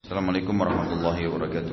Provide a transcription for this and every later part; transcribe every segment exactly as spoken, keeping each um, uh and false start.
Assalamualaikum warahmatullahi wabarakatuh.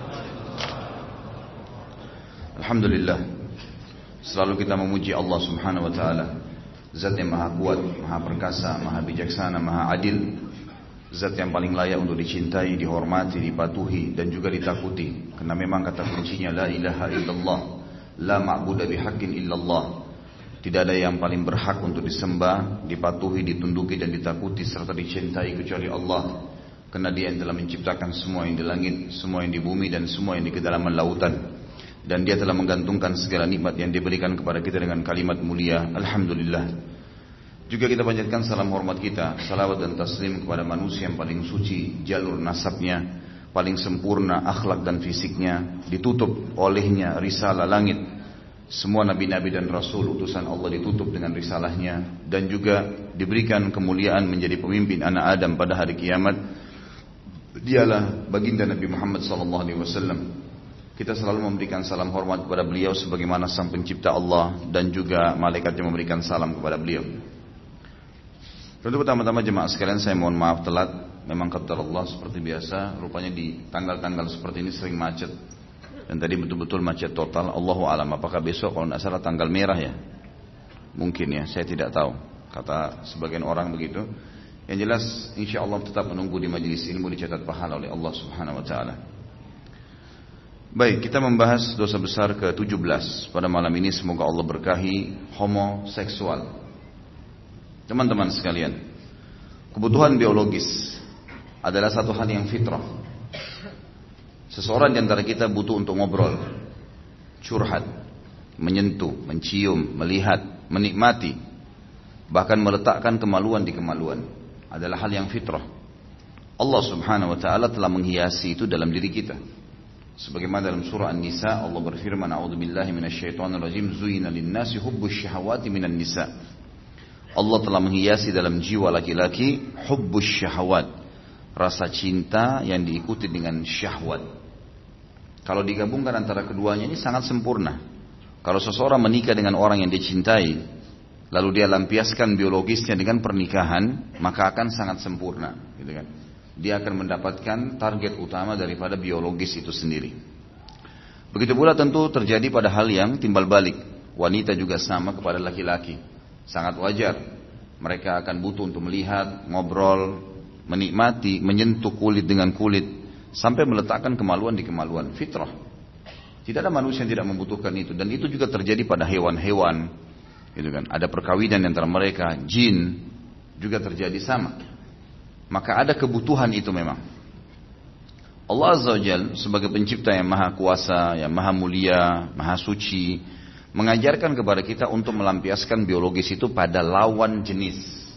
Alhamdulillah, selalu kita memuji Allah subhanahu wa ta'ala, Zat yang maha kuat, maha perkasa, maha bijaksana, maha adil, Zat yang paling layak untuk dicintai, dihormati, dipatuhi dan juga ditakuti. Karena memang kata kuncinya la ilaha illallah, la ma'budu bihaqqin illallah. Tidak ada yang paling berhak untuk disembah, dipatuhi, ditunduki dan ditakuti serta dicintai kecuali Allah. Karena Dia yang telah menciptakan semua yang di langit, semua yang di bumi dan semua yang di kedalaman lautan. Dan Dia telah menggantungkan segala nikmat yang diberikan kepada kita dengan kalimat mulia Alhamdulillah. Juga kita panjatkan salam hormat kita, salawat dan taslim kepada manusia yang paling suci, jalur nasabnya paling sempurna, akhlak dan fisiknya, ditutup olehnya risalah langit. Semua nabi-nabi dan rasul utusan Allah ditutup dengan risalahnya, dan juga diberikan kemuliaan menjadi pemimpin anak Adam pada hari kiamat. Dialah baginda Nabi Muhammad sallallahu alaihi wasallam. Kita selalu memberikan salam hormat kepada beliau sebagaimana sang pencipta Allah dan juga malaikatnya memberikan salam kepada beliau. Tentu pertama-tama jemaah sekalian, saya mohon maaf telat. Memang qaddar Allah seperti biasa, rupanya di tanggal-tanggal seperti ini sering macet. Dan tadi betul-betul macet total. Allahu alam, apakah besok kalau tidak salah tanggal merah ya? Mungkin ya, saya tidak tahu. Kata sebagian orang begitu. Yang jelas insya Allah tetap menunggu di majelis ilmu dicatat pahala oleh Allah subhanahu wa ta'ala. Baik, kita membahas dosa besar ke tujuh belas pada malam ini. Semoga Allah berkahi homoseksual. Teman-teman sekalian, kebutuhan biologis adalah satu hal yang fitrah. Seseorang di antara kita butuh untuk ngobrol, curhat, menyentuh, mencium, melihat, menikmati, bahkan meletakkan kemaluan di kemaluan. Adalah hal yang fitrah. Allah subhanahu wa ta'ala telah menghiasi itu dalam diri kita. Sebagaimana dalam surah An-Nisa Allah berfirman, a'udzubillahi minasyaitonir rajim, zuyina lin-nasi hubbus syahawati minan nisa. Allah telah menghiasi dalam jiwa laki-laki hubbus syahawat, rasa cinta yang diikuti dengan syahwat. Kalau digabungkan antara keduanya ini sangat sempurna. Kalau seseorang menikah dengan orang yang dicintai, lalu dia lampiaskan biologisnya dengan pernikahan, maka akan sangat sempurna, gitu kan? Dia akan mendapatkan target utama daripada biologis itu sendiri. Begitu pula tentu terjadi pada hal yang timbal balik. Wanita juga sama kepada laki-laki. Sangat wajar. Mereka akan butuh untuk melihat, ngobrol, menikmati, menyentuh kulit dengan kulit, sampai meletakkan kemaluan di kemaluan. Fitrah. Tidak ada manusia yang tidak membutuhkan itu. Dan itu juga terjadi pada hewan-hewan. Gitu kan? Ada perkawinan antara mereka, jin juga terjadi sama. Maka ada kebutuhan itu memang. Allah Azza wa Jalla sebagai pencipta yang maha kuasa, yang maha mulia, maha suci, mengajarkan kepada kita untuk melampiaskan biologis itu pada lawan jenis,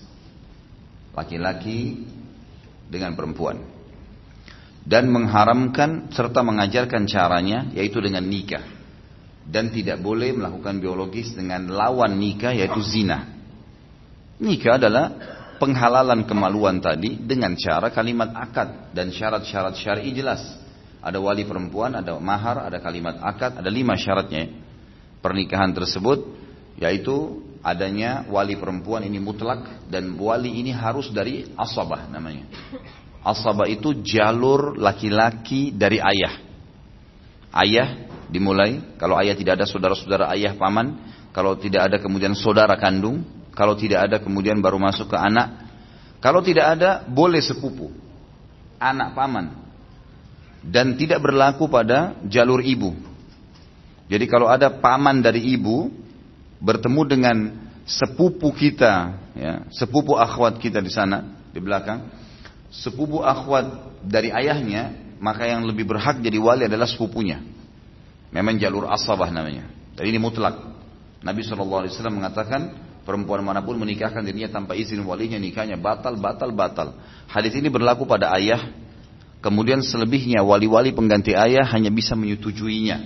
laki-laki dengan perempuan, dan mengharamkan serta mengajarkan caranya, yaitu dengan nikah. Dan tidak boleh melakukan biologis dengan lawan nikah, yaitu zina. Nikah adalah penghalalan kemaluan tadi dengan cara kalimat akad dan syarat-syarat syar'i jelas. Ada wali perempuan, ada mahar, ada kalimat akad, ada lima syaratnya pernikahan tersebut, yaitu adanya wali perempuan ini mutlak, dan wali ini harus dari asabah namanya. Asabah itu jalur laki-laki dari ayah. Ayah dimulai, kalau ayah tidak ada saudara-saudara ayah paman, kalau tidak ada kemudian saudara kandung, kalau tidak ada kemudian baru masuk ke anak, kalau tidak ada boleh sepupu, anak paman, dan tidak berlaku pada jalur ibu. Jadi kalau ada paman dari ibu bertemu dengan sepupu kita, ya, sepupu akhwat kita di sana di belakang, sepupu akhwat dari ayahnya, maka yang lebih berhak jadi wali adalah sepupunya. Memang jalur asabah namanya. Dan ini mutlak. Nabi shallallahu alaihi wasallam mengatakan, perempuan manapun menikahkan dirinya tanpa izin walinya, nikahnya batal, batal, batal. Hadis ini berlaku pada ayah. Kemudian selebihnya wali-wali pengganti ayah hanya bisa menyetujuinya.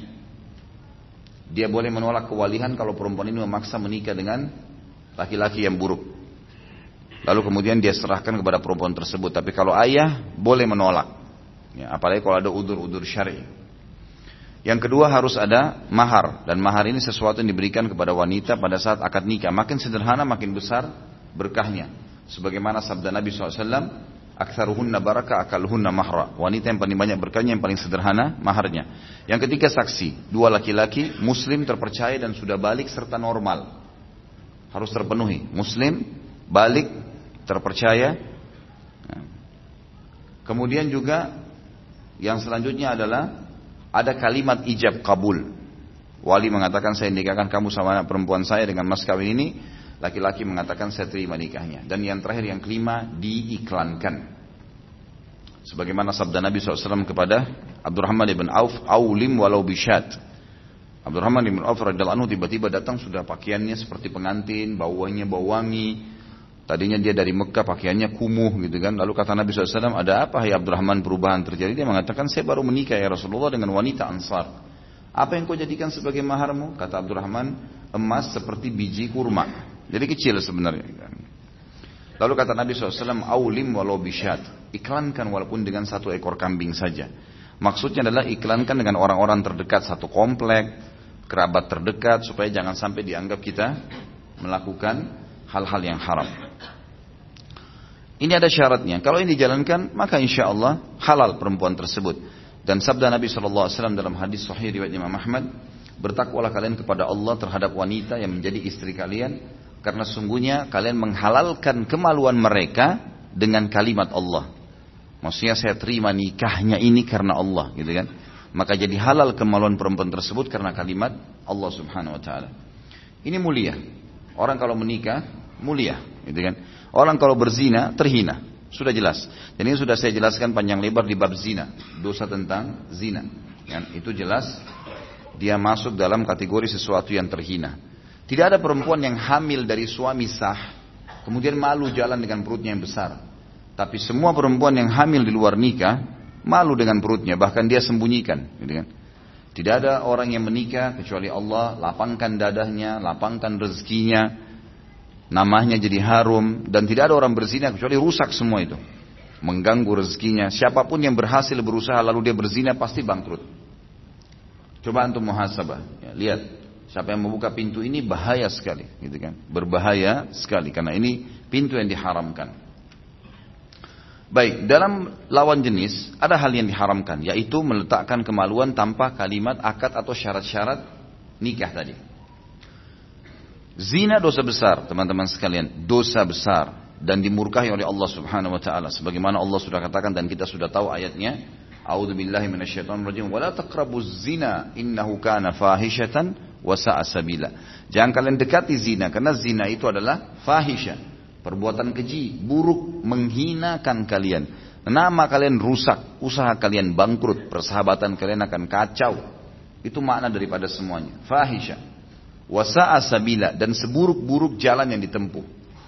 Dia boleh menolak kewalihan kalau perempuan ini memaksa menikah dengan laki-laki yang buruk. Lalu kemudian dia serahkan kepada perempuan tersebut. Tapi kalau ayah boleh menolak. Ya, apalagi kalau ada udur-udur syar'i. Yang kedua harus ada mahar, dan mahar ini sesuatu yang diberikan kepada wanita pada saat akad nikah. Makin sederhana makin besar berkahnya. Sebagaimana sabda Nabi shallallahu alaihi wasallam, Aktsaruhunna barakah akaluhunna mahra. Wanita yang paling banyak berkahnya, yang paling sederhana maharnya. Yang ketiga saksi, dua laki-laki muslim terpercaya dan sudah balik serta normal. Harus terpenuhi. Muslim, balik, terpercaya. Kemudian juga yang selanjutnya adalah ada kalimat ijab kabul. Wali mengatakan saya nikahkan kamu sama anak perempuan saya dengan mas kawin ini. Laki-laki mengatakan saya terima nikahnya. Dan yang terakhir yang kelima diiklankan. Sebagaimana sabda Nabi shallallahu alaihi wasallam kepada Abdurrahman ibn Auf, Aulim walau bisyat. Abdurrahman ibn Auf radhiyallahu anhu tiba-tiba datang sudah pakaiannya seperti pengantin, baunya bau wangi. Tadinya dia dari Mekah pakaiannya kumuh gitu kan. Lalu kata Nabi shallallahu alaihi wasallam, ada apa ya Abdurrahman perubahan terjadi? Dia mengatakan saya baru menikah ya Rasulullah dengan wanita Ansar. Apa yang kau jadikan sebagai maharmu? Kata Abdurrahman, emas seperti biji kurma. Jadi kecil sebenarnya. Lalu kata Nabi shallallahu alaihi wasallam, Aulim walau bisyat. Iklankan walaupun dengan satu ekor kambing saja. Maksudnya adalah iklankan dengan orang-orang terdekat satu komplek, kerabat terdekat, supaya jangan sampai dianggap kita melakukan hal-hal yang haram. Ini ada syaratnya. Kalau ini dijalankan, maka insya Allah halal perempuan tersebut. Dan sabda Nabi shallallahu alaihi wasallam dalam hadis sahih riwayat Imam Ahmad, bertakwalah kalian kepada Allah terhadap wanita yang menjadi istri kalian, karena sungguhnya kalian menghalalkan kemaluan mereka dengan kalimat Allah. Maksudnya saya terima nikahnya ini karena Allah, gitu kan? Maka jadi halal kemaluan perempuan tersebut karena kalimat Allah Subhanahu Wa Taala. Ini mulia. Orang kalau menikah mulia, gitu kan? Orang kalau berzina terhina, sudah jelas. Dan ini sudah saya jelaskan panjang lebar di bab zina, dosa tentang zina. Kan? Itu jelas. Dia masuk dalam kategori sesuatu yang terhina. Tidak ada perempuan yang hamil dari suami sah, kemudian malu jalan dengan perutnya yang besar. Tapi semua perempuan yang hamil di luar nikah, malu dengan perutnya, bahkan dia sembunyikan. Gitu kan? Tidak ada orang yang menikah, kecuali Allah lapangkan dadahnya, lapangkan rezekinya, namanya jadi harum. Dan tidak ada orang berzina, kecuali rusak semua itu. Mengganggu rezekinya. Siapapun yang berhasil berusaha lalu dia berzina, pasti bangkrut. Coba antum muhasabah, ya, lihat siapa yang membuka pintu ini bahaya sekali, gitu kan? Berbahaya sekali karena ini pintu yang diharamkan. Baik, dalam lawan jenis ada hal yang diharamkan, yaitu meletakkan kemaluan tanpa kalimat akad atau syarat-syarat nikah tadi. Zina dosa besar, teman-teman sekalian, dosa besar dan dimurkahi oleh Allah Subhanahu Wa Taala. Sebagaimana Allah sudah katakan dan kita sudah tahu ayatnya. A'udzu billahi minasyaitonir rajim. Wala taqrabuz zina innahu kana fahishatan wa sa'a sabila. Jangan kalian dekati zina karena zina itu adalah fahisha, perbuatan keji, buruk, menghinakan kalian. Nama kalian rusak, usaha kalian bangkrut, persahabatan kalian akan kacau. Itu makna daripada semuanya. Fahisha wa sa'a sabila, dan seburuk-buruk jalan yang ditempuh.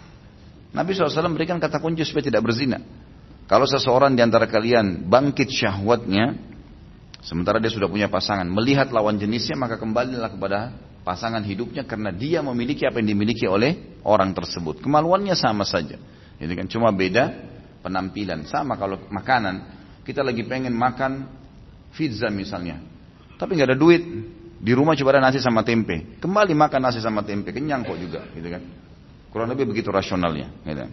Nabi shallallahu alaihi wasallam berikan kata kunci supaya tidak berzina. Kalau seseorang di antara kalian bangkit syahwatnya, sementara dia sudah punya pasangan, melihat lawan jenisnya, maka kembalilah kepada pasangan hidupnya karena dia memiliki apa yang dimiliki oleh orang tersebut. Kemaluannya sama saja. Ini kan cuma beda penampilan. Sama kalau makanan, kita lagi pengen makan pizza misalnya, tapi nggak ada duit. Di rumah coba ada nasi sama tempe, kembali makan nasi sama tempe, kenyang kok juga, gitu kan? Kurang lebih begitu rasionalnya. Gitu.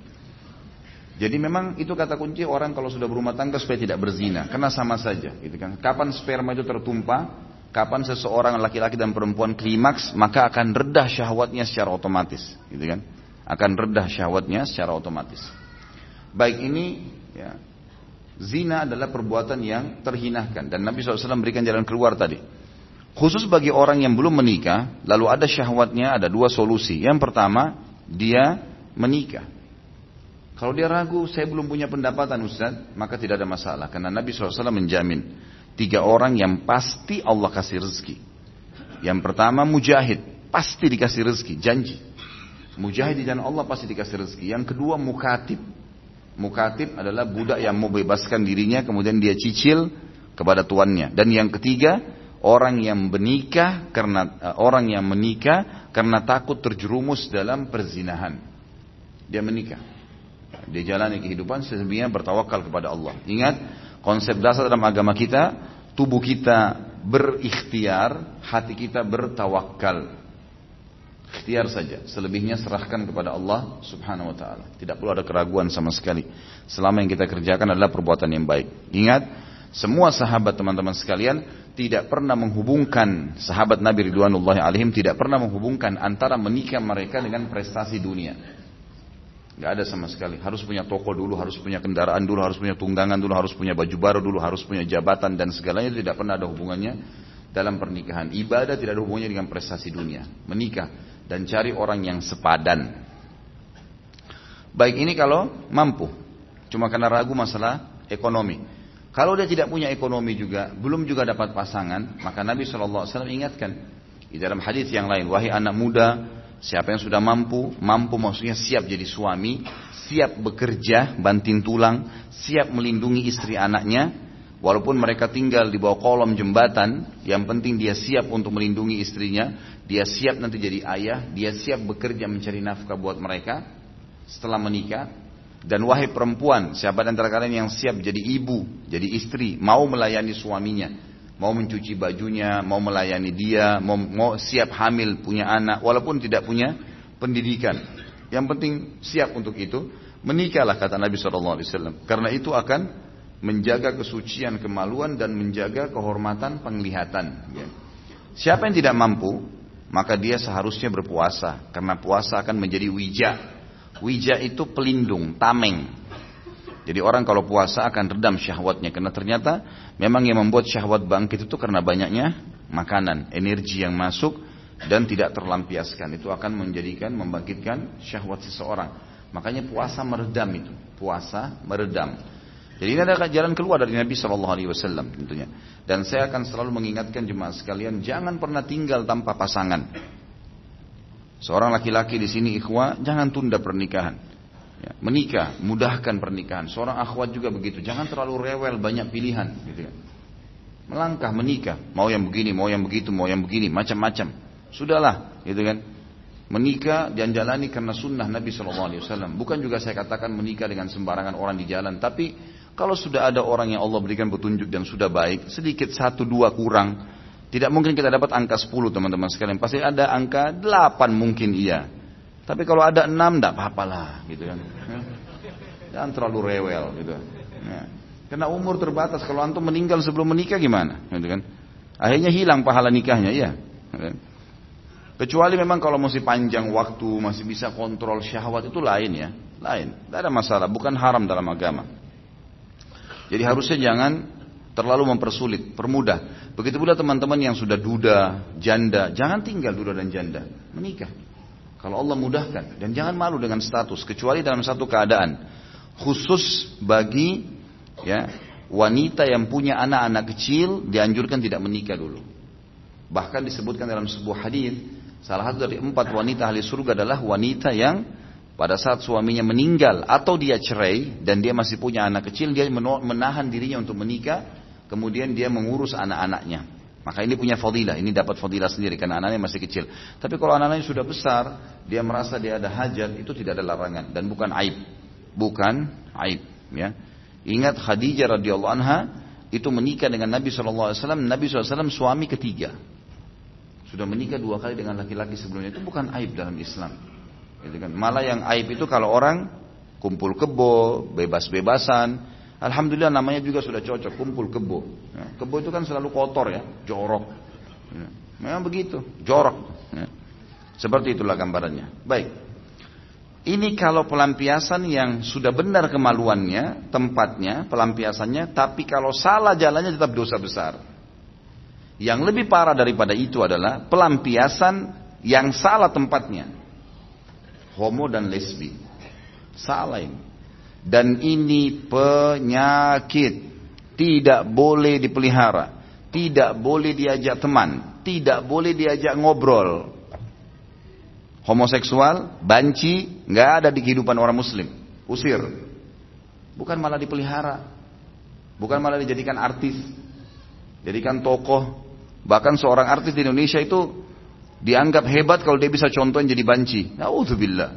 Jadi memang itu kata kunci orang kalau sudah berumah tangga supaya tidak berzina, karena sama saja, gitu kan? Kapan sperma itu tertumpah, kapan seseorang laki-laki dan perempuan klimaks, maka akan redah syahwatnya secara otomatis, gitu kan? Akan redah syahwatnya secara otomatis. Baik, ini ya, zina adalah perbuatan yang terhinahkan dan Nabi shallallahu alaihi wasallam berikan jalan keluar tadi. Khusus bagi orang yang belum menikah, lalu ada syahwatnya, ada dua solusi. Yang pertama, dia menikah. Kalau dia ragu, saya belum punya pendapatan Ustaz, maka tidak ada masalah. Karena Nabi shallallahu alaihi wasallam menjamin tiga orang yang pasti Allah kasih rezeki. Yang pertama mujahid, pasti dikasih rezeki, janji. Mujahid di jalan Allah pasti dikasih rezeki. Yang kedua mukatib. Mukatib adalah budak yang mau bebaskan dirinya, kemudian dia cicil kepada tuannya. Dan yang ketiga, orang yang menikah karena uh, orang yang menikah karena takut terjerumus dalam perzinahan. Dia menikah. Dia jalani kehidupan sesungguhnya bertawakal kepada Allah. Ingat, konsep dasar dalam agama kita, tubuh kita berikhtiar, hati kita bertawakal. Ikhtiar saja, selebihnya serahkan kepada Allah subhanahu wa ta'ala. Tidak perlu ada keraguan sama sekali. Selama yang kita kerjakan adalah perbuatan yang baik. Ingat, semua sahabat teman-teman sekalian tidak pernah menghubungkan, sahabat Nabi Ridwanullahi alaihim tidak pernah menghubungkan antara menikah mereka dengan prestasi dunia. Gak ada sama sekali. Harus punya toko dulu, harus punya kendaraan dulu, harus punya tunggangan dulu, harus punya baju baru dulu, harus punya jabatan dan segalanya itu tidak pernah ada hubungannya dalam pernikahan. Ibadah tidak ada hubungannya dengan prestasi dunia. Menikah dan cari orang yang sepadan. Baik, ini kalau mampu. Cuma karena ragu masalah ekonomi. Kalau dia tidak punya ekonomi juga, belum juga dapat pasangan, maka Nabi shallallahu alaihi wasallam ingatkan di dalam hadis yang lain, wahai anak muda, siapa yang sudah mampu, mampu maksudnya siap jadi suami, siap bekerja, banting tulang, siap melindungi istri anaknya, walaupun mereka tinggal di bawah kolom jembatan, yang penting dia siap untuk melindungi istrinya, dia siap nanti jadi ayah, dia siap bekerja mencari nafkah buat mereka setelah menikah. Dan wahai perempuan, siapa di antara kalian yang siap jadi ibu, jadi istri, mau melayani suaminya, mau mencuci bajunya, mau melayani dia, mau, mau siap hamil, punya anak, walaupun tidak punya pendidikan. Yang penting siap untuk itu, menikahlah kata Nabi shallallahu alaihi wasallam. Karena itu akan menjaga kesucian kemaluan dan menjaga kehormatan penglihatan. Ya. Siapa yang tidak mampu, maka dia seharusnya berpuasa, karena puasa akan menjadi wija. Wija itu pelindung, tameng. Jadi orang kalau puasa akan redam syahwatnya, karena ternyata memang yang membuat syahwat bangkit itu karena banyaknya makanan, energi yang masuk dan tidak terlampiaskan. Itu akan menjadikan, membangkitkan syahwat seseorang. Makanya puasa meredam itu, puasa meredam. Jadi ini adalah jalan keluar dari Nabi shallallahu alaihi wasallam tentunya. Dan saya akan selalu mengingatkan jemaah sekalian, jangan pernah tinggal tanpa pasangan. Seorang laki-laki di sini ikhwah, jangan tunda pernikahan. Ya, menikah, mudahkan pernikahan. Seorang akhwat juga begitu, jangan terlalu rewel banyak pilihan. Gitu ya. Melangkah menikah, mau yang begini, mau yang begitu, mau yang begini, macam-macam. Sudahlah, gitu kan. Menikah dan jalani karena sunnah Nabi shallallahu alaihi wasallam. Bukan juga saya katakan menikah dengan sembarangan orang di jalan, tapi kalau sudah ada orang yang Allah berikan petunjuk dan sudah baik, sedikit satu dua kurang. Tidak mungkin kita dapat angka sepuluh teman-teman sekalian. Pasti ada angka delapan mungkin iya. Tapi kalau ada enam tidak apa-apalah gitu kan. Jangan terlalu rewel gitu. Ya. Karena umur terbatas. Kalau antum meninggal sebelum menikah gimana? Gitu kan. Akhirnya hilang pahala nikahnya ya. Kecuali memang kalau masih panjang waktu, masih bisa kontrol syahwat itu lain ya. Lain. Tidak ada masalah. Bukan haram dalam agama. Jadi harusnya jangan terlalu mempersulit, permudah. Begitu pula teman-teman yang sudah duda, janda, jangan tinggal duda dan janda, menikah. Kalau Allah mudahkan, dan jangan malu dengan status, kecuali dalam satu keadaan khusus bagi ya wanita yang punya anak-anak kecil, dianjurkan tidak menikah dulu. Bahkan disebutkan dalam sebuah hadis, salah satu dari empat wanita ahli surga adalah wanita yang pada saat suaminya meninggal atau dia cerai dan dia masih punya anak kecil, dia menahan dirinya untuk menikah. Kemudian dia mengurus anak-anaknya. Maka ini punya fadilah, ini dapat fadilah sendiri karena anaknya masih kecil. Tapi kalau anak-anaknya sudah besar, dia merasa dia ada hajat, itu tidak ada larangan dan bukan aib. Bukan aib, ya. Ingat Khadijah radhiyallahu anha itu menikah dengan Nabi shallallahu alaihi wasallam, Nabi shallallahu alaihi wasallam suami ketiga. Sudah menikah dua kali dengan laki-laki sebelumnya, itu bukan aib dalam Islam. Gitu kan? Malah yang aib itu kalau orang kumpul kebo, bebas-bebasan. Alhamdulillah namanya juga sudah cocok, kumpul kebo. Ya, kebo itu kan selalu kotor ya, jorok. Ya, memang begitu, jorok. Ya. Seperti itulah gambarannya. Baik. Ini kalau pelampiasan yang sudah benar kemaluannya, tempatnya, pelampiasannya, tapi kalau salah jalannya tetap dosa besar. Yang lebih parah daripada itu adalah pelampiasan yang salah tempatnya. Homo dan lesbi. Salah ini. Dan ini penyakit, tidak boleh dipelihara, tidak boleh diajak teman, tidak boleh diajak ngobrol. Homoseksual, banci, nggak ada di kehidupan orang Muslim, usir. Bukan malah dipelihara, bukan malah dijadikan artis, jadikan tokoh. Bahkan seorang artis di Indonesia itu dianggap hebat kalau dia bisa contohin jadi banci. Na'udzubillah.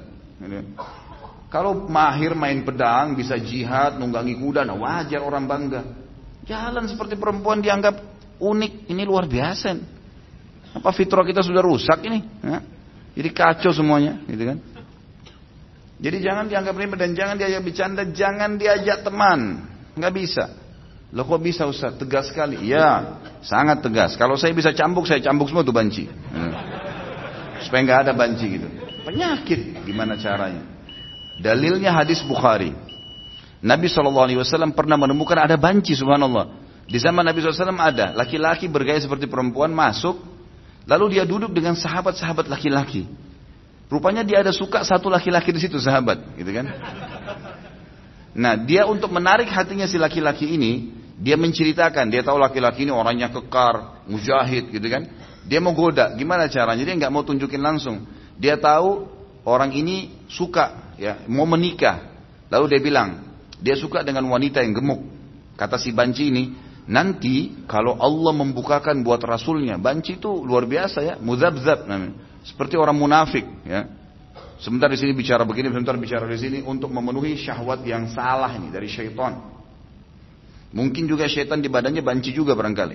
Kalau mahir main pedang, bisa jihad, nunggangi kuda, nah wajar orang bangga. Jalan seperti perempuan dianggap unik, ini luar biasa. Apa fitrah kita sudah rusak ini? Nah, Jadi kacau semuanya, gitu kan? Jadi jangan dianggap remeh dan jangan diajak bercanda, jangan diajak teman. Nggak bisa. Loh kok bisa Ustaz? Tegas sekali. Ya, sangat tegas. Kalau saya bisa cambuk, saya cambuk semua tuh banci. Hmm. Supaya nggak ada banci gitu. Penyakit, gimana caranya? Dalilnya hadis Bukhari. Nabi shallallahu alaihi wasallam pernah menemukan ada banci, subhanallah. Di zaman Nabi shallallahu alaihi wasallam ada laki-laki bergaya seperti perempuan masuk, lalu dia duduk dengan sahabat-sahabat laki-laki. Rupanya dia ada suka satu laki-laki di situ, sahabat, gitu kan? Nah, dia untuk menarik hatinya si laki-laki ini, dia menceritakan, dia tahu laki-laki ini orangnya kekar, mujahid, gitu kan? Dia mau goda, gimana caranya? Dia nggak mau tunjukin langsung. Dia tahu orang ini suka, ya, mau menikah. Lalu dia bilang, dia suka dengan wanita yang gemuk. Kata si banci ini, nanti kalau Allah membukakan buat Rasulnya, banci itu luar biasa ya, muzabzab namanya. Seperti orang munafik, ya. Sebentar di sini bicara begini, sebentar bicara di sini untuk memenuhi syahwat yang salah ini dari syaitan. Mungkin juga syaitan di badannya banci juga barangkali.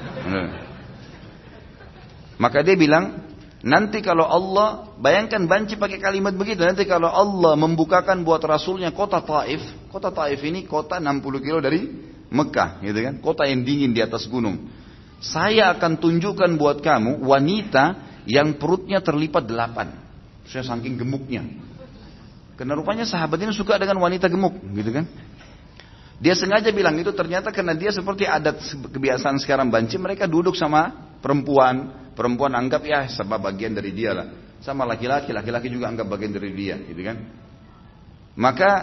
Maka dia bilang, nanti kalau Allah, bayangkan banci pakai kalimat begitu, nanti kalau Allah membukakan buat Rasulnya kota Taif, kota Taif ini kota enam puluh kilo dari Mekah, gitu kan? Kota yang dingin di atas gunung. Saya akan tunjukkan buat kamu wanita yang perutnya terlipat delapan. Saya saking gemuknya. Karena rupanya sahabat ini suka dengan wanita gemuk, gitu kan? Dia sengaja bilang itu, ternyata karena dia seperti adat kebiasaan sekarang banci, mereka duduk sama perempuan, perempuan anggap ya sama bagian dari dia lah. Sama laki-laki, laki-laki juga anggap bagian dari dia, gitu kan? Maka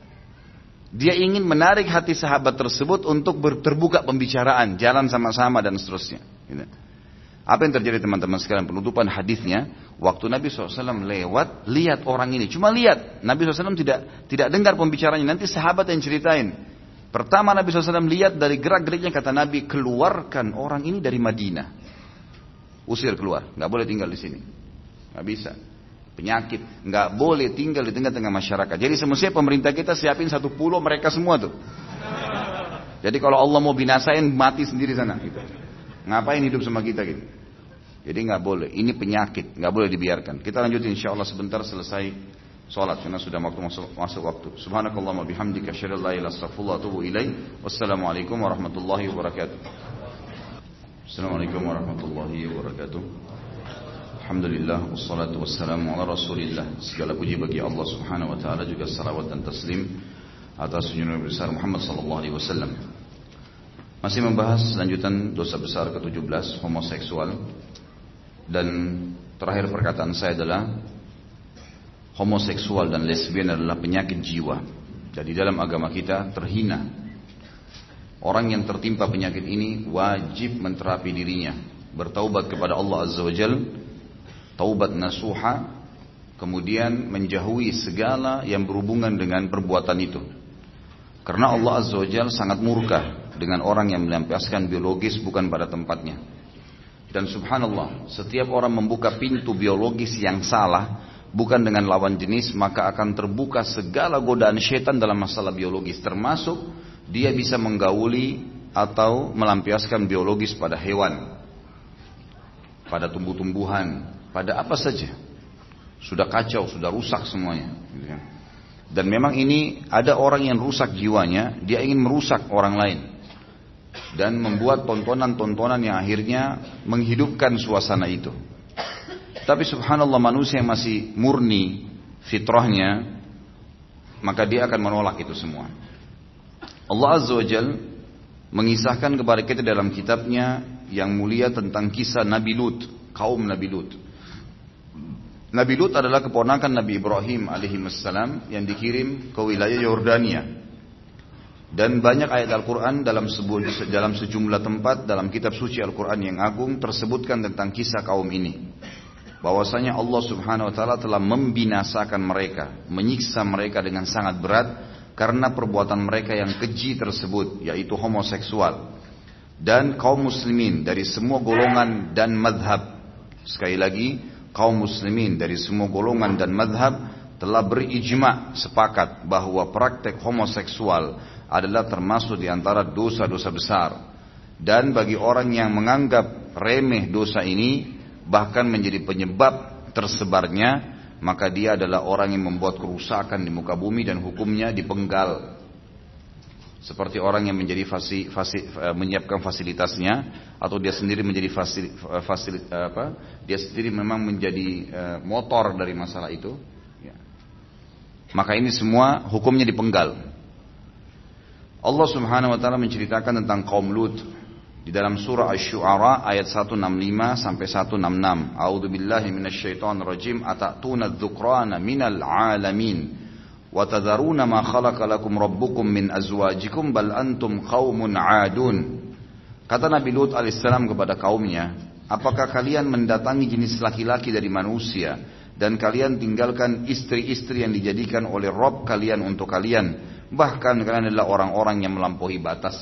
dia ingin menarik hati sahabat tersebut untuk terbuka pembicaraan, jalan sama-sama dan seterusnya. Gitu. Apa yang terjadi teman-teman sekalian? Penutupan hadisnya, waktu Nabi shallallahu alaihi wasallam lewat, lihat orang ini, cuma lihat. Nabi shallallahu alaihi wasallam tidak tidak dengar pembicaranya. Nanti sahabat yang ceritain. Pertama Nabi shallallahu alaihi wasallam lihat dari gerak-geriknya, kata Nabi, keluarkan orang ini dari Madinah, usir keluar, nggak boleh tinggal di sini, nggak bisa. Penyakit, nggak boleh tinggal di tengah-tengah masyarakat. Jadi semestinya pemerintah kita siapin satu pulau mereka semua tuh. Jadi kalau Allah mau binasain, mati sendiri sana. Gitu. Ngapain hidup sama kita gitu? Jadi nggak boleh. Ini penyakit, nggak boleh dibiarkan. Kita lanjutin insya Allah sebentar selesai sholat karena sudah waktu masuk, masuk waktu. Subhanakallahumma bihamdika asyhadu an la ilaha illa anta astaghfiruka wa atubu ilaik. Wassalamualaikum warahmatullahi wabarakatuh. Assalamualaikum warahmatullahi wabarakatuh. Alhamdulillah wassalatu wassalamu ala Rasulillah. Segala puji bagi Allah Subhanahu wa taala, juga salawat dan taslim atas junjungan besar Muhammad sallallahu alaihi wasallam. Masih membahas lanjutan dosa besar ke tujuh belas, homoseksual. Dan terakhir perkataan saya adalah homoseksual dan lesbian adalah penyakit jiwa. Jadi dalam agama kita terhina. Orang yang tertimpa penyakit ini wajib menterapi dirinya, bertaubat kepada Allah Azza wa Jalla, taubat nasuha, kemudian menjauhi segala yang berhubungan dengan perbuatan itu. Karena Allah Azza wa Jalla sangat murka dengan orang yang melampiaskan biologis bukan pada tempatnya. Dan subhanallah, setiap orang membuka pintu biologis yang salah, bukan dengan lawan jenis, maka akan terbuka segala godaan syaitan dalam masalah biologis. Termasuk dia bisa menggauli atau melampiaskan biologis pada hewan, pada tumbuh-tumbuhan, pada apa saja. Sudah kacau, sudah rusak semuanya. Dan memang ini ada orang yang rusak jiwanya, dia ingin merusak orang lain. Dan membuat tontonan-tontonan yang akhirnya menghidupkan suasana itu. Tapi subhanallah, manusia yang masih murni fitrahnya, maka dia akan menolak itu semua. Allah Azza wa Jal mengisahkan kepada kita dalam kitabnya yang mulia tentang kisah Nabi Lut, kaum Nabi Lut. Nabi Lut adalah keponakan Nabi Ibrahim alaihi wassalam yang dikirim ke wilayah Yordania. Dan banyak ayat Al-Quran dalam, sebuah, dalam sejumlah tempat dalam kitab suci Al-Quran yang agung tersebutkan tentang kisah kaum ini. Bahwasanya Allah Subhanahu Wa Taala telah membinasakan mereka, menyiksa mereka dengan sangat berat karena perbuatan mereka yang keji tersebut, yaitu homoseksual. Dan kaum muslimin dari semua golongan dan madhab, sekali lagi kaum muslimin dari semua golongan dan madhab telah berijma sepakat bahwa praktek homoseksual adalah termasuk di antara dosa-dosa besar. Dan bagi orang yang menganggap remeh dosa ini, bahkan menjadi penyebab tersebarnya, maka dia adalah orang yang membuat kerusakan di muka bumi dan hukumnya dipenggal. Seperti orang yang menjadi fasi, fasi, menyiapkan fasilitasnya, atau dia sendiri menjadi fasil, fasil, apa? Dia sendiri memang menjadi uh, motor dari masalah itu. Ya. Maka ini semua hukumnya dipenggal. Allah Subhanahu Wa Taala menceritakan tentang kaum Lut di dalam surah Asy-Syu'ara ayat seratus enam puluh lima sampai seratus enam puluh enam. A'udzubillahi minasyaitonir rajim. Atatuna adz-dzukrana minal 'alamin wa tadharuna ma khalaqa lakum rabbukum min azwajikum bal antum qaumun 'adun. Kata Nabi Lut alaihissalam kepada kaumnya, apakah kalian mendatangi jenis laki-laki dari manusia dan kalian tinggalkan istri-istri yang dijadikan oleh Rabb kalian untuk kalian, bahkan kalian adalah orang-orang yang melampaui batas.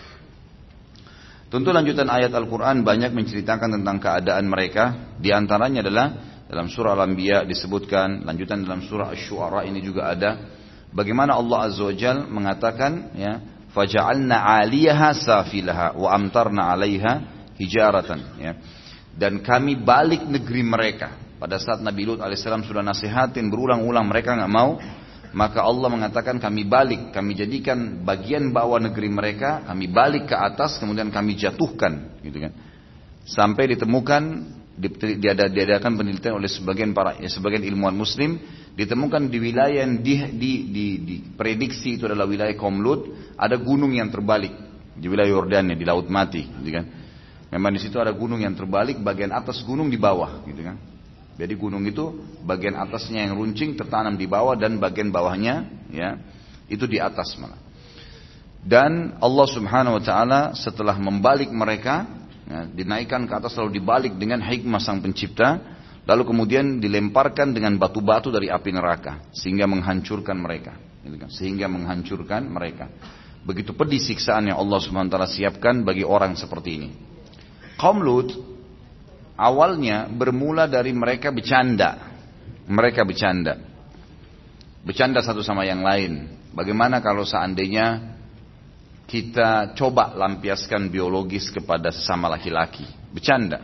Tentu lanjutan ayat Al-Quran banyak menceritakan tentang keadaan mereka. Di antaranya adalah dalam surah Al-Anbiya disebutkan, lanjutan dalam surah Asy-Syu'ara ini juga ada. Bagaimana Allah Azza wa Jalla mengatakan, ya, faja'alna 'aliyaha safilaha wa amtarna 'alaiha hijaratan, ya. Dan kami balik negeri mereka. Pada saat Nabi Lut alaihissalam sudah nasihatin berulang-ulang mereka nggak mau. Maka Allah mengatakan kami balik, kami jadikan bagian bawah negeri mereka, kami balik ke atas, kemudian kami jatuhkan, gitu kan. Sampai ditemukan, diadakan penelitian oleh sebagian para, ya, sebagian ilmuwan Muslim, ditemukan di wilayah yang di, di, di, di prediksi itu adalah wilayah kaum Lut, ada gunung yang terbalik di wilayah Yordania, di Laut Mati, gitu kan. Memang di situ ada gunung yang terbalik, bagian atas gunung di bawah, gitu kan. Jadi gunung itu bagian atasnya yang runcing tertanam di bawah dan bagian bawahnya, ya, itu di atas malah. Dan Allah Subhanahu Wa Taala setelah membalik mereka, ya, dinaikkan ke atas lalu dibalik dengan hikmah Sang Pencipta, lalu kemudian dilemparkan dengan batu-batu dari api neraka sehingga menghancurkan mereka, gitu kan? Sehingga menghancurkan mereka. Begitu pedih siksaan yang Allah Subhanahu Wa Taala siapkan bagi orang seperti ini. Kaum Lut awalnya bermula dari mereka bercanda. Mereka bercanda. Bercanda satu sama yang lain. Bagaimana kalau seandainya kita coba lampiaskan biologis kepada sesama laki-laki. Bercanda.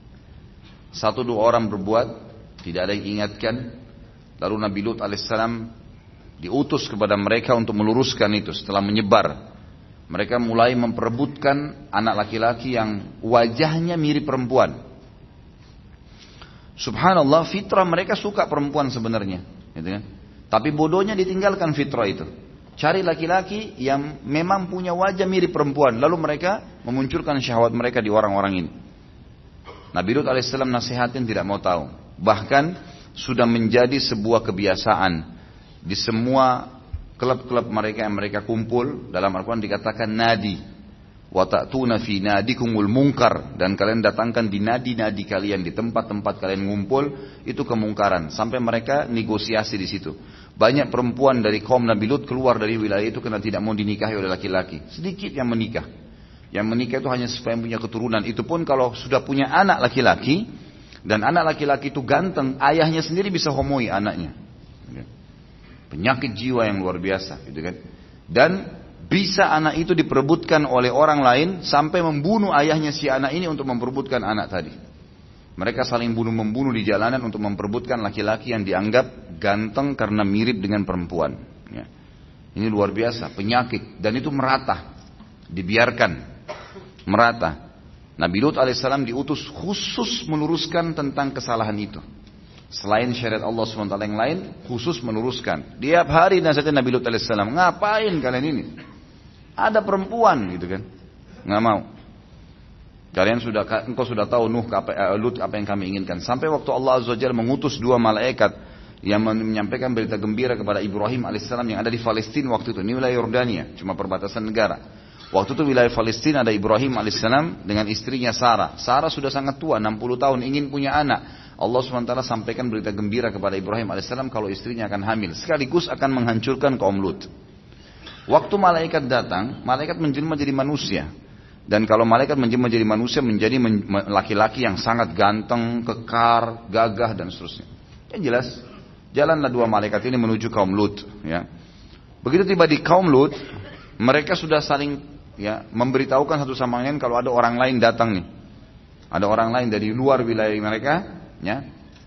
Satu dua orang berbuat, tidak ada yang ingatkan. Lalu Nabi Lut alaihissalam diutus kepada mereka untuk meluruskan itu setelah menyebar. Mereka mulai memperebutkan anak laki-laki yang wajahnya mirip perempuan. Subhanallah, fitrah mereka suka perempuan sebenarnya, gitu kan? Tapi bodohnya ditinggalkan fitrah itu. Cari laki-laki yang memang punya wajah mirip perempuan, lalu mereka memunculkan syahwat mereka di orang-orang ini. Nabi Lut alaihissalam nasihatin tidak mau tahu. Bahkan sudah menjadi sebuah kebiasaan di semua klub-klub mereka yang mereka kumpul. Dalam Al-Quran dikatakan nadi. Wa ta'tuna fi nadikumul munkar, dan kalian datangkan di nadi-nadi kalian, di tempat-tempat kalian ngumpul, itu kemungkaran. Sampai mereka negosiasi di situ. Banyak perempuan dari kaum Nabi Lut keluar dari wilayah itu karena tidak mau dinikahi oleh laki-laki. Sedikit yang menikah. Yang menikah itu hanya supaya punya keturunan. Itu pun kalau sudah punya anak laki-laki, dan anak laki-laki itu ganteng, ayahnya sendiri bisa homoi anaknya. Penyakit jiwa yang luar biasa, gitu kan. Dan bisa anak itu diperebutkan oleh orang lain sampai membunuh ayahnya si anak ini untuk memperebutkan anak tadi. Mereka saling bunuh-membunuh di jalanan untuk memperebutkan laki-laki yang dianggap ganteng karena mirip dengan perempuan. Ya. Ini luar biasa, penyakit. Dan itu merata, dibiarkan, merata. Nabi Lut alaihissalam diutus khusus meluruskan tentang kesalahan itu. Selain syariat Allah subhanahu wa taala yang lain, khusus meluruskan. Tiap hari nasihatnya Nabi Lut alaihissalam, ngapain kalian ini? Ada perempuan, gitu kan? Nggak mau. Kalian sudah, engkau sudah tahu Nuh, Lut apa yang kami inginkan. Sampai waktu Allah Azza wa Jalla mengutus dua malaikat yang menyampaikan berita gembira kepada Ibrahim alaihissalam yang ada di Palestina waktu itu. Ini wilayah Yordania, cuma perbatasan negara. Waktu itu wilayah Palestina ada Ibrahim alaihissalam dengan istrinya Sarah. Sarah sudah sangat tua, enam puluh tahun, ingin punya anak. Allah subhanahu wa taala sampaikan berita gembira kepada Ibrahim alaihissalam kalau istrinya akan hamil. Sekaligus akan menghancurkan kaum Lut. Waktu malaikat datang, malaikat menjelma jadi manusia. Dan kalau malaikat menjelma jadi manusia, menjadi laki-laki yang sangat ganteng, kekar, gagah, dan seterusnya. Yang jelas, jalanlah dua malaikat ini menuju kaum Lut. Ya. Begitu tiba di kaum Lut, mereka sudah saling ya, memberitahukan satu sama lain kalau ada orang lain datang nih. Ada orang lain dari luar wilayah mereka, ya,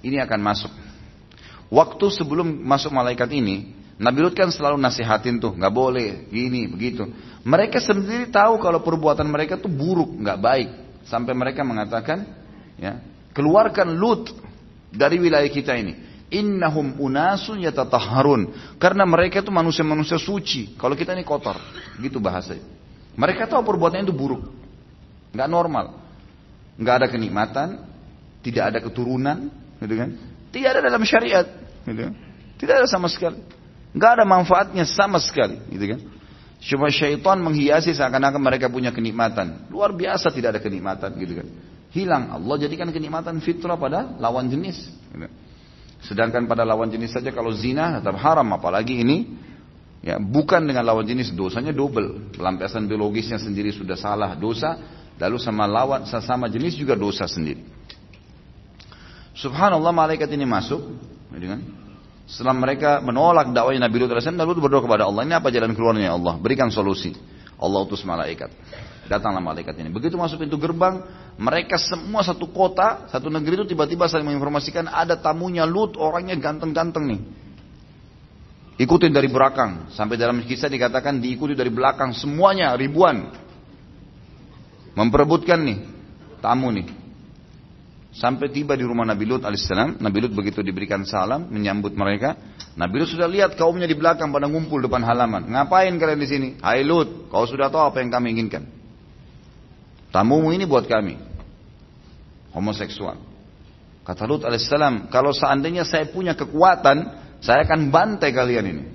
ini akan masuk. Waktu sebelum masuk malaikat ini, Nabi Lut kan selalu nasihatin tuh, nggak boleh, gini, begitu. Mereka sendiri tahu kalau perbuatan mereka tuh buruk, nggak baik. Sampai mereka mengatakan, ya, keluarkan Lut dari wilayah kita ini. Innahum unasun yatatahharun. Karena mereka itu manusia-manusia suci. Kalau kita ini kotor, gitu bahasanya. Mereka tahu perbuatannya itu buruk, nggak normal, nggak ada kenikmatan, tidak ada keturunan, gitu kan? Tidak ada dalam syariat, gitu kan? Tidak ada sama sekali, nggak ada manfaatnya sama sekali, gitu kan? Cuma syaitan menghiasi seakan-akan mereka punya kenikmatan, luar biasa tidak ada kenikmatan, gitu kan? Hilang. Allah jadikan kenikmatan fitrah pada lawan jenis, gitu. Sedangkan pada lawan jenis saja kalau zina tetap haram, apalagi ini, ya, bukan dengan lawan jenis, dosanya double. Pelampiasan biologisnya sendiri sudah salah, dosa, lalu sama lawan sesama jenis juga dosa sendiri. Subhanallah, malaikat ini masuk, gitu kan? Setelah mereka menolak dakwahnya Nabi Lut alaihi salam, Nabi Lut berdoa kepada Allah, ini apa jalan keluarnya ya Allah? Berikan solusi. Allah utus malaikat. Datanglah malaikat ini. Begitu masuk pintu gerbang, mereka semua satu kota, satu negeri itu tiba-tiba saling menginformasikan ada tamunya Lut, orangnya ganteng-ganteng nih. Ikutin dari belakang. Sampai dalam kisah dikatakan diikuti dari belakang semuanya, ribuan. Memperebutkan nih tamu nih. Sampai tiba di rumah Nabi Lut alaihissalam. Nabi Lut begitu diberikan salam, menyambut mereka. Nabi Lut sudah lihat kaumnya di belakang pada ngumpul depan halaman. Ngapain kalian di sini? Hai Lut, kau sudah tahu apa yang kami inginkan. Tamumu ini buat kami. Homoseksual. Kata Lut alaihissalam, kalau seandainya saya punya kekuatan, saya akan bantai kalian ini.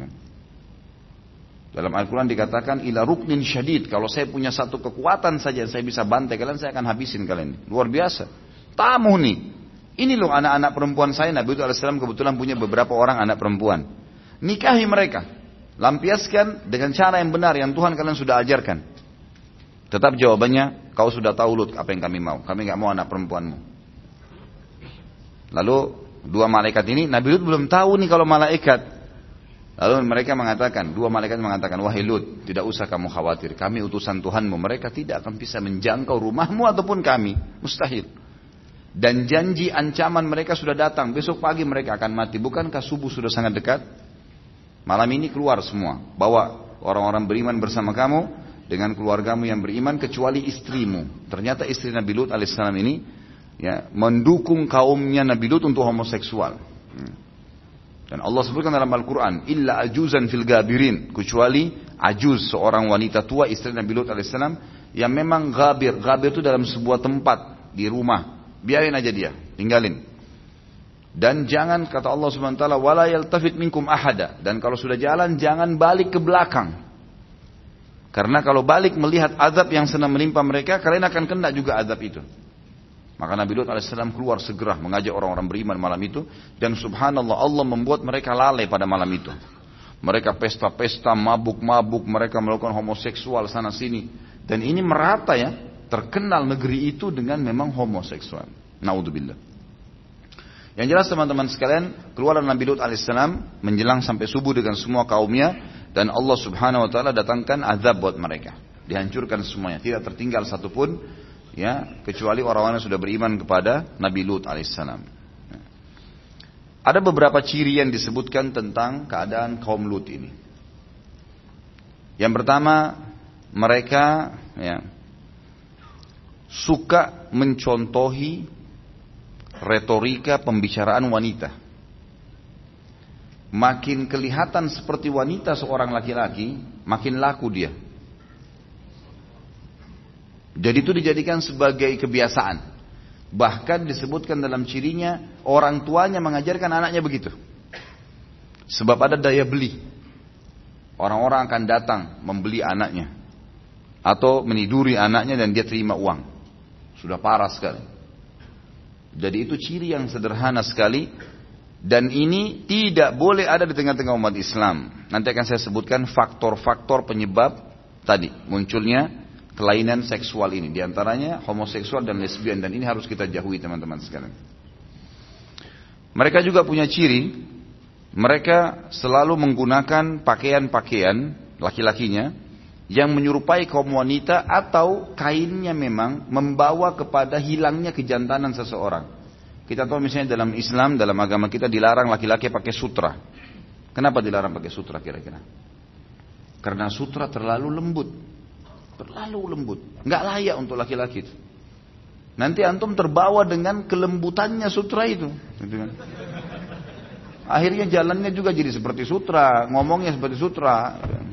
Dalam Al-Quran dikatakan, ila ruknin syadid. Kalau saya punya satu kekuatan saja, saya bisa bantai kalian, saya akan habisin kalian. Luar biasa. Tamu nih. Ini loh anak-anak perempuan saya. Nabi alaihissalam kebetulan punya beberapa orang anak perempuan. Nikahi mereka. Lampiaskan dengan cara yang benar, yang Tuhan kalian sudah ajarkan. Tetap jawabannya, kau sudah tahu Lut apa yang kami mau. Kami gak mau anak perempuanmu. Lalu dua malaikat ini, Nabi Lut belum tahu nih kalau malaikat. Lalu mereka mengatakan, dua malaikat mengatakan, wahai Lut, tidak usah kamu khawatir. Kami utusan Tuhanmu, mereka tidak akan bisa menjangkau rumahmu ataupun kami. Mustahil. Dan janji ancaman mereka sudah datang. Besok pagi mereka akan mati. Bukankah subuh sudah sangat dekat? Malam ini keluar semua. Bawa orang-orang beriman bersama kamu dengan keluargamu yang beriman kecuali istrimu. Ternyata istri Nabi Lut alaihissalam ini, ya, mendukung kaumnya Nabi Lut untuk homoseksual. Dan Allah sebutkan dalam Al-Quran, illa ajuzan fil gabirin, kecuali ajuz, seorang wanita tua istri Nabi Lut alaihissalam yang memang gabir. Gabir itu dalam sebuah tempat di rumah, biarin aja dia, tinggalin. Dan jangan, kata Allah subhanahu wa taala, wala yaltafit minkum ahada, dan kalau sudah jalan jangan balik ke belakang. Karena kalau balik melihat azab yang sedang menimpa mereka, kalian akan kena juga azab itu. Maka Nabi Lut alaihissalam keluar segera mengajak orang-orang beriman malam itu. Dan subhanallah, Allah membuat mereka lalai pada malam itu. Mereka pesta-pesta, mabuk-mabuk, mereka melakukan homoseksual sana sini. Dan ini merata ya, terkenal negeri itu dengan memang homoseksual. Naudzubillah. Yang jelas teman-teman sekalian, keluar Nabi Lut alaihissalam menjelang sampai subuh dengan semua kaumnya. Dan Allah subhanahu wa ta'ala datangkan azab buat mereka. Dihancurkan semuanya, tidak tertinggal satupun, ya, kecuali orang-orang yang sudah beriman kepada Nabi Lut alaihissalam. Ada beberapa ciri yang disebutkan tentang keadaan kaum Lut ini. Yang pertama, mereka, ya, suka mencontohi retorika pembicaraan wanita. Makin kelihatan seperti wanita seorang laki-laki, makin laku dia. Jadi itu dijadikan sebagai kebiasaan. Bahkan disebutkan dalam cirinya, orang tuanya mengajarkan anaknya begitu. Sebab ada daya beli. Orang-orang akan datang membeli anaknya. Atau meniduri anaknya dan dia terima uang. Sudah parah sekali. Jadi itu ciri yang sederhana sekali. Dan ini tidak boleh ada di tengah-tengah umat Islam. Nanti akan saya sebutkan faktor-faktor penyebab tadi munculnya kelainan seksual ini. Di antaranya homoseksual dan lesbian. Dan ini harus kita jauhi teman-teman sekalian. Mereka juga punya ciri. Mereka selalu menggunakan pakaian-pakaian laki-lakinya yang menyerupai kaum wanita atau kainnya memang membawa kepada hilangnya kejantanan seseorang. Kita tahu misalnya dalam Islam, dalam agama kita dilarang laki-laki pakai sutra. Kenapa dilarang pakai sutra kira-kira? Karena sutra terlalu lembut. Terlalu lembut. Nggak layak untuk laki-laki itu. Nanti antum terbawa dengan kelembutannya sutra itu. Akhirnya jalannya juga jadi seperti sutra. Ngomongnya seperti sutra.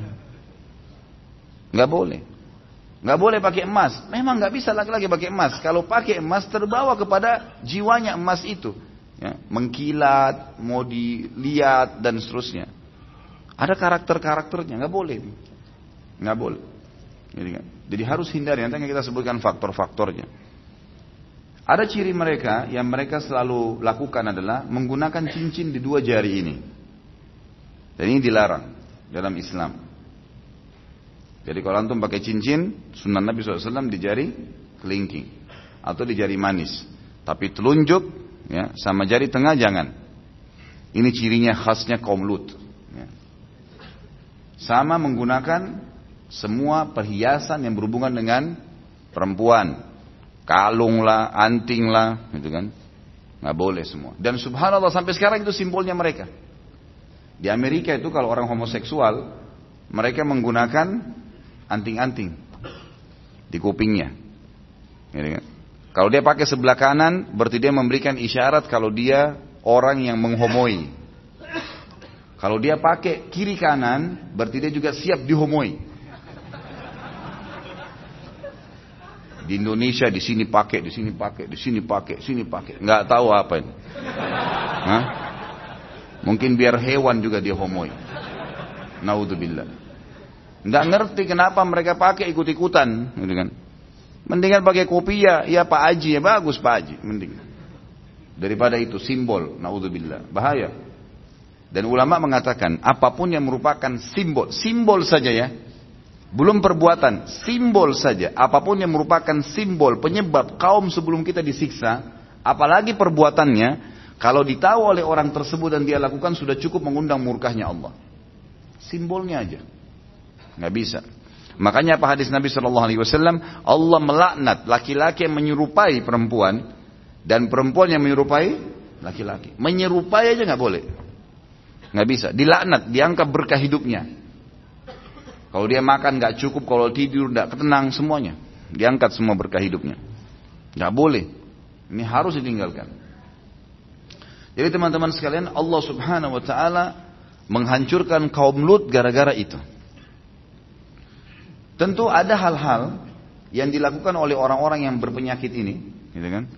Nggak boleh. Nggak boleh pakai emas. Memang nggak bisa laki-laki pakai emas. Kalau pakai emas terbawa kepada jiwanya emas itu, ya, mengkilat, mau dilihat dan seterusnya. Ada karakter-karakternya, nggak boleh, nggak boleh. Jadi, kan? Jadi harus hindari. Nanti kita sebutkan faktor-faktornya. Ada ciri mereka yang mereka selalu lakukan adalah menggunakan cincin di dua jari ini. Dan ini dilarang dalam Islam. Jadi kalau antum pakai cincin, sunnah Nabi shallallahu alaihi wasallam di jari kelingking atau di jari manis. Tapi telunjuk, ya, sama jari tengah jangan. Ini cirinya khasnya kaum Lut. Ya. Sama menggunakan semua perhiasan yang berhubungan dengan perempuan, kalung lah, anting lah, gitu kan? Nggak boleh semua. Dan subhanallah sampai sekarang itu simbolnya mereka. Di Amerika itu kalau orang homoseksual, mereka menggunakan anting-anting di kupingnya. Kalau dia pakai sebelah kanan, berarti dia memberikan isyarat kalau dia orang yang menghomoi. Kalau dia pakai kiri kanan, berarti dia juga siap dihomoi. Di Indonesia di sini pakai, di sini pakai, di sini pakai, sini pakai, nggak tahu apa ini. Hah? Mungkin biar hewan juga dia homoi. Naudzubillah. Nggak ngerti kenapa mereka pakai ikut-ikutan, gitu kan? Mendingan pakai kopiah, ya Pak Haji, ya bagus Pak Haji, mending. Daripada itu simbol, naudzubillah, bahaya. Dan ulama mengatakan apapun yang merupakan simbol, simbol saja ya, belum perbuatan, simbol saja. Apapun yang merupakan simbol penyebab kaum sebelum kita disiksa, apalagi perbuatannya, kalau ditahu oleh orang tersebut dan dia lakukan sudah cukup mengundang murkahnya Allah. Simbolnya aja. Nggak bisa. Makanya apa hadis Nabi shallallahu alaihi wasallam, Allah melaknat laki-laki yang menyerupai perempuan dan perempuan yang menyerupai laki-laki. Menyerupai aja nggak boleh, nggak bisa. Dilaknat, diangkat berkah hidupnya. Kalau dia makan nggak cukup, kalau tidur nggak tenang, semuanya diangkat semua berkah hidupnya. Nggak boleh. Ini harus ditinggalkan. Jadi teman-teman sekalian, Allah Subhanahu Wa Taala menghancurkan kaum Lut gara-gara itu. Tentu ada hal-hal yang dilakukan oleh orang-orang yang berpenyakit ini, gitu kan?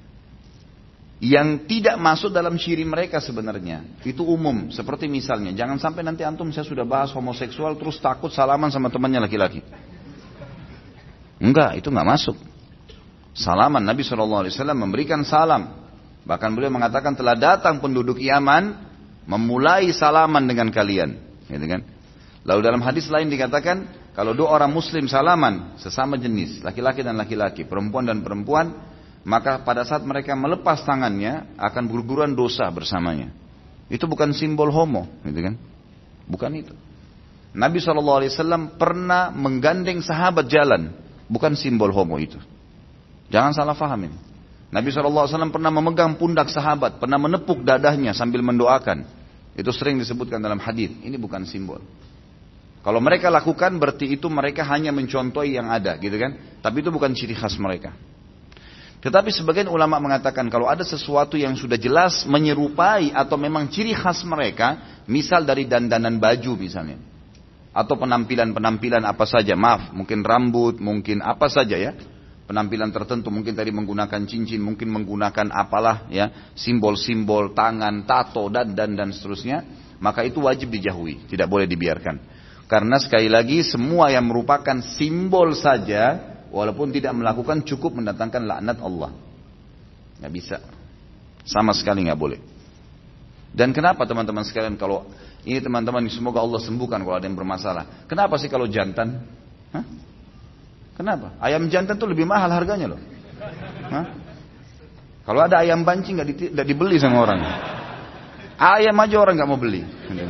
Yang tidak masuk dalam ciri mereka sebenarnya. Itu umum, seperti misalnya, jangan sampai nanti antum saya sudah bahas homoseksual terus takut salaman sama temannya laki-laki. Enggak, itu enggak masuk. Salaman, Nabi shallallahu alaihi wasallam memberikan salam. Bahkan beliau mengatakan telah datang penduduk Yaman memulai salaman dengan kalian, gitu kan? Lalu dalam hadis lain dikatakan, kalau dua orang muslim salaman, sesama jenis, laki-laki dan laki-laki, perempuan dan perempuan, maka pada saat mereka melepas tangannya, akan berguguran dosa bersamanya. Itu bukan simbol homo, gitu kan? Bukan itu. Nabi shallallahu alaihi wasallam pernah menggandeng sahabat jalan, bukan simbol homo itu. Jangan salah faham ini. Nabi shallallahu alaihi wasallam pernah memegang pundak sahabat, pernah menepuk dadahnya sambil mendoakan. Itu sering disebutkan dalam hadis. Ini bukan simbol. Kalau mereka lakukan berarti itu mereka hanya mencontohi yang ada, gitu kan? Tapi itu bukan ciri khas mereka. Tetapi sebagian ulama mengatakan kalau ada sesuatu yang sudah jelas menyerupai atau memang ciri khas mereka, misal dari dandanan baju misalnya, atau penampilan-penampilan apa saja, maaf, mungkin rambut, mungkin apa saja ya, penampilan tertentu, mungkin tadi menggunakan cincin, mungkin menggunakan apalah ya, simbol-simbol tangan, tato dan dan dan seterusnya, maka itu wajib dijauhi, tidak boleh dibiarkan. Karena sekali lagi semua yang merupakan simbol saja, walaupun tidak melakukan cukup mendatangkan laknat Allah. Nggak bisa, sama sekali nggak boleh. Dan kenapa teman-teman sekalian, kalau ini teman-teman semoga Allah sembuhkan kalau ada yang bermasalah. Kenapa sih kalau jantan? Hah? Kenapa? Ayam jantan tuh lebih mahal harganya loh. Hah? Kalau ada ayam pancing nggak di, dibeli sama orang. Ayam aja orang nggak mau beli.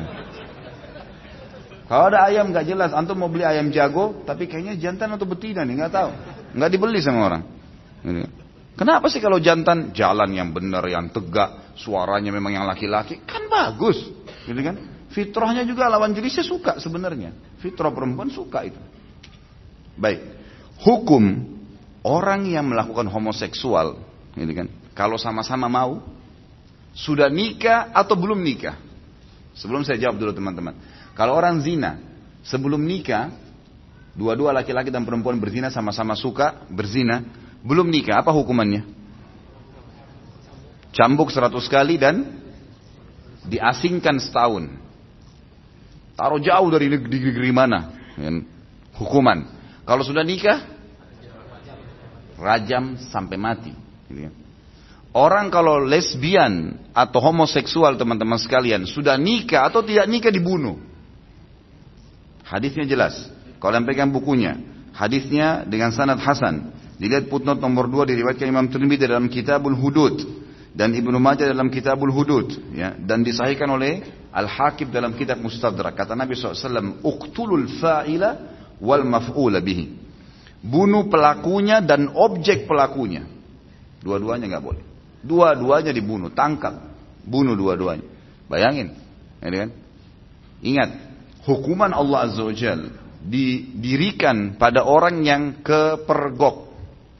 Kalau ada ayam nggak jelas, antum mau beli ayam jago, tapi kayaknya jantan atau betina nih nggak tahu, nggak dibeli sama orang. Kenapa sih kalau jantan jalan yang benar, yang tegak, suaranya memang yang laki-laki, kan bagus, gitu kan? Fitrahnya juga lawan jenisnya suka sebenarnya. Fitrah perempuan suka itu. Baik, hukum orang yang melakukan homoseksual, gitu kan? Kalau sama-sama mau, sudah nikah atau belum nikah? Sebelum saya jawab dulu teman-teman. Kalau orang zina, sebelum nikah, dua-dua laki-laki dan perempuan berzina sama-sama suka berzina, belum nikah, apa hukumannya? Cambuk seratus kali dan diasingkan setahun. Taruh jauh dari negeri mana? Hukuman. Kalau sudah nikah, rajam sampai mati. Orang kalau lesbian atau homoseksual teman-teman sekalian sudah nikah atau tidak nikah dibunuh. Hadisnya jelas. Kalau yang pegang bukunya, hadisnya dengan sanad hasan. Dilihat footnote nomor dua diriwayatkan Imam Tirmidzi dalam Kitabul Hudud dan Ibnu Majah dalam Kitabul Hudud, ya, dan disahihkan oleh Al-Hakim dalam Kitab Mustadrak. Kata Nabi shallallahu alaihi wasallam, "Uqtulul fa'ila wal maf'ula bihi." Bunuh pelakunya dan objek pelakunya. Dua-duanya nggak boleh. Dua-duanya dibunuh, tangkap, bunuh dua-duanya. Bayangin, ya kan? Ingat, hukuman Allah Azza wa Jalla didirikan pada orang yang kepergok.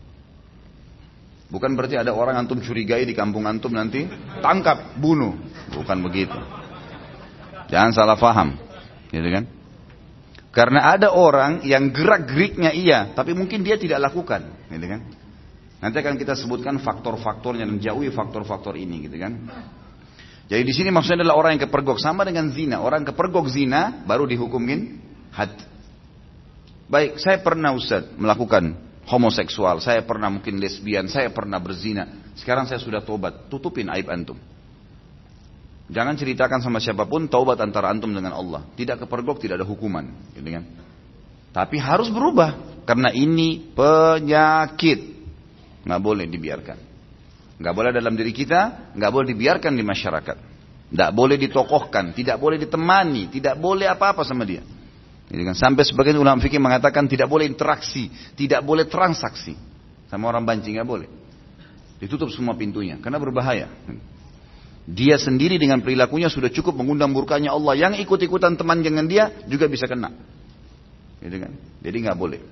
Bukan berarti ada orang antum curigai di kampung antum nanti tangkap, bunuh. Bukan begitu. Jangan salah faham, gitu kan? Karena ada orang yang gerak-geriknya iya, tapi mungkin dia tidak lakukan, gitu kan? Nanti akan kita sebutkan faktor-faktornya dan jauhi faktor-faktor ini, gitu kan? Jadi di sini maksudnya adalah orang yang kepergok, sama dengan zina. Orang kepergok zina baru dihukumin had. Baik, saya pernah Ustaz melakukan homoseksual, saya pernah mungkin lesbian, saya pernah berzina. Sekarang saya sudah tobat, tutupin aib antum. Jangan ceritakan sama siapapun, taubat antara antum dengan Allah. Tidak kepergok, tidak ada hukuman, gitu kan? Tapi harus berubah, karena ini penyakit. Nggak boleh dibiarkan. Nggak boleh dalam diri kita, nggak boleh dibiarkan di masyarakat. Nggak boleh ditokohkan, tidak boleh ditemani, tidak boleh apa-apa sama dia. Jadi kan, sampai sebagian ulama fikih mengatakan tidak boleh interaksi, tidak boleh transaksi sama orang banci, nggak boleh. Ditutup semua pintunya, karena berbahaya. Dia sendiri dengan perilakunya sudah cukup mengundang murkanya Allah. Yang ikut-ikutan teman dengan dia juga bisa kena. Gitu kan? Jadi nggak boleh.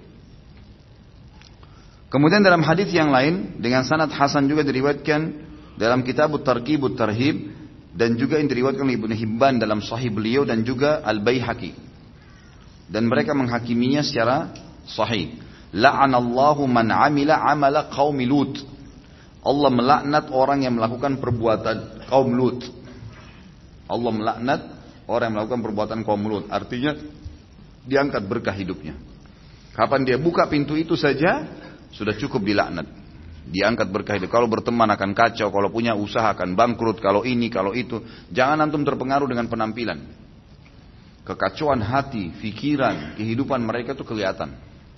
Kemudian dalam hadis yang lain dengan sanad hasan juga diriwayatkan dalam Kitabut Targhib Tarhib dan juga yang diriwayatkan oleh Ibnu Hibban dalam Sahih beliau dan juga Al-Baihaqi. Dan mereka menghakiminya secara sahih. La'anallahu man 'amila 'amala qaumi Lut. Allah melaknat orang yang melakukan perbuatan kaum Lut. Allah melaknat orang yang melakukan perbuatan kaum Lut. Artinya diangkat berkah hidupnya. Kapan dia buka pintu itu saja sudah cukup dilaknat. Diangkat berkah hidup. Kalau berteman akan kacau, kalau punya usaha akan bangkrut, kalau ini, kalau itu. Jangan antum terpengaruh dengan penampilan. Kekacauan hati, pikiran, kehidupan mereka itu kelihatan.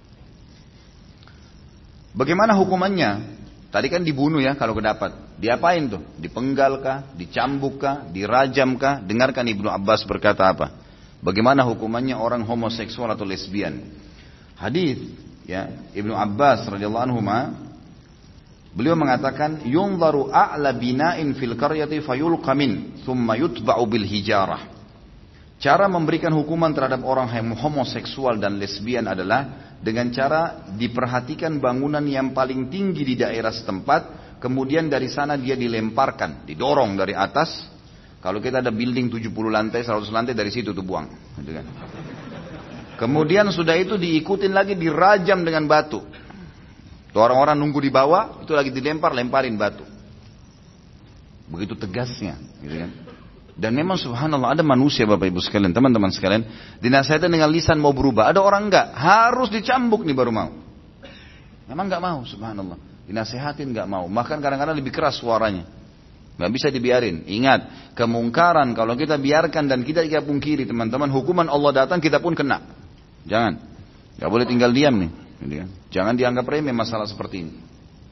Bagaimana hukumannya? Tadi kan dibunuh ya kalau kedapat. Diapain tuh? Dipenggal kah? Dicambuk kah? Dirajam kah? Dengarkan Ibnu Abbas berkata apa? Bagaimana hukumannya orang homoseksual atau lesbian? Hadis ya Ibnu Abbas radhiyallahu anhu beliau mengatakan yunzaru a'la bina'in fil qaryati fayulqa min thumma yutba'u bil hijarah. Cara memberikan hukuman terhadap orang yang homoseksual dan lesbian adalah dengan cara diperhatikan bangunan yang paling tinggi di daerah setempat, kemudian dari sana dia dilemparkan, didorong dari atas. Kalau kita ada building tujuh puluh lantai, seratus lantai, dari situ tuh buang, gitu kan. Kemudian sudah itu diikutin lagi, dirajam dengan batu. Tuh orang-orang nunggu di bawah, itu lagi dilempar, lemparin batu. Begitu tegasnya, gitu kan. Dan memang subhanallah ada manusia Bapak Ibu sekalian, teman-teman sekalian, dinasihatkan dengan lisan mau berubah. Ada orang enggak, harus dicambuk nih baru mau. Memang enggak mau, subhanallah. Dinasihatin enggak mau, bahkan kadang-kadang lebih keras suaranya. Enggak bisa dibiarin. Ingat, kemungkaran kalau kita biarkan dan kita tidak pungkiri teman-teman, hukuman Allah datang kita pun kena. Jangan, nggak boleh tinggal diam nih. Jangan dianggap remeh masalah seperti ini.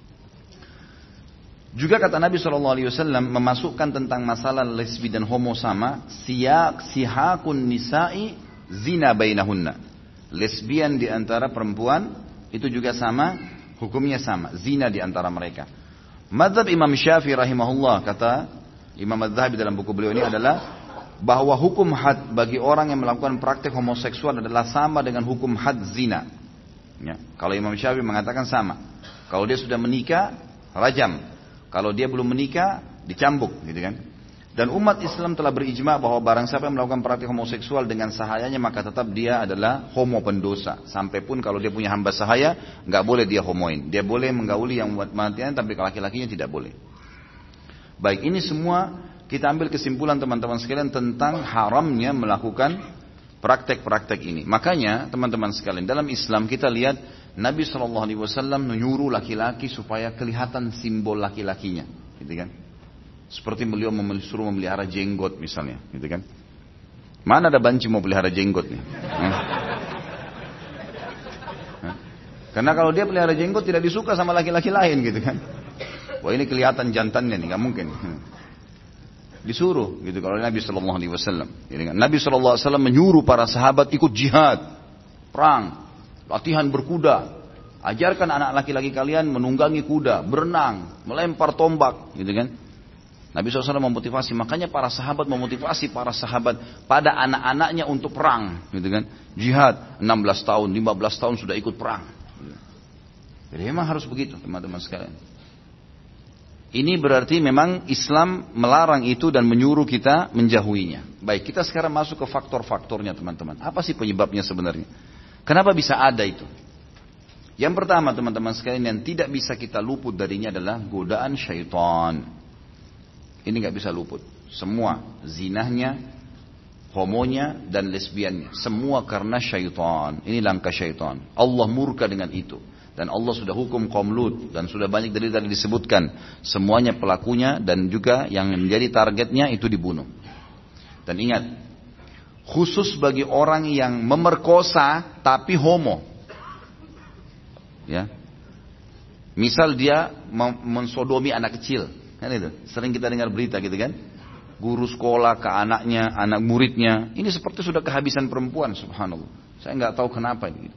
Juga kata Nabi shallallahu alaihi wasallam memasukkan tentang masalah lesbi dan homo sama, siyak sihakun nisa'i zina bainahunna. Lesbian di antara perempuan itu juga sama Hukumnya sama, zina di antara mereka. Mazhab Imam Syafi'i rahimahullah, kata Imam Az-Zahabi dalam buku beliau ini adalah bahwa hukum had bagi orang yang melakukan praktek homoseksual adalah sama dengan hukum had zina. Ya. Kalau Imam Syafi'i mengatakan sama. Kalau dia sudah menikah, rajam. Kalau dia belum menikah, dicambuk, gitu kan. Dan umat Islam telah berijma bahwa barang siapa yang melakukan praktik homoseksual dengan sahayanya, maka tetap dia adalah homo pendosa. Sampai pun kalau dia punya hamba sahaya, nggak boleh dia homoin. Dia boleh menggauli yang matian, tapi laki-lakinya tidak boleh. Baik, ini semua kita ambil kesimpulan teman-teman sekalian tentang haramnya melakukan praktek-praktek ini. Makanya teman-teman sekalian, dalam Islam kita lihat Nabi shallallahu alaihi wasallam menyuruh laki-laki supaya kelihatan simbol laki-lakinya, gitu kan? Seperti beliau suruh memelihara jenggot misalnya, gitu kan? Mana ada banci mau pelihara jenggot nih? Hah? Hah? Karena kalau dia pelihara jenggot tidak disuka sama laki-laki lain, gitu kan? Wah, ini kelihatan jantannya nih, nggak mungkin. Disuruh, gitu kalau Nabi Shallallahu Alaihi Wasallam. Nabi Shallallahu Alaihi Wasallam menyuruh para sahabat ikut jihad, perang, latihan berkuda. Ajarkan anak laki-laki kalian menunggangi kuda, berenang, melempar tombak, gitu kan? Nabi shallallahu alaihi wasallam memotivasi, makanya para sahabat memotivasi para sahabat pada anak-anaknya untuk perang, gitu kan? Jihad, enam belas tahun, lima belas tahun sudah ikut perang. Jadi memang harus begitu, teman-teman sekalian. Ini berarti memang Islam melarang itu dan menyuruh kita menjauhinya. Baik, kita sekarang masuk ke faktor-faktornya, teman-teman. Apa sih penyebabnya sebenarnya? Kenapa bisa ada itu? Yang pertama, teman-teman sekalian, yang tidak bisa kita luput darinya adalah godaan syaitan. Ini nggak bisa luput. Semua zinahnya, homonya dan lesbiannya, semua karena syaitan. Ini langkah syaitan. Allah murka dengan itu. Dan Allah sudah hukum kaum Lut dan sudah banyak dari tadi disebutkan. Semuanya pelakunya dan juga yang menjadi targetnya itu dibunuh. Dan ingat, khusus bagi orang yang memerkosa tapi homo. Ya. Misal dia mensodomi anak kecil. Kan itu, sering kita dengar berita gitu kan, guru sekolah ke anaknya, anak muridnya, ini seperti sudah kehabisan perempuan, subhanallah. Saya nggak tahu kenapa ini.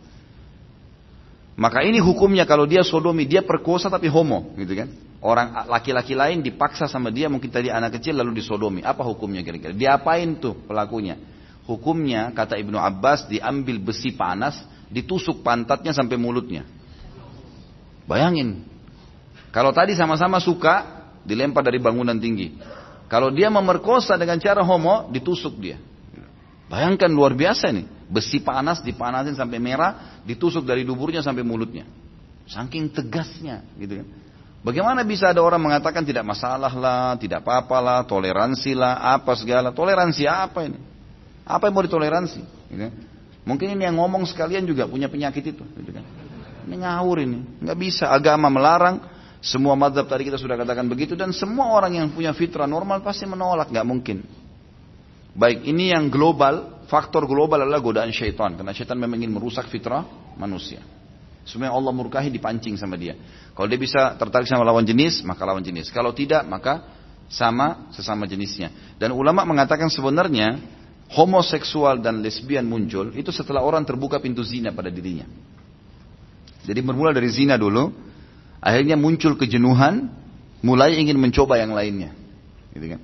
Maka ini hukumnya kalau dia sodomi, dia perkosa tapi homo, gitu kan? Orang laki-laki lain dipaksa sama dia, mungkin tadi anak kecil lalu disodomi. Apa hukumnya kira-kira? Diapain tuh pelakunya? Hukumnya kata Ibnu Abbas diambil besi panas, ditusuk pantatnya sampai mulutnya. Bayangin, kalau tadi sama-sama suka, dilempar dari bangunan tinggi. Kalau dia memerkosa dengan cara homo, ditusuk dia. Bayangkan luar biasa nih. Besi panas dipanasin sampai merah, ditusuk dari duburnya sampai mulutnya. Saking tegasnya, gitu kan. Bagaimana bisa ada orang mengatakan tidak masalah lah, tidak apa-apa lah, toleransi lah, apa segala. Toleransi apa ini? Apa yang mau ditoleransi? Gitu kan. Mungkin ini yang ngomong sekalian juga punya penyakit itu. Gitu kan. Ini ngawur ini. Nggak bisa, agama melarang. Semua mazhab tadi kita sudah katakan begitu, dan semua orang yang punya fitrah normal pasti menolak, nggak mungkin. Baik, ini yang global, faktor global adalah godaan syaitan, karena syaitan memang ingin merusak fitrah manusia. Semua yang Allah murkahi dipancing sama dia. Kalau dia bisa tertarik sama lawan jenis, maka lawan jenis. Kalau tidak, maka sama sesama jenisnya. Dan ulama mengatakan sebenarnya homoseksual dan lesbian muncul itu setelah orang terbuka pintu zina pada dirinya. Jadi bermula dari zina dulu. Akhirnya muncul kejenuhan, mulai ingin mencoba yang lainnya, gitu kan?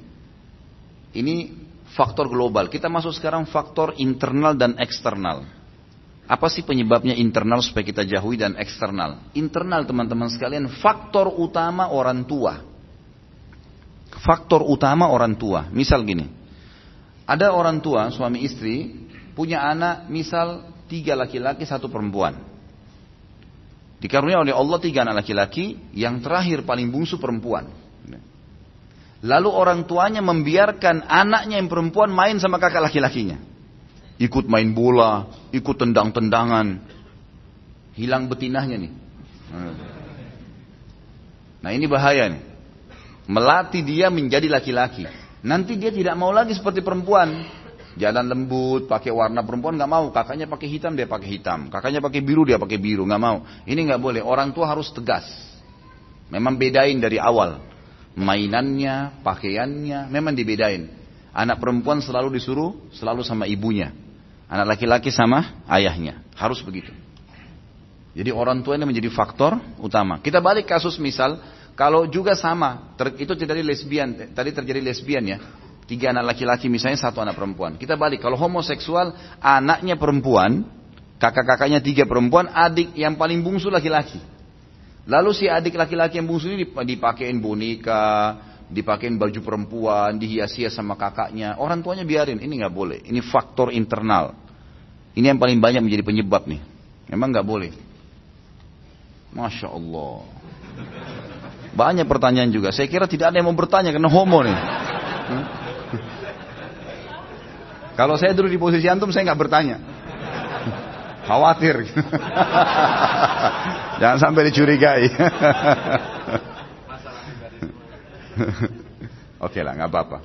Ini faktor global. Kita masuk sekarang faktor internal dan eksternal. Apa sih penyebabnya internal supaya kita jauhi dan eksternal? Internal, teman-teman sekalian, faktor utama orang tua. Faktor utama orang tua. Misal gini, ada orang tua suami istri punya anak, misal tiga laki-laki satu perempuan. Dikaruniai oleh Allah tiga anak laki-laki, yang terakhir paling bungsu perempuan. Lalu orang tuanya membiarkan anaknya yang perempuan main sama kakak laki-lakinya. Ikut main bola, ikut tendang-tendangan. Hilang betinahnya nih. Nah ini bahaya nih. Melatih dia menjadi laki-laki. Nanti dia tidak mau lagi seperti perempuan. Jalan lembut, pakai warna perempuan nggak mau. Kakaknya pakai hitam, dia pakai hitam. Kakaknya pakai biru, dia pakai biru, nggak mau. Ini nggak boleh. Orang tua harus tegas. Memang bedain dari awal. Mainannya, pakaiannya, memang dibedain. Anak perempuan selalu disuruh selalu sama ibunya. Anak laki-laki sama ayahnya. Harus begitu. Jadi orang tua ini menjadi faktor utama. Kita balik kasus misal, kalau juga sama, ter, itu terjadi lesbian, tadi terjadi lesbian ya. Tiga anak laki-laki misalnya, satu anak perempuan. Kita balik, kalau homoseksual, anaknya perempuan, kakak-kakaknya tiga perempuan, adik yang paling bungsu laki-laki. Lalu si adik laki-laki yang bungsu ini dipakein boneka, dipakein baju perempuan, dihias-hias sama kakaknya. Orang tuanya biarin, ini nggak boleh. Ini faktor internal. Ini yang paling banyak menjadi penyebab nih. Memang nggak boleh. Masya Allah. Banyak pertanyaan juga. Saya kira tidak ada yang mau bertanya karena homo nih. Hmm? Kalau saya dulu di posisi antum, saya nggak bertanya. Khawatir. Jangan sampai dicurigai. Oke lah, nggak apa-apa.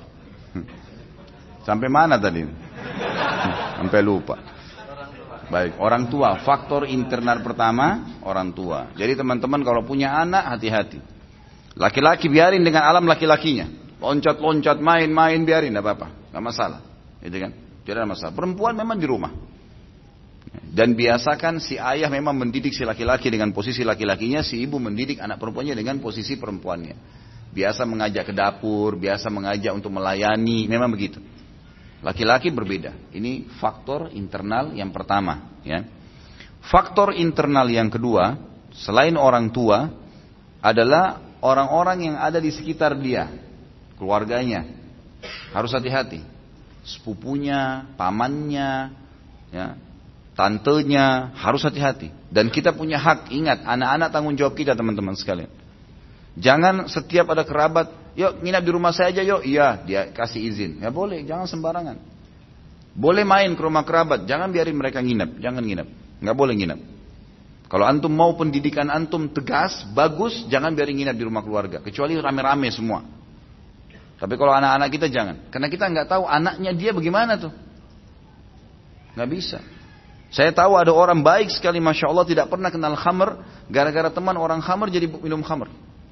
Sampai mana tadi? Sampai lupa. Baik, orang tua. Faktor internal pertama, orang tua. Jadi teman-teman kalau punya anak, hati-hati. Laki-laki biarin dengan alam laki-lakinya. Loncat-loncat, main-main, biarin, nggak apa-apa. Nggak masalah. Gitu kan? Tidak ada masalah. Perempuan memang di rumah. Dan biasakan si ayah memang mendidik si laki-laki dengan posisi laki-lakinya, si ibu mendidik anak perempuannya dengan posisi perempuannya. Biasa mengajak ke dapur, biasa mengajak untuk melayani, memang begitu. Laki-laki berbeda. Ini faktor internal yang pertama. Ya. Faktor internal yang kedua, selain orang tua, adalah orang-orang yang ada di sekitar dia, keluarganya. Harus hati-hati. Sepupunya, pamannya, ya, tantenya, harus hati-hati. Dan kita punya hak, ingat, anak-anak tanggung jawab kita teman-teman sekalian. Jangan setiap ada kerabat, yuk nginap di rumah saya aja yuk. Iya, dia kasih izin. Ya boleh, jangan sembarangan. Boleh main ke rumah kerabat, jangan biarin mereka nginap. Jangan nginap, nggak boleh nginap. Kalau antum mau pendidikan antum tegas, bagus, jangan biarin nginap di rumah keluarga. Kecuali rame-rame semua. Tapi kalau anak-anak kita jangan. Karena kita nggak tahu anaknya dia bagaimana tuh. Nggak bisa. Saya tahu ada orang baik sekali, Masya Allah, tidak pernah kenal khamr. Gara-gara teman orang khamr jadi minum khamr.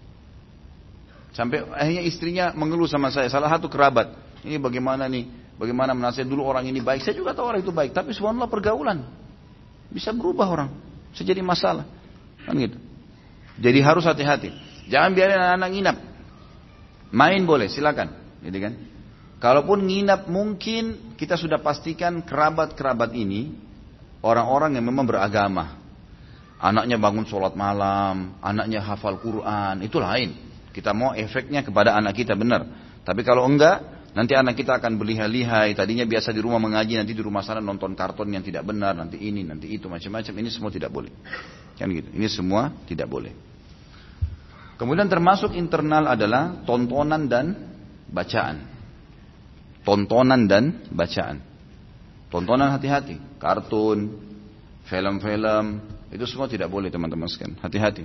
Sampai akhirnya istrinya mengeluh sama saya. Salah satu kerabat. Ini bagaimana nih? Bagaimana menasihat dulu orang ini baik. Saya juga tahu orang itu baik. Tapi subhanallah pergaulan. Bisa berubah orang. Bisa jadi masalah. Kan gitu. Jadi harus hati-hati. Jangan biarin anak-anak nginap. Main boleh, silakan. Gitu kan? Kalaupun nginap mungkin kita sudah pastikan kerabat-kerabat ini orang-orang yang memang beragama. Anaknya bangun sholat malam, anaknya hafal Quran, itu lain. Kita mau efeknya kepada anak kita benar. Tapi kalau enggak, nanti anak kita akan berlihai-lihai. Tadinya biasa di rumah mengaji, nanti di rumah sana nonton kartun yang tidak benar, nanti ini, nanti itu, macam-macam. Ini semua tidak boleh. Kan gitu. Ini semua tidak boleh. Kemudian termasuk internal adalah tontonan dan bacaan. Tontonan dan bacaan. Tontonan hati-hati. Kartun, film-film, itu semua tidak boleh teman-teman sekalian. Hati-hati.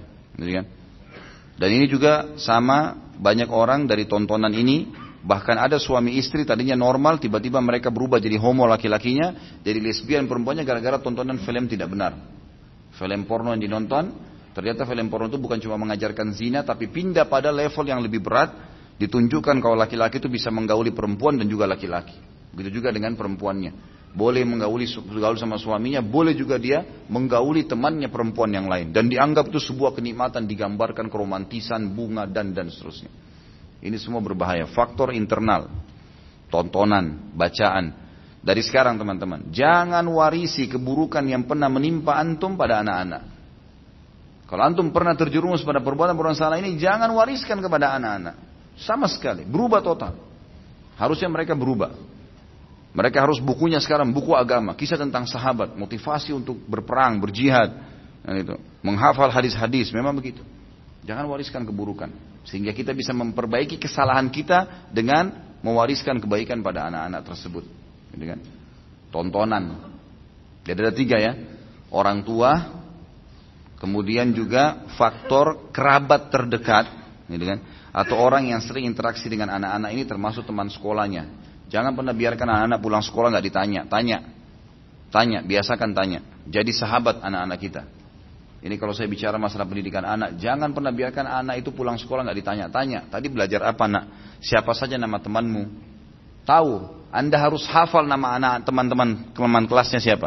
Dan ini juga sama banyak orang dari tontonan ini. Bahkan ada suami istri tadinya normal, tiba-tiba mereka berubah jadi homo laki-lakinya, jadi lesbian perempuannya gara-gara tontonan film tidak benar. Film porno yang dinonton. Ternyata film porno itu bukan cuma mengajarkan zina, tapi pindah pada level yang lebih berat, ditunjukkan kalau laki-laki itu bisa menggauli perempuan dan juga laki-laki. Begitu juga dengan perempuannya. Boleh menggauli gaul sama suaminya, boleh juga dia menggauli temannya perempuan yang lain. Dan dianggap itu sebuah kenikmatan, digambarkan keromantisan, bunga, dan dan seterusnya. Ini semua berbahaya. Faktor internal, tontonan, bacaan. Dari sekarang teman-teman, jangan warisi keburukan yang pernah menimpa antum pada anak-anak. Kalau antum pernah terjerumus pada perbuatan-perbuatan salah ini, jangan wariskan kepada anak-anak. Sama sekali, berubah total. Harusnya mereka berubah. Mereka harus bukunya sekarang, buku agama. Kisah tentang sahabat, motivasi untuk berperang, berjihad. Dan itu. Menghafal hadis-hadis, memang begitu. Jangan wariskan keburukan. Sehingga kita bisa memperbaiki kesalahan kita dengan mewariskan kebaikan pada anak-anak tersebut. Gitu kan? Tontonan. Jadi ada tiga ya. Orang tua, kemudian juga faktor kerabat terdekat, gitu kan? Atau orang yang sering interaksi dengan anak-anak ini termasuk teman sekolahnya. Jangan pernah biarkan anak-anak pulang sekolah nggak ditanya, tanya, tanya, biasakan tanya. Jadi sahabat anak-anak kita. Ini kalau saya bicara masalah pendidikan anak, jangan pernah biarkan anak itu pulang sekolah nggak ditanya, tanya. Tadi belajar apa nak? Siapa saja nama temanmu? Tahu. Anda harus hafal nama anak teman-teman teman kelasnya siapa.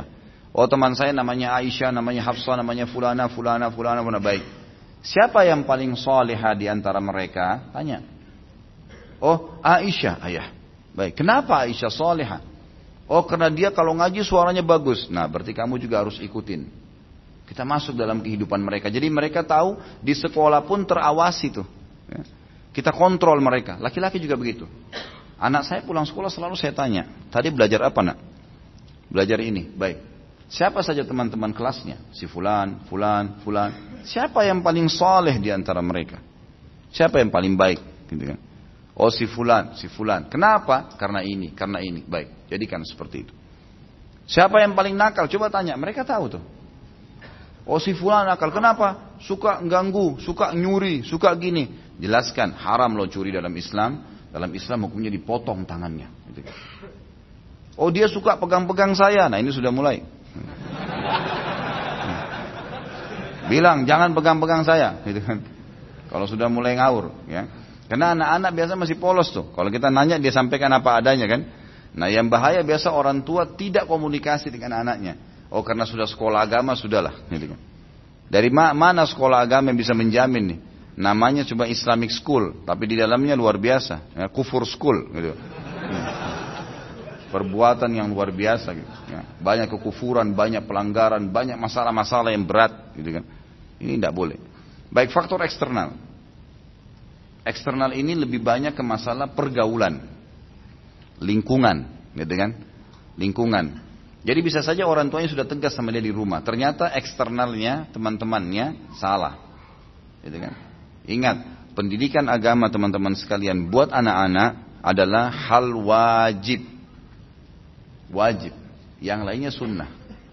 Oh teman saya namanya Aisyah, namanya Hafsah, namanya Fulana, Fulana, Fulana, Fulana. Baik. Siapa yang paling salihah di antara mereka? Tanya. Oh Aisyah, ayah. Baik. Kenapa Aisyah salihah? Oh karena dia kalau ngaji suaranya bagus. Nah berarti kamu juga harus ikutin. Kita masuk dalam kehidupan mereka. Jadi mereka tahu di sekolah pun terawasi tuh. Ya. Kita kontrol mereka. Laki-laki juga begitu. Anak saya pulang sekolah selalu saya tanya. Tadi belajar apa nak? Belajar ini. Baik. Siapa saja teman-teman kelasnya? Si fulan, fulan, fulan. Siapa yang paling soleh di antara mereka? Siapa yang paling baik? Gitu kan? Oh si fulan, si fulan. Kenapa? Karena ini, karena ini. Baik. Jadikan seperti itu. Siapa yang paling nakal? Coba tanya. Mereka tahu tuh. Oh si fulan nakal, kenapa? Suka ganggu, suka nyuri, suka gini. Jelaskan, haram loh curi dalam Islam. Dalam Islam hukumnya dipotong tangannya. Oh dia suka pegang-pegang saya. Nah ini sudah mulai. Bilang jangan pegang-pegang saya. Kalau sudah mulai ngawur. Ya. Karena anak-anak biasa masih polos tuh. Kalau kita nanya dia sampaikan apa adanya kan. Nah yang bahaya biasa orang tua tidak komunikasi dengan anaknya. Oh karena sudah sekolah agama sudahlah. Dari ma mana sekolah agama yang bisa menjamin nih? Namanya cuma Islamic School, tapi di dalamnya luar biasa, ya, kufur school, gitu. Perbuatan yang luar biasa, gitu. Ya. Banyak kekufuran, banyak pelanggaran, banyak masalah-masalah yang berat, gitu kan. Ini tidak boleh. Baik faktor eksternal. Eksternal ini lebih banyak ke masalah pergaulan, lingkungan, gitu kan? Lingkungan. Jadi bisa saja orang tuanya sudah tegas sama dia di rumah. Ternyata eksternalnya teman-temannya salah. Gitu kan? Ingat, pendidikan agama teman-teman sekalian buat anak-anak adalah hal wajib. Wajib. Yang lainnya sunnah.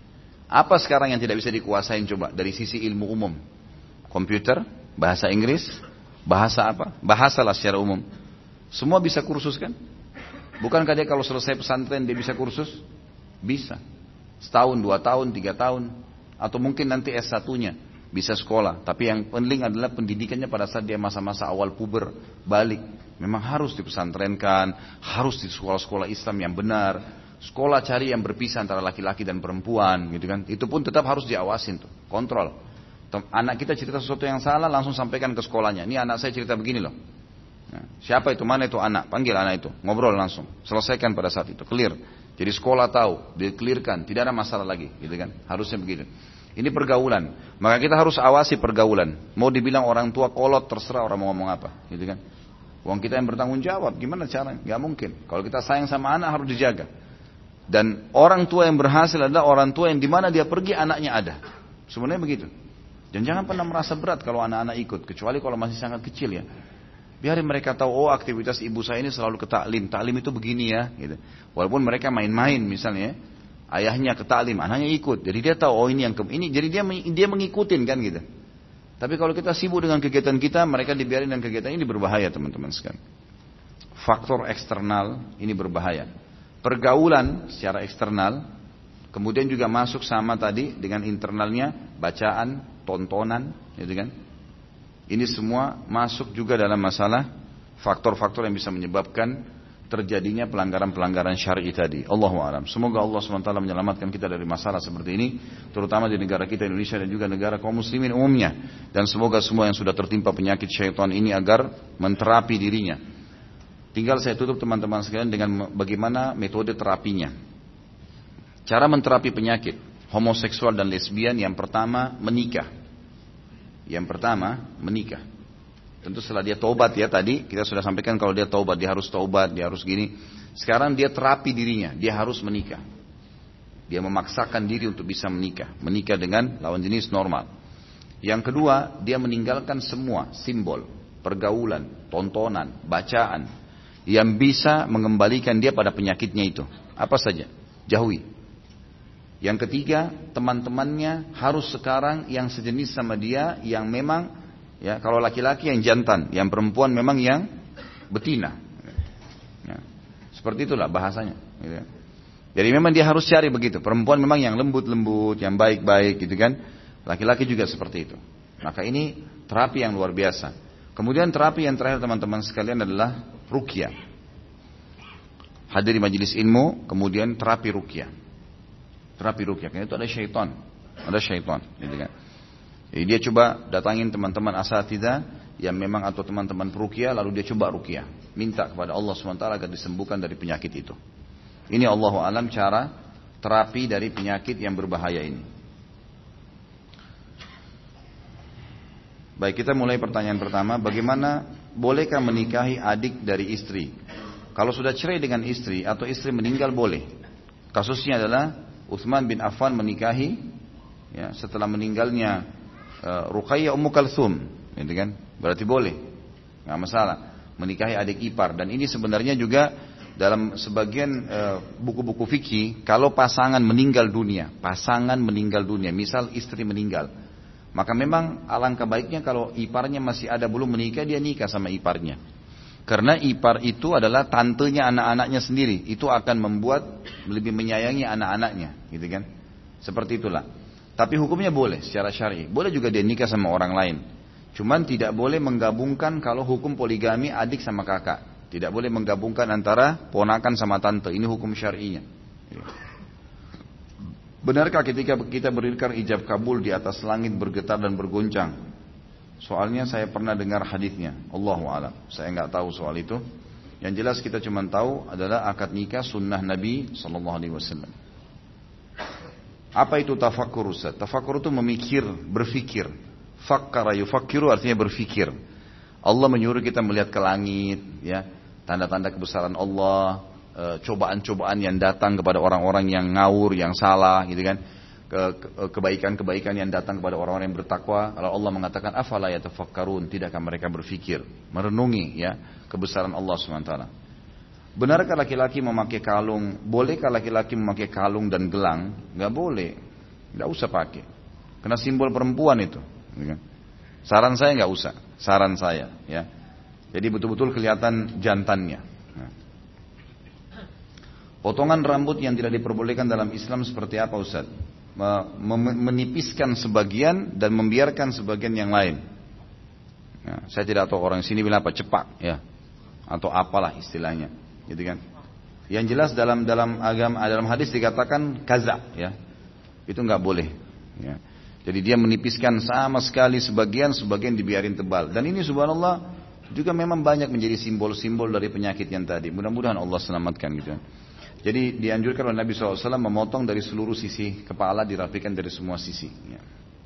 Apa sekarang yang tidak bisa dikuasain coba dari sisi ilmu umum? Komputer, bahasa Inggris, bahasa apa? Bahasalah secara umum. Semua bisa kursus kan? Bukankah dia kalau selesai pesantren dia bisa kursus? Bisa. Setahun, dua tahun, tiga tahun. Atau mungkin nanti S satu-nya. Bisa sekolah. Tapi yang penting adalah pendidikannya pada saat dia masa-masa awal puber. Balik. Memang harus dipesantrenkan. Harus di sekolah-sekolah Islam yang benar. Sekolah cari yang berpisah antara laki-laki dan perempuan. Gitu kan. Itu pun tetap harus diawasin tuh. Kontrol. Anak kita cerita sesuatu yang salah langsung sampaikan ke sekolahnya. Ini anak saya cerita begini loh. Nah, siapa itu? Mana itu anak? Panggil anak itu. Ngobrol langsung. Selesaikan pada saat itu. Clear. Jadi sekolah tahu, dikelirkan, tidak ada masalah lagi, gitu kan? Harusnya begitu. Ini pergaulan, maka kita harus awasi pergaulan. Mau dibilang orang tua kolot, terserah orang mau ngomong apa, gitu kan? Uang kita yang bertanggung jawab, gimana caranya? Gak mungkin. Kalau kita sayang sama anak harus dijaga. Dan orang tua yang berhasil adalah orang tua yang dimana dia pergi anaknya ada. Sebenarnya begitu. Dan jangan pernah merasa berat kalau anak-anak ikut, kecuali kalau masih sangat kecil ya. Biarin mereka tahu, oh aktivitas ibu saya ini selalu ke taklim. Taklim itu begini ya. Gitu. Walaupun mereka main-main misalnya. Ayahnya ke taklim, anaknya ikut. Jadi dia tahu, oh ini yang ke ini. Jadi dia dia mengikutin kan gitu. Tapi kalau kita sibuk dengan kegiatan kita, mereka dibiarin dengan kegiatan ini berbahaya teman-teman sekalian. Faktor eksternal ini berbahaya. Pergaulan secara eksternal. Kemudian juga masuk sama tadi dengan internalnya. Bacaan, tontonan. Gitu kan. Ini semua masuk juga dalam masalah faktor-faktor yang bisa menyebabkan terjadinya pelanggaran-pelanggaran syar'i tadi. Allahu a'lam. Semoga Allah subhanahu wa taala menyelamatkan kita dari masalah seperti ini, terutama di negara kita Indonesia dan juga negara kaum muslimin umumnya. Dan semoga semua yang sudah tertimpa penyakit syaitan ini agar menterapi dirinya. Tinggal saya tutup teman-teman sekalian dengan bagaimana metode terapinya. Cara menterapi penyakit homoseksual dan lesbian yang pertama menikah. Yang pertama, menikah. Tentu setelah dia taubat ya tadi, kita sudah sampaikan kalau dia taubat, dia harus taubat, dia harus gini. Sekarang dia terapi dirinya, dia harus menikah. Dia memaksakan diri untuk bisa menikah. Menikah dengan lawan jenis normal. Yang kedua, dia meninggalkan semua simbol, pergaulan, tontonan, bacaan. Yang bisa mengembalikan dia pada penyakitnya itu. Apa saja? Jauhi. Yang ketiga, teman-temannya harus sekarang yang sejenis sama dia, yang memang, ya kalau laki-laki yang jantan, yang perempuan memang yang betina. Ya, seperti itulah bahasanya. Gitu. Jadi memang dia harus cari begitu. Perempuan memang yang lembut-lembut, yang baik-baik, gitu kan. Laki-laki juga seperti itu. Maka ini terapi yang luar biasa. Kemudian terapi yang terakhir teman-teman sekalian adalah ruqyah. Hadir di majelis ilmu, kemudian terapi ruqyah. Terapi ruqyah, karena itu ada syaitan, ada syaitan, gitu kan. Jadi dia coba datangin teman-teman asatidzah yang memang atau teman-teman peruqyah, lalu dia coba ruqyah, minta kepada Allah subhanahu wa taala agar disembuhkan dari penyakit itu. Ini Allahu alam cara terapi dari penyakit yang berbahaya ini. Baik, kita mulai pertanyaan pertama, bagaimana bolehkah menikahi adik dari istri? Kalau sudah cerai dengan istri atau istri meninggal boleh. Kasusnya adalah Utsman bin Affan menikahi ya, setelah meninggalnya uh, Ruqayyah Ummu Kalsum, gitu kan? Berarti boleh, nggak masalah menikahi adik ipar. Dan ini sebenarnya juga dalam sebagian buku-buku uh, fikih, kalau pasangan meninggal dunia, pasangan meninggal dunia, misal istri meninggal, maka memang alangkah baiknya kalau iparnya masih ada belum menikah, dia nikah sama iparnya. Karena ipar itu adalah tantenya anak-anaknya sendiri, itu akan membuat lebih menyayangi anak-anaknya, gitu kan? Seperti itulah. Tapi hukumnya boleh secara syar'i, boleh juga dia nikah sama orang lain. Cuman tidak boleh menggabungkan kalau hukum poligami adik sama kakak. Tidak boleh menggabungkan antara ponakan sama tante. Ini hukum syar'inya. Benarkah ketika kita berikan ijab kabul di atas langit bergetar dan bergoncang? Soalnya saya pernah dengar hadisnya. Allahu a'lam. Saya nggak tahu soal itu. Yang jelas kita cuma tahu adalah akad nikah sunnah Nabi Sallallahu Alaihi Wasallam. Apa itu tafakkur, Ustaz? Tafakkur itu memikir, berfikir. Fakkara yufakkiru artinya berfikir. Allah menyuruh kita melihat ke langit, ya, tanda-tanda kebesaran Allah, e, cobaan-cobaan yang datang kepada orang-orang yang ngawur, yang salah, gitu kan, ke, ke, kebaikan-kebaikan yang datang kepada orang-orang yang bertakwa. Kalau Allah mengatakan afala yatafakkarun, tidakkah mereka berfikir, merenungi, ya, kebesaran Allah subhanahu wa taala. Benarkah laki-laki memakai kalung? Bolehkah laki-laki memakai kalung dan gelang? Nggak boleh, nggak usah pakai, karena simbol perempuan itu, gitu kan. Saran saya nggak usah, saran saya, ya. Jadi betul-betul kelihatan jantannya. Nah. Potongan rambut yang tidak diperbolehkan dalam Islam seperti apa, Ustaz? Menipiskan sebagian dan membiarkan sebagian yang lain. Ya, saya tidak tahu orang sini bilang apa, cepak, ya, atau apalah istilahnya, gitu kan? Yang jelas dalam dalam agama, dalam hadis dikatakan kaza, ya, itu nggak boleh. Ya. Jadi dia menipiskan sama sekali sebagian, sebagian dibiarin tebal. Dan ini subhanallah juga memang banyak menjadi simbol-simbol dari penyakit yang tadi. Mudah-mudahan Allah selamatkan gitu. Jadi dianjurkan oleh Nabi shallallahu alaihi wasallam memotong dari seluruh sisi kepala, dirapikan dari semua sisi. Ya.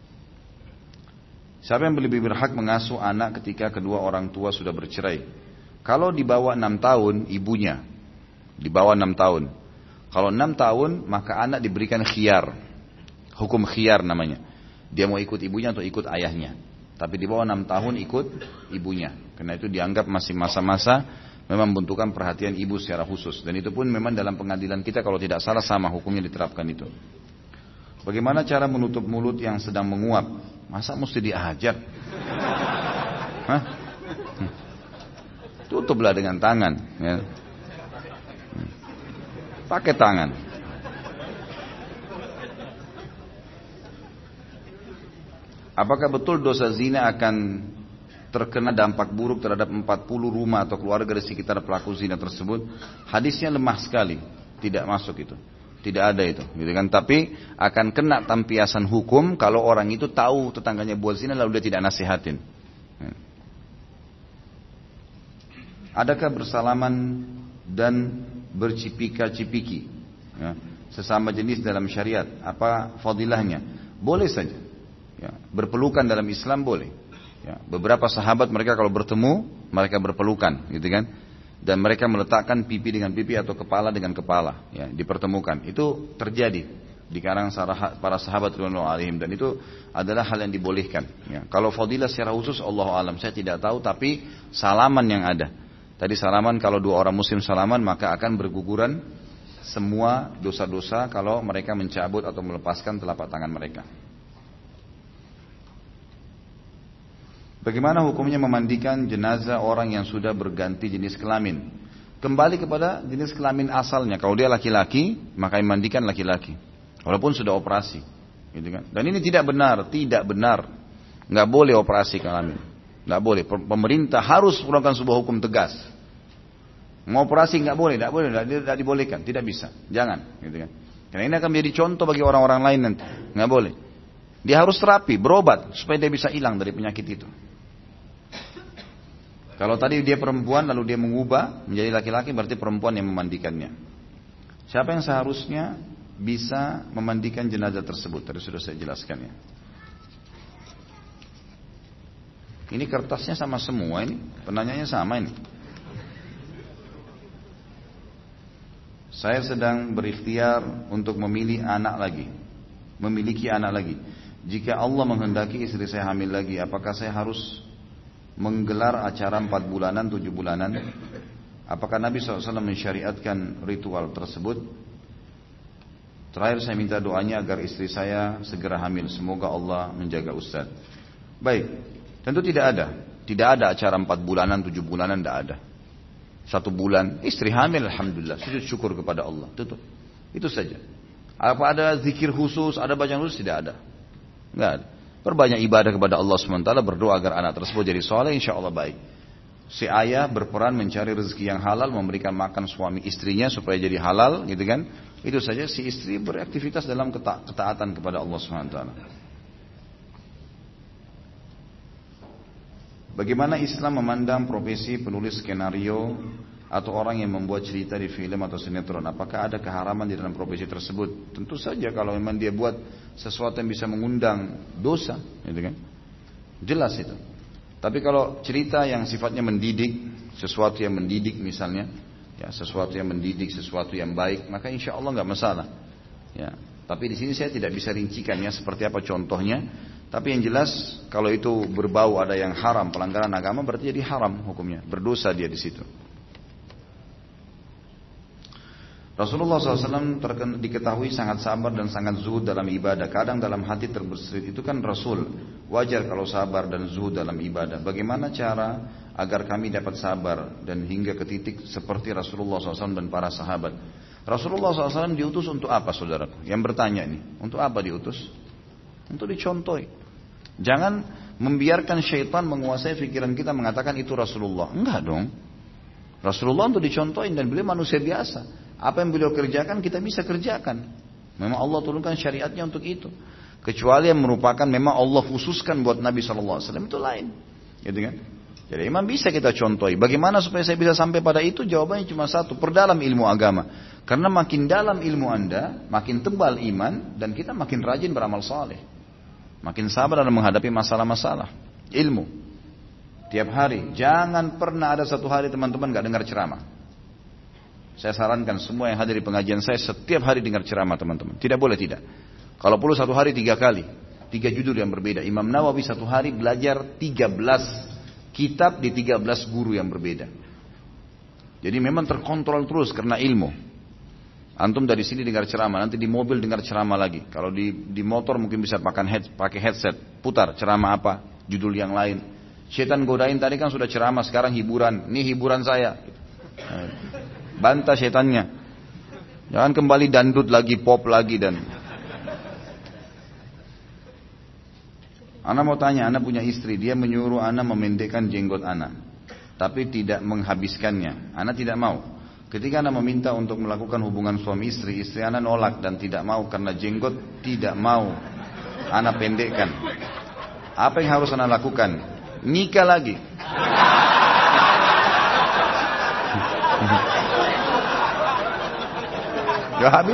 Siapa yang lebih berhak mengasuh anak ketika kedua orang tua sudah bercerai? Kalau di bawah enam tahun, ibunya. Di bawah enam tahun. Kalau enam tahun, maka anak diberikan khiyar. Hukum khiyar namanya. Dia mau ikut ibunya atau ikut ayahnya. Tapi di bawah enam tahun ikut ibunya. Karena itu dianggap masih masa-masa memang membutuhkan perhatian ibu secara khusus. Dan itu pun memang dalam pengadilan kita kalau tidak salah sama hukumnya diterapkan itu. Bagaimana cara menutup mulut yang sedang menguap? Masa mesti diajar? Hah? Tutuplah dengan tangan. Ya. Pakai tangan. Apakah betul dosa zina akan terkena dampak buruk terhadap empat puluh rumah atau keluarga di sekitar pelaku zina tersebut? Hadisnya lemah sekali, tidak masuk itu, tidak ada itu, gitu kan? Tapi akan kena tampiasan hukum kalau orang itu tahu tetangganya buat zina lalu dia tidak nasihatin. Adakah bersalaman dan bercipika-cipiki, ya, sesama jenis dalam syariat? Apa fadilahnya? Boleh saja. Ya, berpelukan dalam Islam boleh. Ya, beberapa sahabat mereka kalau bertemu mereka berpelukan, gitu kan? Dan mereka meletakkan pipi dengan pipi atau kepala dengan kepala, ya, dipertemukan. Itu terjadi di kalangan para sahabat radhiyallahu alaihim dan itu adalah hal yang dibolehkan. Ya, kalau fadilah secara khusus Allah alam saya tidak tahu, tapi salaman yang ada. Tadi salaman kalau dua orang muslim salaman maka akan berguguran semua dosa-dosa kalau mereka mencabut atau melepaskan telapak tangan mereka. Bagaimana hukumnya memandikan jenazah orang yang sudah berganti jenis kelamin? Kembali kepada jenis kelamin asalnya. Kalau dia laki-laki, maka memandikan laki-laki. Walaupun sudah operasi, gitu kan? Dan ini tidak benar, tidak benar. Nggak boleh operasi kelamin, nggak boleh. Pemerintah harus melakukan sebuah hukum tegas. Mau operasi nggak boleh, nggak boleh, nggak dibolehkan, tidak bisa, jangan, gitu kan? Karena ini akan menjadi contoh bagi orang-orang lain nanti. Nggak boleh. Dia harus terapi, berobat supaya dia bisa hilang dari penyakit itu. Kalau tadi dia perempuan lalu dia mengubah menjadi laki-laki, berarti perempuan yang memandikannya. Siapa yang seharusnya bisa memandikan jenazah tersebut? Tadi sudah saya jelaskan ya. Ini kertasnya sama semua ini, penanyanya sama ini. Saya sedang berikhtiar untuk memilih anak lagi, memiliki anak lagi. Jika Allah menghendaki istri saya hamil lagi, apakah saya harus menggelar acara empat bulanan, tujuh bulanan? Apakah Nabi shallallahu alaihi wasallam mensyariatkan ritual tersebut? Terakhir saya minta doanya agar istri saya segera hamil. Semoga Allah menjaga Ustaz. Baik, tentu tidak ada. Tidak ada acara empat bulanan, tujuh bulanan, tidak ada. Satu bulan, istri hamil, alhamdulillah, sujud syukur kepada Allah. Tutup. Itu saja. Apa ada zikir khusus, ada bacaan khusus? Tidak ada. Enggak ada. Perbanyak ibadah kepada Allah subhanahu wa taala, berdoa agar anak tersebut jadi soleh, insya Allah baik. Si ayah berperan mencari rezeki yang halal, memberikan makan suami istrinya supaya jadi halal, gitu kan? Itu saja. Si istri beraktivitas dalam keta- ketaatan kepada Allah subhanahu wa taala. Bagaimana Islam memandang profesi penulis skenario atau orang yang membuat cerita di film atau sinetron? Apakah ada keharaman di dalam profesi tersebut? Tentu saja kalau memang dia buat sesuatu yang bisa mengundang dosa, gitu kan? Jelas itu. Tapi kalau cerita yang sifatnya mendidik, sesuatu yang mendidik misalnya, ya sesuatu yang mendidik, sesuatu yang baik, maka insya Allah nggak masalah. Ya. Tapi di sini saya tidak bisa rincikan ya seperti apa contohnya. Tapi yang jelas kalau itu berbau ada yang haram, pelanggaran agama, berarti jadi haram hukumnya, berdosa dia di situ. Rasulullah shallallahu alaihi wasallam terken- diketahui sangat sabar dan sangat zuhud dalam ibadah. Kadang dalam hati terberserit, itu kan Rasul. Wajar kalau sabar dan zuhud dalam ibadah. Bagaimana cara agar kami dapat sabar dan hingga ke titik seperti Rasulullah shallallahu alaihi wasallam dan para sahabat? Rasulullah shallallahu alaihi wasallam diutus untuk apa, saudaraku? Yang bertanya ini, untuk apa diutus? Untuk dicontohi. Jangan membiarkan syaitan menguasai pikiran kita mengatakan itu Rasulullah. Enggak dong. Rasulullah untuk dicontohin dan beliau manusia biasa. Apa yang beliau kerjakan kita bisa kerjakan. Memang Allah turunkan syariatnya untuk itu. Kecuali yang merupakan memang Allah khususkan buat Nabi shallallahu alaihi wasallam itu lain. Gitu kan? Jadi memang bisa kita contohi. Bagaimana supaya saya bisa sampai pada itu? Jawabannya cuma satu. Perdalam ilmu agama. Karena makin dalam ilmu Anda, makin tebal iman dan kita makin rajin beramal saleh. Makin sabar dalam menghadapi masalah-masalah. Ilmu. Tiap hari. Jangan pernah ada satu hari teman-teman gak dengar ceramah. Saya sarankan semua yang hadir di pengajian saya setiap hari dengar ceramah teman-teman. Tidak boleh tidak. Kalau perlu satu hari tiga kali. Tiga judul yang berbeda. Imam Nawawi satu hari belajar tiga belas kitab di tiga belas guru yang berbeda. Jadi memang terkontrol terus karena ilmu. Antum dari sini dengar ceramah, nanti di mobil dengar ceramah lagi. Kalau di di motor mungkin bisa pakai head, pakai headset, putar ceramah apa, judul yang lain. Setan godain tadi kan sudah ceramah, sekarang hiburan. Ini hiburan saya. Bantah setannya. Jangan kembali dandut lagi, pop lagi dan. Ana mau tanya, Ana punya istri, dia menyuruh Ana memendekkan jenggot Ana, tapi tidak menghabiskannya. Ana tidak mau. Ketika Ana meminta untuk melakukan hubungan suami istri, istri Ana nolak dan tidak mau karena jenggot tidak mau Ana pendekkan. Apa yang harus Ana lakukan? Nikah lagi. Ya habis.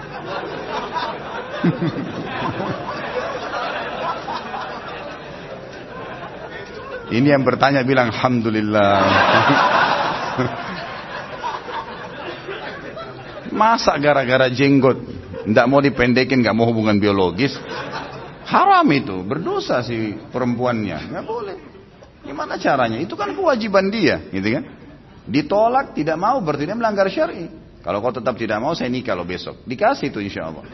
Ini yang bertanya bilang alhamdulillah. Masa gara-gara jenggot tidak mau dipendekin, nggak mau hubungan biologis? Haram itu, berdosa si perempuannya, nggak boleh. Gimana caranya? Itu kan kewajiban dia, gitu kan? Ditolak tidak mau berarti dia melanggar syar'i. Kalau kau tetap tidak mau, saya nikah lo besok. Dikasih itu insya Allah.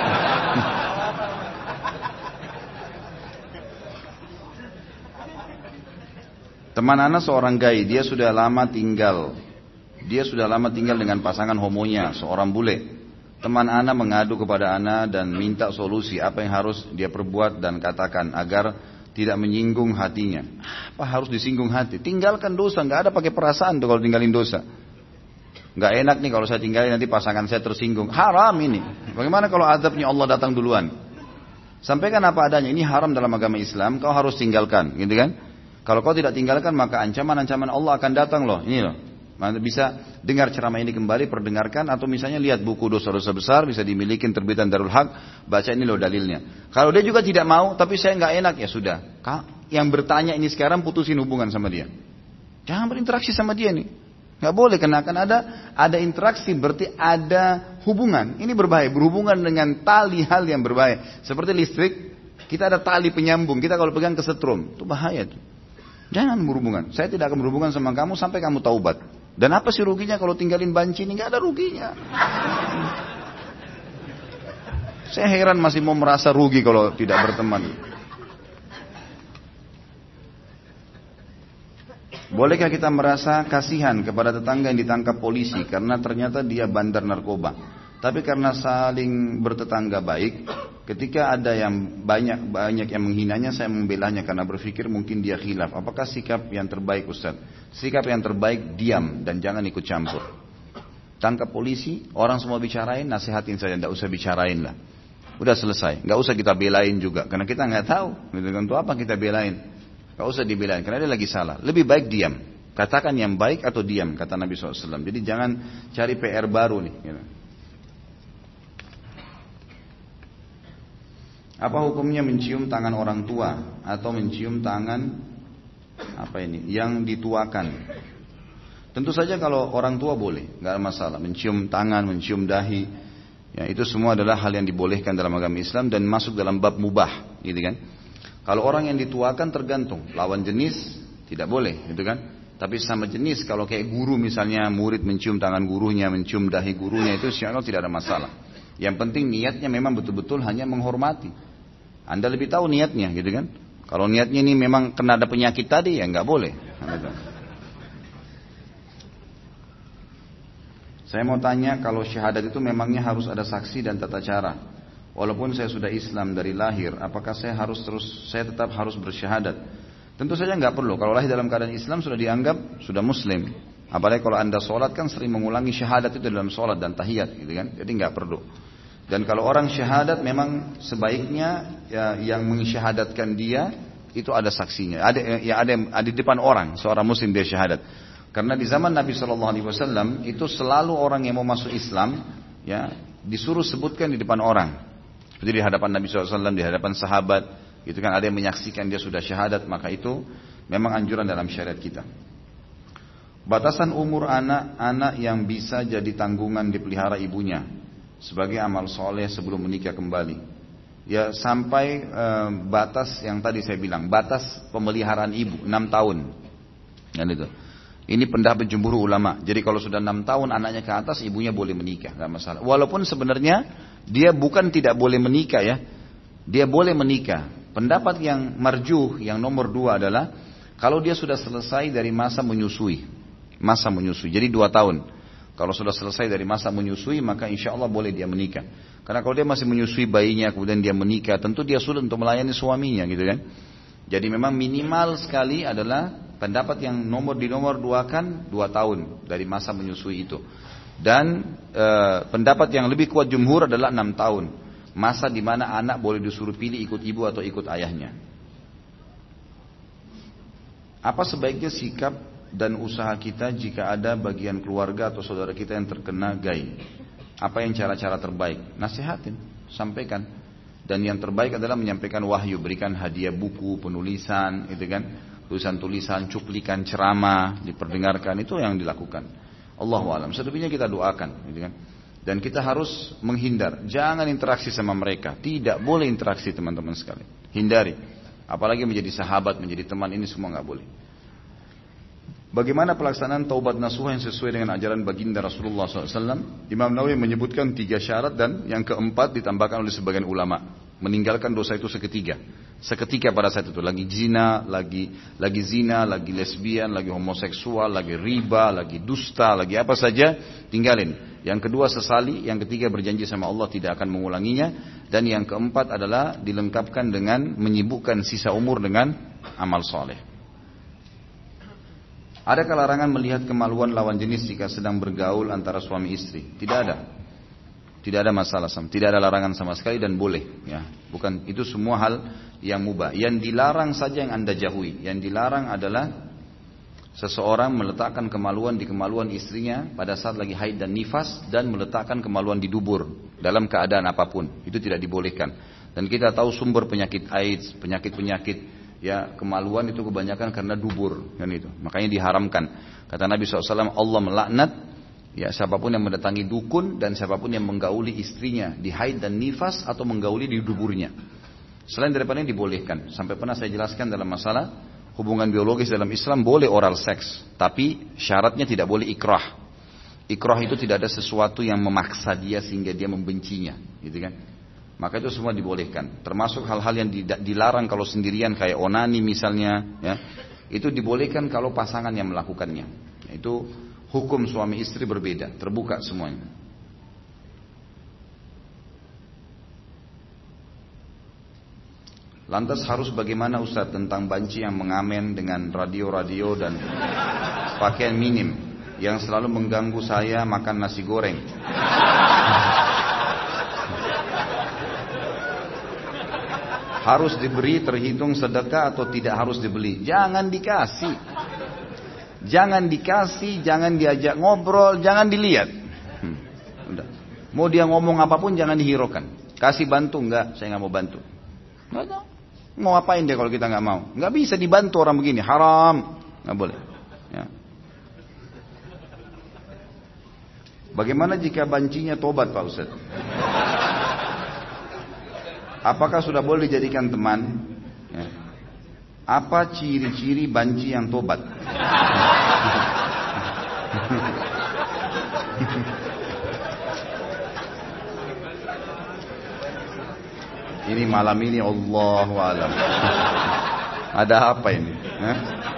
Teman Ana seorang gay, dia sudah lama tinggal. Dia sudah lama tinggal dengan pasangan homonya, seorang bule. Teman Ana mengadu kepada Ana dan minta solusi apa yang harus dia perbuat dan katakan agar tidak menyinggung hatinya. Apa harus disinggung hati? Tinggalkan dosa, nggak ada pakai perasaan tuh kalau tinggalin dosa. Nggak enak nih kalau saya tinggalin nanti pasangan saya tersinggung. Haram ini. Bagaimana kalau azabnya Allah datang duluan? Sampaikan apa adanya. Ini haram dalam agama Islam. Kau harus tinggalkan, gitu kan? Kalau kau tidak tinggalkan maka ancaman-ancaman Allah akan datang loh. Ini loh. Anda bisa dengar ceramah ini kembali, perdengarkan, atau misalnya lihat buku dosa-dosa besar, bisa dimiliki terbitan Darul Haq, baca ini loh dalilnya. Kalau dia juga tidak mau, tapi saya nggak enak, ya sudah. Yang bertanya ini sekarang putusin hubungan sama dia. Jangan berinteraksi sama dia nih. Nggak boleh, karena akan ada ada interaksi, berarti ada hubungan. Ini berbahaya, berhubungan dengan tali hal yang berbahaya. Seperti listrik, kita ada tali penyambung, kita kalau pegang kesetrum, itu bahaya tuh. Jangan berhubungan. Saya tidak akan berhubungan sama kamu sampai kamu taubat. Dan apa sih ruginya kalau tinggalin banci ini? Gak ada ruginya. Saya heran masih mau merasa rugi kalau tidak berteman. Bolehkah kita merasa kasihan kepada tetangga yang ditangkap polisi karena ternyata dia bandar narkoba? Tapi karena saling bertetangga baik, ketika ada yang banyak banyak yang menghinanya, saya membelanya karena berpikir mungkin dia khilaf. Apakah sikap yang terbaik, Ustaz? Sikap yang terbaik diam dan jangan ikut campur. Tangkap polisi, orang semua bicarain, nasihatin saja, tidak usah bicarain lah. Udah selesai, nggak usah kita belain juga, karena kita nggak tahu. Untuk apa kita belain? Nggak usah dibelain, karena dia lagi salah. Lebih baik diam. Katakan yang baik atau diam, kata Nabi shallallahu alaihi wasallam. Jadi jangan cari P R baru nih. Gitu. Apa hukumnya mencium tangan orang tua atau mencium tangan apa ini yang dituakan? Tentu saja kalau orang tua boleh, nggak ada masalah. Mencium tangan, mencium dahi, ya itu semua adalah hal yang dibolehkan dalam agama Islam dan masuk dalam bab mubah, gitu kan? Kalau orang yang dituakan tergantung, lawan jenis tidak boleh, gitu kan? Tapi sama jenis, kalau kayak guru misalnya murid mencium tangan gurunya, mencium dahi gurunya, itu insya Allah tidak ada masalah. Yang penting niatnya memang betul-betul hanya menghormati. Anda lebih tahu niatnya, gitu kan? Kalau niatnya ini memang kena ada penyakit tadi, ya nggak boleh. Saya mau tanya, kalau syahadat itu memangnya harus ada saksi dan tata cara. Walaupun saya sudah Islam dari lahir, apakah saya harus terus, saya tetap harus bersyahadat? Tentu saja nggak perlu. Kalau lahir dalam keadaan Islam sudah dianggap sudah Muslim. Apalagi kalau Anda sholat kan sering mengulangi syahadat itu dalam sholat dan tahiyat, gitu kan? Jadi nggak perlu. Dan kalau orang syahadat memang sebaiknya ya, yang mensyahadatkan dia itu ada saksinya. Ada ya ada, ada di depan orang seorang muslim dia syahadat. Karena di zaman Nabi shallallahu alaihi wasallam itu selalu orang yang mau masuk Islam ya disuruh sebutkan di depan orang. Seperti di hadapan Nabi shallallahu alaihi wasallam, di hadapan sahabat, itu kan ada yang menyaksikan dia sudah syahadat, maka itu memang anjuran dalam syariat kita. Batasan umur anak-anak yang bisa jadi tanggungan dipelihara ibunya sebagai amal soleh sebelum menikah kembali, ya sampai e, batas yang tadi saya bilang, batas pemeliharaan ibu enam tahun, kan itu. Ini pendapat jumhur ulama. Jadi kalau sudah enam tahun anaknya ke atas, ibunya boleh menikah, nggak masalah. Walaupun sebenarnya dia bukan tidak boleh menikah ya, dia boleh menikah. Pendapat yang marjuh, yang nomor dua adalah kalau dia sudah selesai dari masa menyusui, masa menyusui, jadi dua tahun. Kalau sudah selesai dari masa menyusui, maka insya Allah boleh dia menikah. Karena kalau dia masih menyusui bayinya, kemudian dia menikah, tentu dia sulit untuk melayani suaminya, gitu kan? Jadi memang minimal sekali adalah pendapat yang nomor di nomor dua kan dua tahun dari masa menyusui itu. Dan e, pendapat yang lebih kuat jumhur adalah enam tahun, masa di mana anak boleh disuruh pilih ikut ibu atau ikut ayahnya. Apa sebaiknya sikap dan usaha kita jika ada bagian keluarga atau saudara kita yang terkena gaib? Apa yang cara-cara terbaik? Nasihatin, sampaikan. Dan yang terbaik adalah menyampaikan wahyu, berikan hadiah buku, penulisan, itu kan, tulisan-tulisan, cuplikan ceramah, diperdengarkan, itu yang dilakukan. Allahu a'lam. Selebihnya kita doakan, gitu kan. Dan kita harus menghindar, jangan interaksi sama mereka. Tidak boleh interaksi teman-teman sekalian. Hindari. Apalagi menjadi sahabat, menjadi teman, ini semua nggak boleh. Bagaimana pelaksanaan taubat nasuha yang sesuai dengan ajaran baginda Rasulullah shallallahu alaihi wasallam? Imam Nawawi menyebutkan tiga syarat dan yang keempat ditambahkan oleh sebagian ulama. Meninggalkan dosa itu seketika. Seketika pada saat itu. Lagi zina, lagi lagi zina, lagi lesbian, lagi homoseksual, lagi riba, lagi dusta, lagi apa saja, tinggalin. Yang kedua sesali, yang ketiga berjanji sama Allah tidak akan mengulanginya. Dan yang keempat adalah dilengkapkan dengan menyibukkan sisa umur dengan amal soleh. Adakah larangan melihat kemaluan lawan jenis jika sedang bergaul antara suami istri? Tidak ada. Tidak ada masalah, tidak ada larangan sama sekali dan boleh. Ya, bukan itu semua hal yang mubah. Yang dilarang saja yang anda jauhi. Yang dilarang adalah seseorang meletakkan kemaluan di kemaluan istrinya pada saat lagi haid dan nifas dan meletakkan kemaluan di dubur dalam keadaan apapun. Itu tidak dibolehkan. Dan kita tahu sumber penyakit AIDS, penyakit-penyakit ya kemaluan itu kebanyakan karena dubur kan itu. Makanya diharamkan. Kata Nabi shallallahu alaihi wasallam, Allah melaknat ya siapapun yang mendatangi dukun dan siapapun yang menggauli istrinya di haid dan nifas atau menggauli di duburnya. Selain daripada yang dibolehkan. Sampai pernah saya jelaskan dalam masalah hubungan biologis dalam Islam boleh oral seks, tapi syaratnya tidak boleh ikrah. Ikrah itu tidak ada sesuatu yang memaksa dia sehingga dia membencinya, gitu kan? Maka itu semua dibolehkan. Termasuk hal-hal yang dilarang kalau sendirian kayak onani misalnya, ya. Itu dibolehkan kalau pasangan yang melakukannya. Itu hukum suami istri berbeda, terbuka semuanya. Lantas harus bagaimana Ustaz tentang banci yang mengamen dengan radio-radio dan pakaian minim yang selalu mengganggu saya makan nasi goreng. Harus diberi terhitung sedekah atau tidak harus dibeli? Jangan dikasih. Jangan dikasih, jangan diajak ngobrol, jangan dilihat. Hmm, udah. Mau dia ngomong apapun jangan dihiraukan. Kasih bantu enggak? Saya enggak mau bantu. Enggak tahu. Mau apain dia kalau kita enggak mau? Enggak bisa dibantu orang begini, haram. Enggak boleh. Ya. Bagaimana jika bancinya tobat Pak Ustaz? Apakah sudah boleh dijadikan teman? Ya. Apa ciri-ciri banci yang tobat? Ini malam ini Allahu a'lam. Ada apa ini? Hah?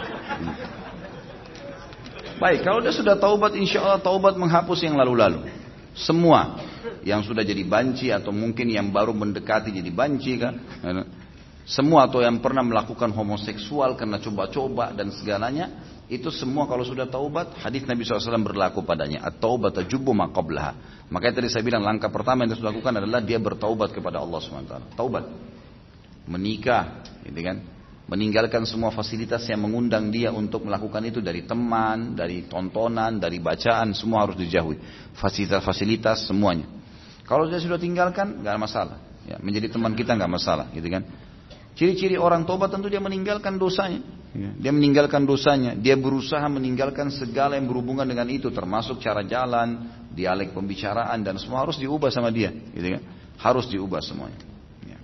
Baik, kalau dia sudah taubat, insya Allah taubat menghapus yang lalu-lalu. Semua yang sudah jadi banci atau mungkin yang baru mendekati jadi banci kan? Semua atau yang pernah melakukan homoseksual karena coba-coba dan segalanya, itu semua kalau sudah taubat, hadis Nabi shallallahu alaihi wasallam berlaku padanya. At-taubat tajubu ma qablaha. Makanya tadi saya bilang langkah pertama yang harus dilakukan adalah dia bertaubat kepada Allah subhanahu wa taala. Taubat, menikah, gitu kan? Meninggalkan semua fasilitas yang mengundang dia untuk melakukan itu, dari teman, dari tontonan, dari bacaan, semua harus dijauhi. Fasilitas-fasilitas semuanya. Kalau dia sudah tinggalkan, nggak masalah. Ya, menjadi teman kita nggak masalah, gitu kan? Ciri-ciri orang tobat tentu dia meninggalkan dosanya. Dia meninggalkan dosanya. Dia berusaha meninggalkan segala yang berhubungan dengan itu, termasuk cara jalan, dialek pembicaraan dan semua harus diubah sama dia. Gitu kan? Harus diubah semuanya. Ya.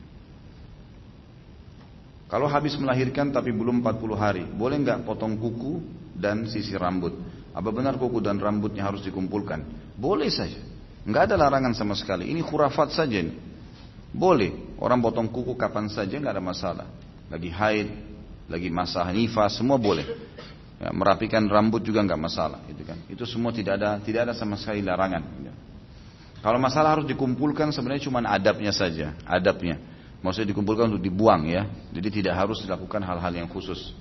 Kalau habis melahirkan tapi belum empat puluh hari, boleh nggak potong kuku dan sisir rambut? Apa benar kuku dan rambutnya harus dikumpulkan? Boleh saja. Nggak ada larangan sama sekali. Ini khurafat saja ini. Boleh, orang potong kuku kapan saja nggak ada masalah. Lagi haid, lagi masa nifas, semua boleh. Ya, merapikan rambut juga nggak masalah, gitu kan? Itu semua tidak ada, tidak ada sama sekali larangan. Ya. Kalau masalah harus dikumpulkan sebenarnya cuma adabnya saja, adabnya. Maksudnya dikumpulkan untuk dibuang ya. Jadi tidak harus dilakukan hal-hal yang khusus.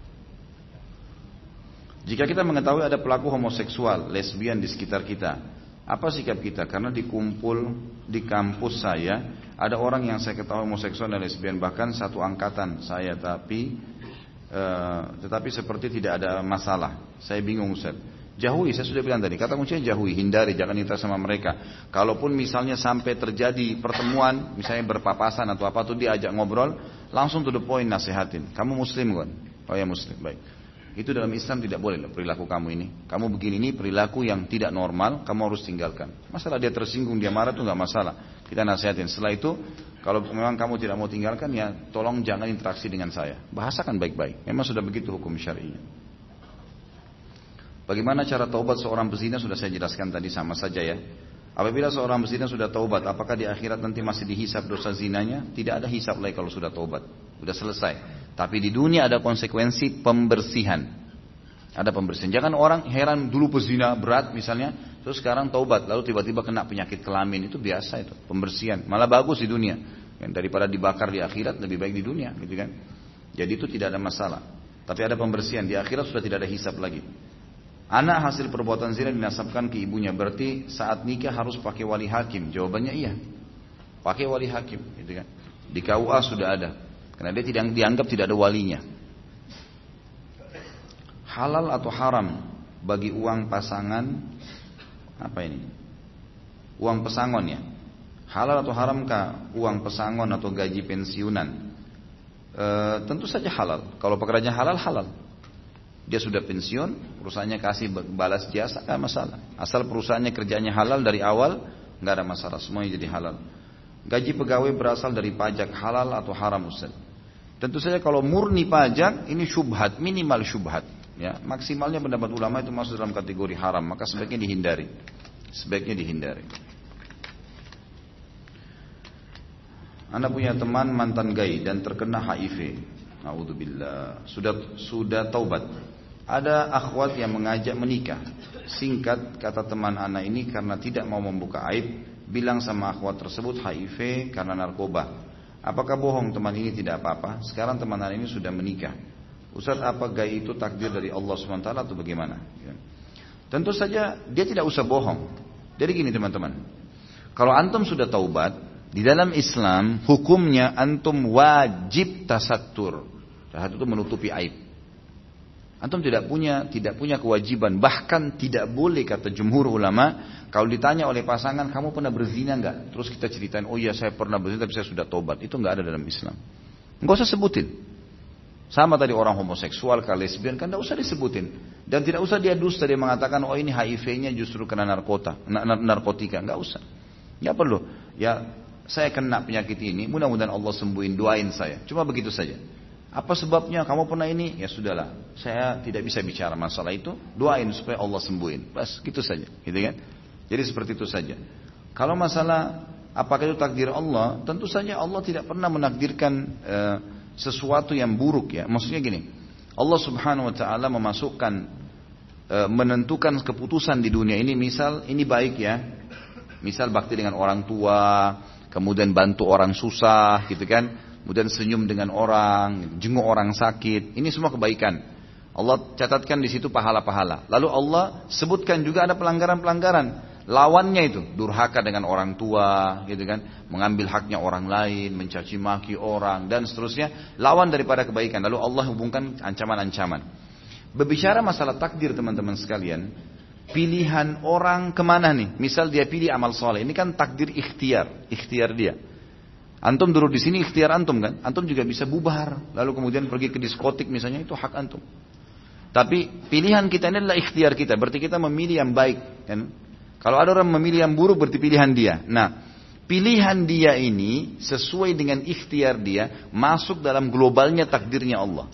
Jika kita mengetahui ada pelaku homoseksual, lesbian di sekitar kita, apa sikap kita? Karena dikumpul di kampus saya ada orang yang saya ketahui homoseksual dan lesbian, bahkan satu angkatan saya, tapi uh, tetapi seperti tidak ada masalah. Saya bingung Ustaz. Jauhi, saya sudah bilang tadi, kata kuncinya jauhi, hindari, jangan kita sama mereka. Kalaupun misalnya sampai terjadi pertemuan, misalnya berpapasan atau apa tuh diajak ngobrol, langsung to the point nasihatin. Kamu muslim kan? Oh ya muslim, baik. Itu dalam Islam tidak boleh loh, perilaku kamu ini. Kamu begini ini perilaku yang tidak normal, kamu harus tinggalkan. Masalah dia tersinggung, dia marah itu nggak masalah. Kita nasihatin. Setelah itu, kalau memang kamu tidak mau tinggalkan, ya tolong jangan interaksi dengan saya. Bahasakan baik-baik. Memang sudah begitu hukum syar'inya. Bagaimana cara taubat seorang pezina sudah saya jelaskan tadi, sama saja ya. Apabila seorang pezina sudah taubat, apakah di akhirat nanti masih dihisap dosa zinanya? Tidak ada hisap lagi kalau sudah taubat. Sudah selesai. Tapi di dunia ada konsekuensi pembersihan. Ada pembersihan. Jangan orang heran dulu pezina berat misalnya, terus sekarang taubat, lalu tiba-tiba kena penyakit kelamin. Itu biasa itu, pembersihan. Malah bagus di dunia. Daripada dibakar di akhirat, lebih baik di dunia, gitu kan. Jadi itu tidak ada masalah. Tapi ada pembersihan, di akhirat sudah tidak ada hisab lagi. Anak hasil perbuatan zina dinasabkan ke ibunya, berarti saat nikah harus pakai wali hakim. Jawabannya iya, pakai wali hakim, gitu kan. Di K U A sudah ada, karena dia tidak dianggap tidak ada walinya. Halal atau haram bagi uang pasangan, apa ini? Uang pesangon ya. Halal atau haramkah uang pesangon atau gaji pensiunan? E, tentu saja halal. Kalau pekerjaannya halal, halal. Dia sudah pensiun, perusahaannya kasih balas jasa, nggak masalah. Asal perusahaannya kerjanya halal dari awal, nggak ada masalah. Semuanya jadi halal. Gaji pegawai berasal dari pajak, halal atau haram Ustaz? Tentu saja kalau murni pajak, ini syubhat, minimal syubhat. Ya, maksimalnya pendapat ulama itu masuk dalam kategori haram, maka sebaiknya dihindari. Sebaiknya dihindari. Anda punya teman mantan gay dan terkena H I V. A'udzubillah. Sudah sudah taubat. Ada akhwat yang mengajak menikah. Singkat kata teman anak ini karena tidak mau membuka aib, bilang sama akhwat tersebut H I V karena narkoba. Apakah bohong teman ini tidak apa-apa? Sekarang teman anak ini sudah menikah. Ustaz, apa gay itu takdir dari Allah subhanahu wa taala atau bagaimana? Ya. Tentu saja dia tidak usah bohong. Jadi gini teman-teman, kalau antum sudah taubat, di dalam Islam hukumnya antum wajib tasattur. Tasattur itu menutupi aib. Antum tidak punya tidak punya kewajiban, bahkan tidak boleh kata jumhur ulama, kalau ditanya oleh pasangan kamu pernah berzina enggak? Terus kita ceritain, oh iya saya pernah berzina tapi saya sudah taubat. Itu enggak ada dalam Islam. Enggak usah sebutin. Sama tadi orang homoseksual, ke lesbian, kan tidak usah disebutin. Dan tidak usah dia dusta, dia mengatakan, oh ini H I V-nya justru kena narkota, narkotika. Enggak usah. Enggak perlu. Ya, saya kena penyakit ini, mudah-mudahan Allah sembuhin, doain saya. Cuma begitu saja. Apa sebabnya? Kamu pernah ini? Ya sudahlah. Saya tidak bisa bicara masalah itu, doain supaya Allah sembuhin. Bas, gitu saja. Gitu kan? Jadi seperti itu saja. Kalau masalah apakah itu takdir Allah, tentu saja Allah tidak pernah menakdirkan uh, sesuatu yang buruk ya. Maksudnya gini, Allah subhanahu wa ta'ala memasukkan e, menentukan keputusan di dunia ini. Misal ini baik ya, misal bakti dengan orang tua, kemudian bantu orang susah gitu kan, kemudian senyum dengan orang, jenguk orang sakit, ini semua kebaikan. Allah catatkan di situ pahala-pahala. Lalu Allah sebutkan juga ada pelanggaran-pelanggaran. Lawannya itu durhaka dengan orang tua, gitu kan, mengambil haknya orang lain, mencaci maki orang dan seterusnya. Lawan daripada kebaikan. Lalu Allah hubungkan ancaman-ancaman. Berbicara masalah takdir teman-teman sekalian, pilihan orang kemana nih? Misal dia pilih amal soleh, ini kan takdir ikhtiar, ikhtiar dia. Antum duduk di sini ikhtiar antum kan? Antum juga bisa bubar, lalu kemudian pergi ke diskotik misalnya, itu hak antum. Tapi pilihan kita ini adalah ikhtiar kita, berarti kita memilih yang baik kan? Kalau ada orang memilih yang buruk berarti pilihan dia. Nah, pilihan dia ini sesuai dengan ikhtiar dia masuk dalam globalnya takdirnya Allah.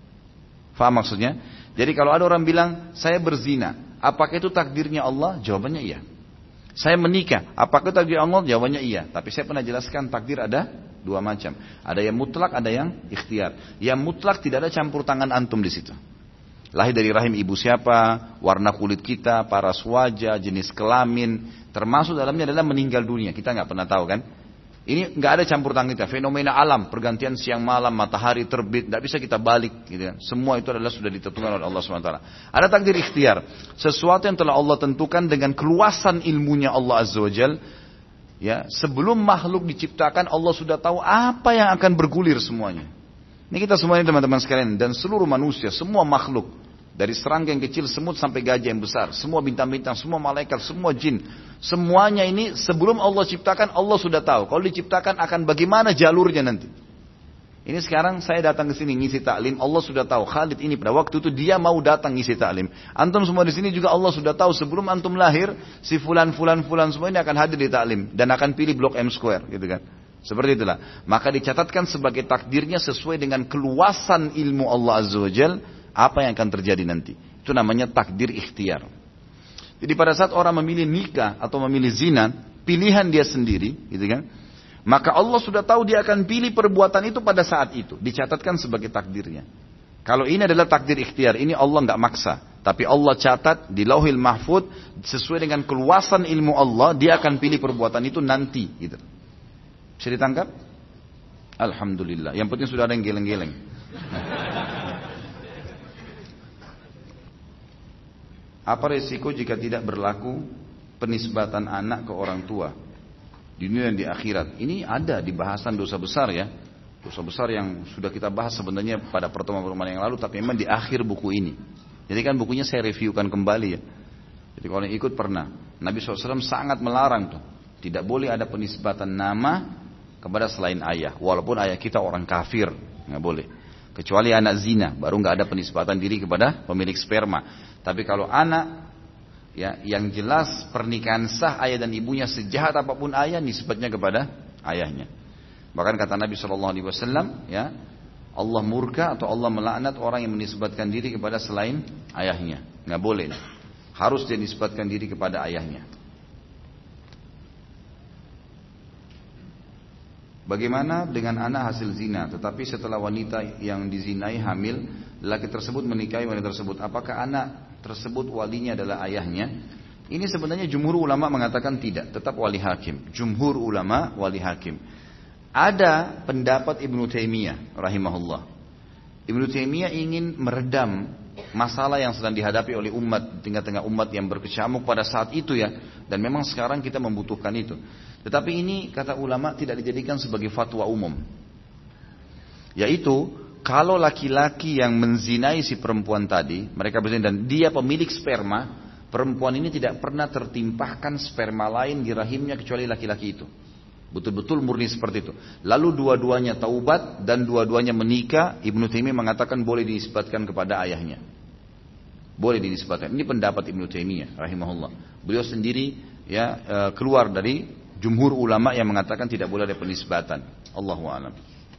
Faham maksudnya? Jadi kalau ada orang bilang saya berzina, apakah itu takdirnya Allah? Jawabannya iya. Saya menikah, apakah itu takdir Allah? Jawabannya iya. Tapi saya pernah jelaskan takdir ada dua macam. Ada yang mutlak, ada yang ikhtiar. Yang mutlak tidak ada campur tangan antum di situ. Lahir dari rahim ibu siapa, warna kulit kita, paras wajah, jenis kelamin, termasuk dalamnya adalah meninggal dunia. Kita nggak pernah tahu kan? Ini nggak ada campur tangan kita. Fenomena alam, pergantian siang malam, matahari terbit, nggak bisa kita balik. Gitu kan? Semua itu adalah sudah ditentukan oleh Allah subhanahu wa taala. Ada takdir ikhtiar, sesuatu yang telah Allah tentukan dengan keluasan ilmunya Allah azza wajal. Ya, sebelum makhluk diciptakan Allah sudah tahu apa yang akan bergulir semuanya. Ini kita semuanya teman-teman sekalian dan seluruh manusia, semua makhluk dari serangga yang kecil, semut sampai gajah yang besar, semua bintang-bintang, semua malaikat, semua jin, semuanya ini sebelum Allah ciptakan Allah sudah tahu. Kalau diciptakan akan bagaimana jalurnya nanti. Ini sekarang saya datang ke sini ngisi taklim, Allah sudah tahu Khalid ini pada waktu itu dia mau datang ngisi taklim. Antum semua di sini juga Allah sudah tahu sebelum antum lahir si fulan fulan fulan semua ini akan hadir di taklim dan akan pilih blok M Square, gitu kan? Seperti itulah. Maka dicatatkan sebagai takdirnya sesuai dengan keluasan ilmu Allah Azza wa Jal apa yang akan terjadi nanti. Itu namanya takdir ikhtiar. Jadi pada saat orang memilih nikah atau memilih zina, pilihan dia sendiri, gitu kan? Maka Allah sudah tahu dia akan pilih perbuatan itu pada saat itu. Dicatatkan sebagai takdirnya. Kalau ini adalah takdir ikhtiar, ini Allah nggak maksa. Tapi Allah catat di Lauhil Mahfud sesuai dengan keluasan ilmu Allah, dia akan pilih perbuatan itu nanti, gitu. Bisa ditangkap? Alhamdulillah. Yang penting sudah ada yang geleng-geleng. Apa resiko jika tidak berlaku penisbatan anak ke orang tua di dunia dan di akhirat? Ini ada di bahasan dosa besar ya. Dosa besar yang sudah kita bahas sebenarnya pada pertemuan-pertemuan yang lalu, tapi memang di akhir buku ini. Jadi kan bukunya saya reviewkan kembali ya. Jadi kalau yang ikut pernah, Nabi shallallahu alaihi wasallam sangat melarang tuh. Tidak boleh ada penisbatan nama kepada selain ayah. Walaupun ayah kita orang kafir, nggak boleh. Kecuali anak zina, baru nggak ada penisbatan diri kepada pemilik sperma. Tapi kalau anak ya yang jelas pernikahan sah ayah dan ibunya, sejahat apapun ayah, nisbatnya kepada ayahnya. Bahkan kata Nabi shallallahu alaihi wasallam, ya Allah murka atau Allah melaknat orang yang menisbatkan diri kepada selain ayahnya. Nggak boleh, harus dia nisbatkan diri kepada ayahnya. Bagaimana dengan anak hasil zina, tetapi setelah wanita yang dizinai hamil, laki tersebut menikahi wanita tersebut, apakah anak tersebut walinya adalah ayahnya? Ini sebenarnya jumhur ulama mengatakan tidak, tetap wali hakim. Jumhur ulama wali hakim. Ada pendapat Ibnu Taimiyah rahimahullah. Ibnu Taimiyah ingin meredam masalah yang sedang dihadapi oleh umat, di tengah-tengah umat yang berkecamuk pada saat itu ya. Dan memang sekarang kita membutuhkan itu. Tetapi ini kata ulama tidak dijadikan sebagai fatwa umum. Yaitu kalau laki-laki yang menzinai si perempuan tadi, mereka berzina dan dia pemilik sperma, perempuan ini tidak pernah tertimpahkan sperma lain di rahimnya kecuali laki-laki itu. Betul-betul murni seperti itu. Lalu dua-duanya taubat dan dua-duanya menikah, Ibnu Taimiyah mengatakan boleh dinisbatkan kepada ayahnya. Boleh dinisbatkan. Ini pendapat Ibnu Taimiyah rahimahullah. Beliau sendiri ya keluar dari jumhur ulama yang mengatakan tidak boleh ada penisbatan. Allahu a'lam.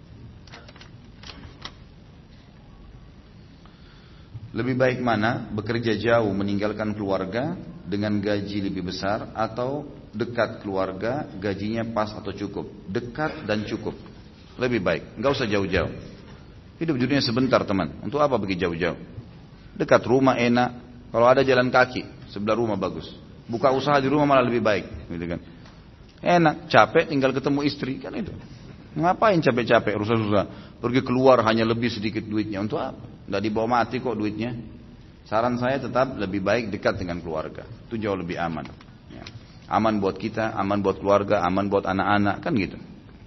Lebih baik mana bekerja jauh meninggalkan keluarga dengan gaji lebih besar atau dekat keluarga gajinya pas atau cukup? Dekat dan cukup. Lebih baik. Enggak usah jauh-jauh. Hidup dunia sebentar teman. Untuk apa pergi jauh-jauh? Dekat rumah enak. Kalau ada jalan kaki sebelah rumah bagus. Buka usaha di rumah malah lebih baik, gitu kan? Enak, capek tinggal ketemu istri kan itu. Ngapain capek-capek, susah-susah. Pergi keluar hanya lebih sedikit duitnya. Untuk apa? Nggak dibawa mati kok duitnya. Saran saya tetap lebih baik dekat dengan keluarga. Itu jauh lebih aman. Ya. Aman buat kita, aman buat keluarga, aman buat anak-anak, kan gitu.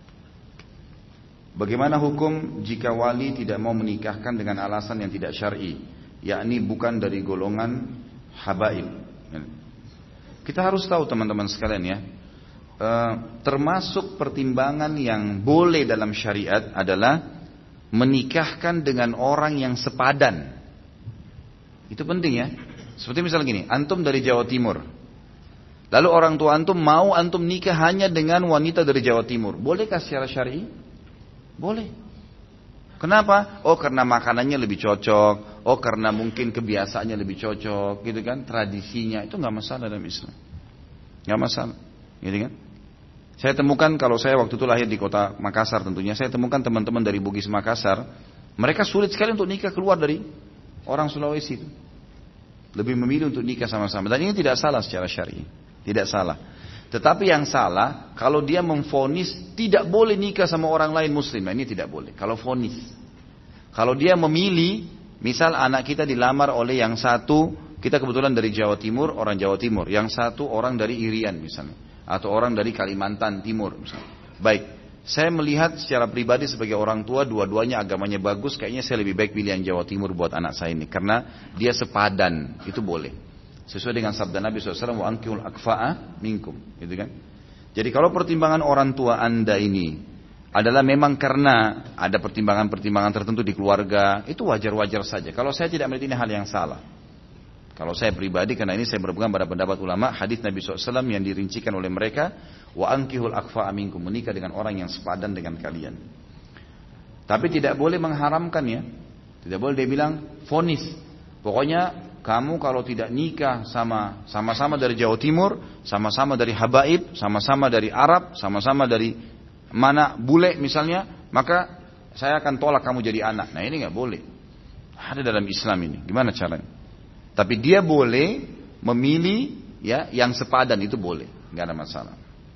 Bagaimana hukum jika wali tidak mau menikahkan dengan alasan yang tidak syar'i, yakni bukan dari golongan habaib? Kita harus tahu teman-teman sekalian ya. Uh, termasuk pertimbangan yang boleh dalam syariat adalah menikahkan dengan orang yang sepadan. Itu penting ya. Seperti misalnya gini, antum dari Jawa Timur, lalu orang tua antum mau antum nikah hanya dengan wanita dari Jawa Timur, bolehkah secara syar'i? Boleh. Kenapa? Oh karena makanannya lebih cocok, oh karena mungkin kebiasaannya lebih cocok, gitu kan? Tradisinya itu nggak masalah dalam Islam, nggak masalah, gitu kan? Saya temukan kalau saya waktu itu lahir di kota Makassar tentunya, saya temukan teman-teman dari Bugis Makassar, mereka sulit sekali untuk nikah keluar dari orang Sulawesi itu. Lebih memilih untuk nikah sama-sama. Dan ini tidak salah secara syar'i, tidak salah. Tetapi yang salah kalau dia memvonis tidak boleh nikah sama orang lain muslim, nah ini tidak boleh. Kalau vonis, kalau dia memilih, misal anak kita dilamar oleh yang satu, kita kebetulan dari Jawa Timur, orang Jawa Timur, yang satu orang dari Irian misalnya. Atau orang dari Kalimantan Timur misalnya. Baik, saya melihat secara pribadi sebagai orang tua, dua-duanya agamanya bagus, kayaknya saya lebih baik pilih yang Jawa Timur buat anak saya ini, karena dia sepadan, itu boleh. Sesuai dengan sabda Nabi shallallahu alaihi wasallam, wa ankihul akfa'a minkum, gitu kan? Jadi kalau pertimbangan orang tua anda ini adalah memang karena ada pertimbangan-pertimbangan tertentu di keluarga, itu wajar-wajar saja. Kalau saya tidak melihat ini hal yang salah. Kalau saya pribadi, karena ini saya berpegang pada pendapat ulama, hadis Nabi shallallahu alaihi wasallam yang dirincikan oleh mereka, wa ankihul akfa'a minkum, menikah dengan orang yang sepadan dengan kalian. Tapi tidak boleh mengharamkan ya, tidak boleh dia bilang vonis. Pokoknya kamu kalau tidak nikah sama sama-sama dari Jawa Timur, sama-sama dari habaib, sama-sama dari Arab, sama-sama dari mana bule misalnya, maka saya akan tolak kamu jadi anak. Nah ini nggak boleh. Ada dalam Islam ini. Gimana caranya? Tapi dia boleh memilih ya yang sepadan, itu boleh, nggak ada masalah.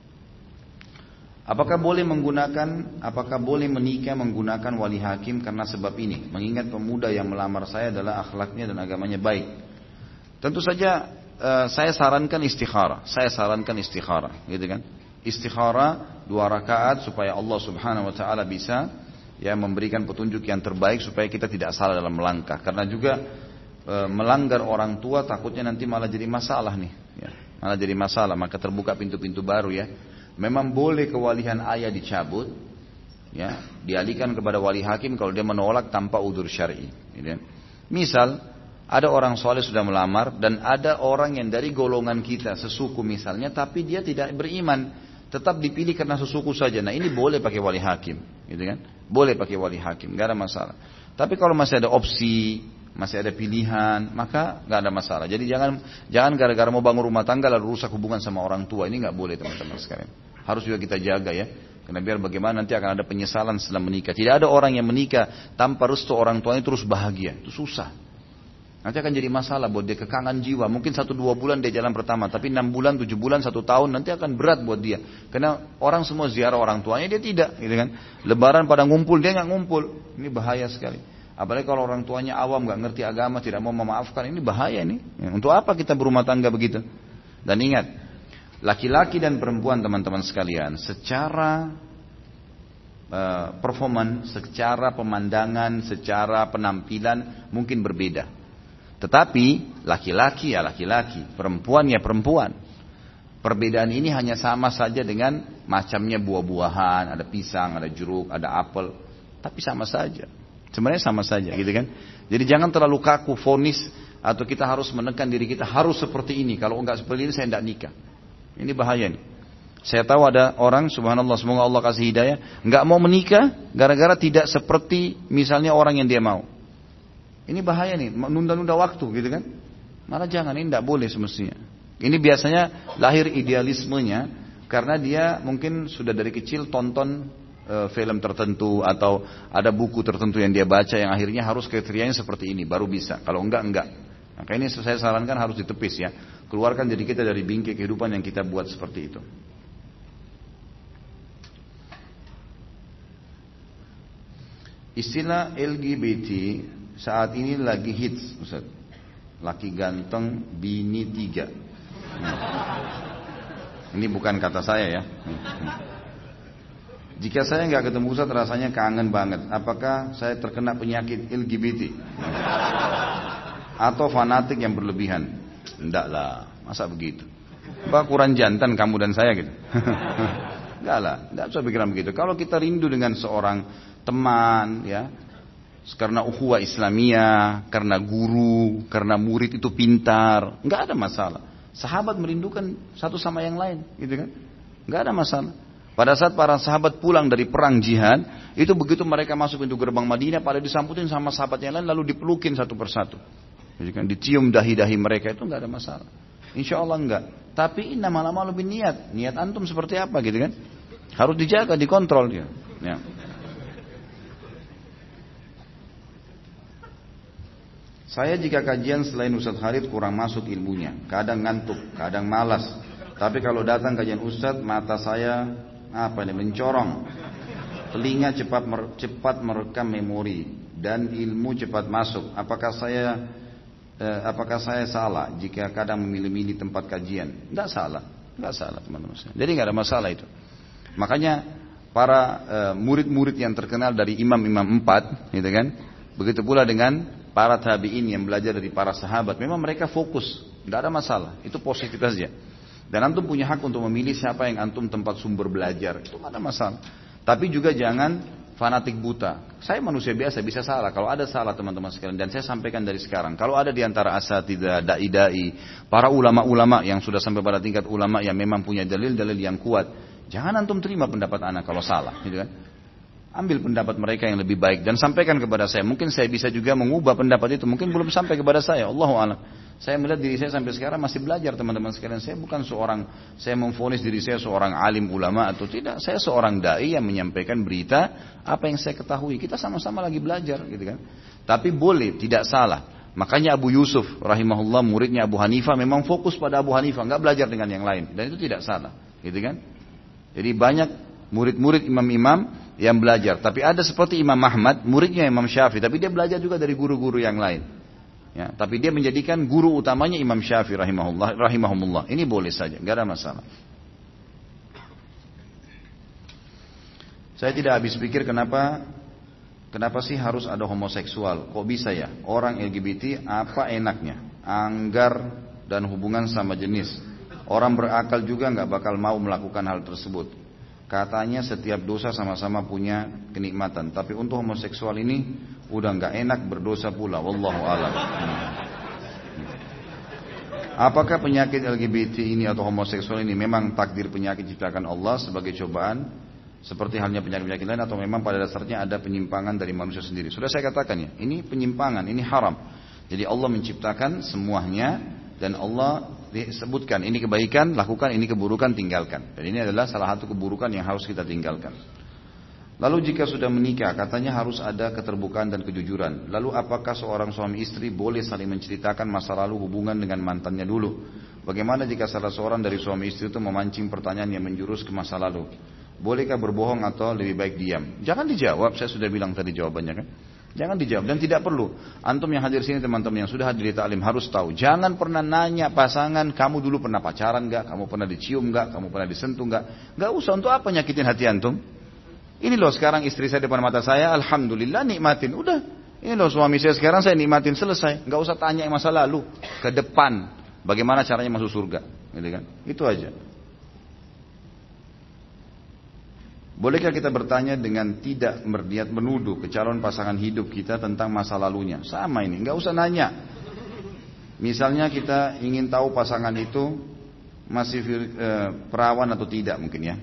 Apakah boleh menggunakan, apakah boleh menikah menggunakan wali hakim karena sebab ini? Mengingat pemuda yang melamar saya adalah akhlaknya dan agamanya baik. Tentu saja uh, saya sarankan istikharah, saya sarankan istikharah, gitu kan? Istikharah dua rakaat supaya Allah Subhanahu Wa Taala bisa ya memberikan petunjuk yang terbaik supaya kita tidak salah dalam melangkah. Karena juga uh, melanggar orang tua takutnya nanti malah jadi masalah nih, ya. Malah jadi masalah, maka terbuka pintu-pintu baru ya. Memang boleh kewalian ayah dicabut, ya, dialihkan kepada wali hakim kalau dia menolak tanpa udzur syar'i. Gitu. Misal ada orang soleh sudah melamar dan ada orang yang dari golongan kita sesuku misalnya, tapi dia tidak beriman, tetap dipilih karena sesuku saja. Nah ini boleh pakai wali hakim, gitu kan? Boleh pakai wali hakim, nggak ada masalah. Tapi kalau masih ada opsi, masih ada pilihan, maka nggak ada masalah. Jadi jangan jangan gara-gara mau bangun rumah tangga lalu rusak hubungan sama orang tua. Ini nggak boleh teman-teman sekalian. Harus juga kita jaga ya. Karena biar bagaimana nanti akan ada penyesalan setelah menikah. Tidak ada orang yang menikah tanpa restu orang tuanya terus bahagia. Itu susah. Nanti akan jadi masalah buat dia, kekangan jiwa. Mungkin satu dua bulan dia jalan pertama. Tapi enam bulan, tujuh bulan, satu tahun nanti akan berat buat dia. Karena orang semua ziarah orang tuanya, dia tidak. Gitu kan? Lebaran pada ngumpul, dia nggak ngumpul. Ini bahaya sekali. Apalagi kalau orang tuanya awam, nggak ngerti agama, tidak mau memaafkan. Ini bahaya ini. Ya, untuk apa kita berumah tangga begitu? Dan ingat, laki-laki dan perempuan teman-teman sekalian, secara uh, performan, secara pemandangan, secara penampilan mungkin berbeda. Tetapi laki-laki ya laki-laki, perempuan ya perempuan. Perbedaan ini hanya sama saja dengan macamnya buah-buahan, ada pisang, ada jeruk, ada apel, tapi sama saja. Sebenarnya sama saja, gitu kan? Jadi jangan terlalu kaku vonis atau kita harus menekan diri kita harus seperti ini. Kalau enggak seperti ini saya tidak nikah. Ini bahaya nih. Saya tahu ada orang, subhanallah, semoga Allah kasih hidayah, nggak mau menikah gara-gara tidak seperti misalnya orang yang dia mau. Ini bahaya nih, menunda-nunda waktu, gitu kan? Malah jangan, ini tidak boleh semestinya. Ini biasanya lahir idealismenya karena dia mungkin sudah dari kecil tonton e, film tertentu atau ada buku tertentu yang dia baca yang akhirnya harus kriterianya seperti ini baru bisa. Kalau enggak enggak. Maka ini saya sarankan harus ditepis ya. Keluarkan diri kita dari bingkai kehidupan yang kita buat seperti itu. Istilah L G B T saat ini lagi hits, Ustaz. Laki ganteng, bini tiga. Hmm. Ini bukan kata saya ya. Hmm. Jika saya nggak ketemu Ustaz rasanya kangen banget. Apakah saya terkena penyakit L G B T? Atau fanatik yang berlebihan? Enggak lah, masa begitu? Apa kurang jantan kamu dan saya gitu? Enggak lah, enggak usah pikiran begitu. Kalau kita rindu dengan seorang teman, ya, karena ukhuwah Islamiyah, karena guru, karena murid itu pintar, enggak ada masalah. Sahabat merindukan satu sama yang lain, gitu kan? Enggak ada masalah. Pada saat para sahabat pulang dari perang jihad, itu begitu mereka masuk pintu gerbang Madinah, pada disambutin sama sahabat yang lain, lalu dipelukin satu persatu. Jadi kan dicium dahi-dahi mereka, itu enggak ada masalah. Insya Allah enggak. Tapi inna lama lebih niat. Niat antum seperti apa gitu kan? Harus dijaga, dikontrol dia. Ya. Saya jika kajian selain Ustadz Khalid kurang masuk ilmunya. Kadang ngantuk, kadang malas. Tapi kalau datang kajian Ustadz, mata saya apa nih mencorong. Telinga cepat mer- cepat merekam memori dan ilmu cepat masuk. Apakah saya eh, apakah saya salah jika kadang memilih-milih tempat kajian? Tidak salah, tidak salah teman-teman. Jadi nggak ada masalah itu. Makanya para eh, murid-murid yang terkenal dari imam-imam empat, gitu kan? Begitu pula dengan para tabi'in yang belajar dari para sahabat, memang mereka fokus, tidak ada masalah, itu positif saja. Dan antum punya hak untuk memilih siapa yang antum tempat sumber belajar, itu tidak ada masalah. Tapi juga jangan fanatik buta. Saya manusia biasa, bisa salah. Kalau ada salah teman-teman sekalian, dan saya sampaikan dari sekarang, kalau ada di antara asatidzah, dai-dai, para ulama-ulama yang sudah sampai pada tingkat ulama yang memang punya dalil-dalil yang kuat, jangan antum terima pendapat anak kalau salah, gitu kan? Ambil pendapat mereka yang lebih baik dan sampaikan kepada saya. Mungkin saya bisa juga mengubah pendapat itu. Mungkin belum sampai kepada saya. Allahu a'lam. Saya melihat diri saya sampai sekarang masih belajar teman-teman sekalian. Saya bukan seorang, saya memvonis diri saya seorang alim ulama atau tidak. Saya seorang dai yang menyampaikan berita apa yang saya ketahui. Kita sama-sama lagi belajar, gitu kan. Tapi boleh, tidak salah. Makanya Abu Yusuf rahimahullah, muridnya Abu Hanifah, memang fokus pada Abu Hanifah, nggak belajar dengan yang lain. Dan itu tidak salah, gitu kan. Jadi banyak murid-murid imam-imam yang belajar. Tapi ada seperti Imam Ahmad, muridnya Imam Syafi'i, tapi dia belajar juga dari guru-guru yang lain. Ya, tapi dia menjadikan guru utamanya Imam Syafi'i rahimahullah, rahimahumullah. Ini boleh saja, nggak ada masalah. Saya tidak habis pikir kenapa kenapa sih harus ada homoseksual? Kok bisa ya? Orang L G B T apa enaknya? Anggar dan hubungan sama jenis. Orang berakal juga nggak bakal mau melakukan hal tersebut. Katanya setiap dosa sama-sama punya kenikmatan. Tapi untuk homoseksual ini udah nggak enak, berdosa pula. Wallahu a'lam. Apakah penyakit L G B T ini atau homoseksual ini memang takdir penyakit ciptakan Allah sebagai cobaan seperti halnya penyakit-penyakit lain, atau memang pada dasarnya ada penyimpangan dari manusia sendiri? Sudah saya katakan ya, ini penyimpangan, ini haram. Jadi Allah menciptakan semuanya dan Allah disebutkan ini kebaikan lakukan, ini keburukan tinggalkan. Dan ini adalah salah satu keburukan yang harus kita tinggalkan. Lalu jika sudah menikah katanya harus ada keterbukaan dan kejujuran. Lalu apakah seorang suami istri boleh saling menceritakan masa lalu hubungan dengan mantannya dulu? Bagaimana jika salah seorang dari suami istri itu memancing pertanyaan yang menjurus ke masa lalu? Bolehkah berbohong atau lebih baik diam? Jangan dijawab, saya sudah bilang tadi jawabannya kan. Jangan dijawab dan tidak perlu. Antum yang hadir sini, teman-teman yang sudah hadir di taklim harus tahu. Jangan pernah nanya pasangan, kamu dulu pernah pacaran gak? Kamu pernah dicium gak? Kamu pernah disentuh gak? Gak usah, untuk apa nyakitin hati antum? Ini loh sekarang istri saya depan mata saya, alhamdulillah nikmatin. Udah, ini loh suami saya sekarang saya nikmatin, selesai. Gak usah tanya yang masa lalu, ke depan. Bagaimana caranya masuk surga? Gitu kan? Itu aja. Bolehkah kita bertanya dengan tidak berniat menuduh ke calon pasangan hidup kita tentang masa lalunya? Sama ini, nggak usah nanya. Misalnya kita ingin tahu pasangan itu masih e, perawan atau tidak mungkin ya.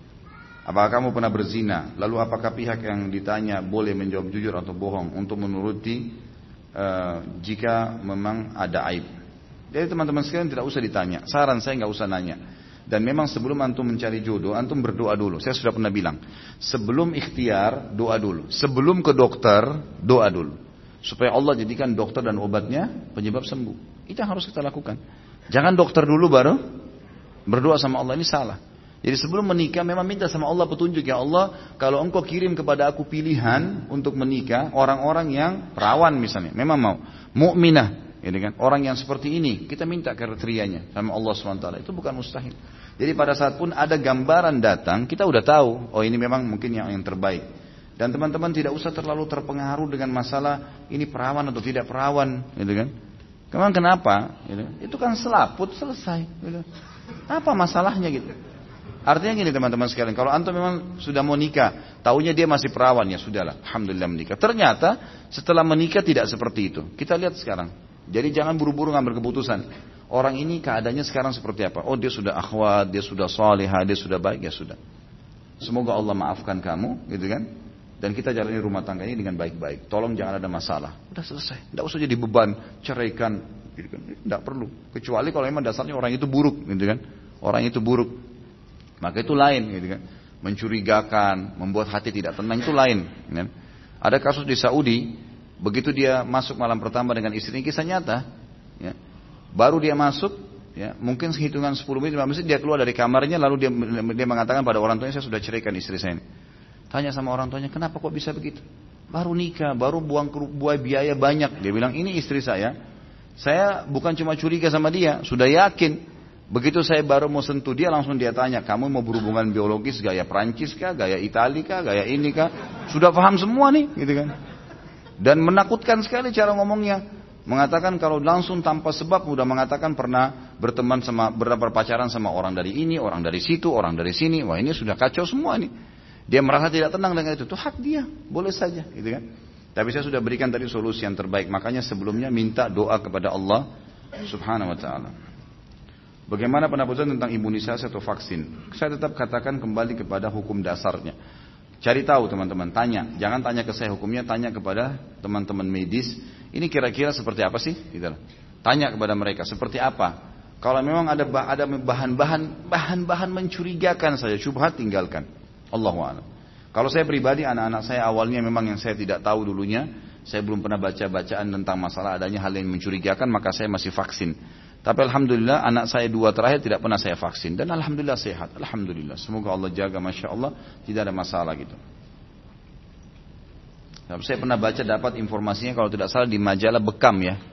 Apakah kamu pernah berzina? Lalu apakah pihak yang ditanya boleh menjawab jujur atau bohong untuk menuruti e, jika memang ada aib? Jadi teman-teman sekalian tidak usah ditanya. Saran saya nggak usah nanya. Dan memang sebelum antum mencari jodoh, antum berdoa dulu. Saya sudah pernah bilang, sebelum ikhtiar, doa dulu. Sebelum ke dokter, doa dulu. Supaya Allah jadikan dokter dan obatnya penyebab sembuh. Itu yang harus kita lakukan. Jangan dokter dulu baru berdoa sama Allah, ini salah. Jadi sebelum menikah memang minta sama Allah petunjuk. Ya Allah, kalau engkau kirim kepada aku pilihan untuk menikah, orang-orang yang perawan misalnya, memang mau. Mukminah. Ini kan orang yang seperti ini kita minta kriterianya sama Allah subhanahu wa taala, itu bukan mustahil. Jadi pada saat pun ada gambaran datang kita udah tahu, oh ini memang mungkin yang yang terbaik. Dan teman-teman tidak usah terlalu terpengaruh dengan masalah ini perawan atau tidak perawan, gitu kan? Memang kenapa? Gitu. Itu kan selaput selesai. Gitu. Apa masalahnya gitu? Artinya gini teman-teman sekalian, kalau antum memang sudah mau nikah, taunya dia masih perawan, ya sudahlah, alhamdulillah menikah. Ternyata setelah menikah tidak seperti itu. Kita lihat sekarang. Jadi jangan buru-buru ngambil keputusan. Orang ini keadaannya sekarang seperti apa? Oh dia sudah akhwat, dia sudah salihah, dia sudah baik, ya sudah. Semoga Allah maafkan kamu, gitu kan? Dan kita jalani rumah tangga ini dengan baik-baik. Tolong jangan ada masalah. Udah selesai. Tidak usah jadi beban, ceraikan, gitu kan? Tidak perlu. Kecuali kalau memang dasarnya orang itu buruk, gitu kan? Orang itu buruk, maka itu lain, gitu kan? Mencurigakan, membuat hati tidak tenang itu lain. Kan? Ada kasus di Saudi. Begitu dia masuk malam pertama dengan istrinya, kisah nyata, ya. Baru dia masuk, ya, mungkin sehitungan sepuluh menit, lima menit dia keluar dari kamarnya, lalu dia dia mengatakan pada orang tuanya, saya sudah ceraikan istri saya ini. Tanya sama orang tuanya, kenapa kok bisa begitu? Baru nikah, baru buang buang biaya banyak. Dia bilang, ini istri saya, saya bukan cuma curiga sama dia, sudah yakin. Begitu saya baru mau sentuh dia, langsung dia tanya, kamu mau berhubungan biologis gaya Prancis kah, gaya Itali kah, gaya ini kah? Sudah paham semua nih, gitu kan? Dan menakutkan sekali cara ngomongnya. Mengatakan kalau langsung tanpa sebab udah mengatakan pernah berteman sama, berpacaran sama orang dari ini, orang dari situ, orang dari sini. Wah ini sudah kacau semua nih. Dia merasa tidak tenang dengan itu. Itu hak dia, boleh saja, gitu kan. Tapi saya sudah berikan tadi solusi yang terbaik. Makanya sebelumnya minta doa kepada Allah Subhanahu wa taala. Bagaimana pendapat tentang imunisasi atau vaksin? Saya tetap katakan kembali kepada hukum dasarnya. Cari tahu teman-teman, tanya. Jangan tanya ke saya hukumnya, tanya kepada teman-teman medis. Ini kira-kira seperti apa sih? Gitu. Tanya kepada mereka, seperti apa? Kalau memang ada ada bahan-bahan bahan-bahan mencurigakan saja, syubhat tinggalkan. Allahu a'lam. Kalau saya pribadi, anak-anak saya awalnya memang yang saya tidak tahu dulunya, saya belum pernah baca bacaan tentang masalah adanya hal yang mencurigakan, maka saya masih vaksin. Tapi alhamdulillah anak saya dua terakhir tidak pernah saya vaksin. Dan alhamdulillah sehat. Alhamdulillah. Semoga Allah jaga, masya Allah. Tidak ada masalah gitu. Saya pernah baca dapat informasinya kalau tidak salah di majalah Bekam ya.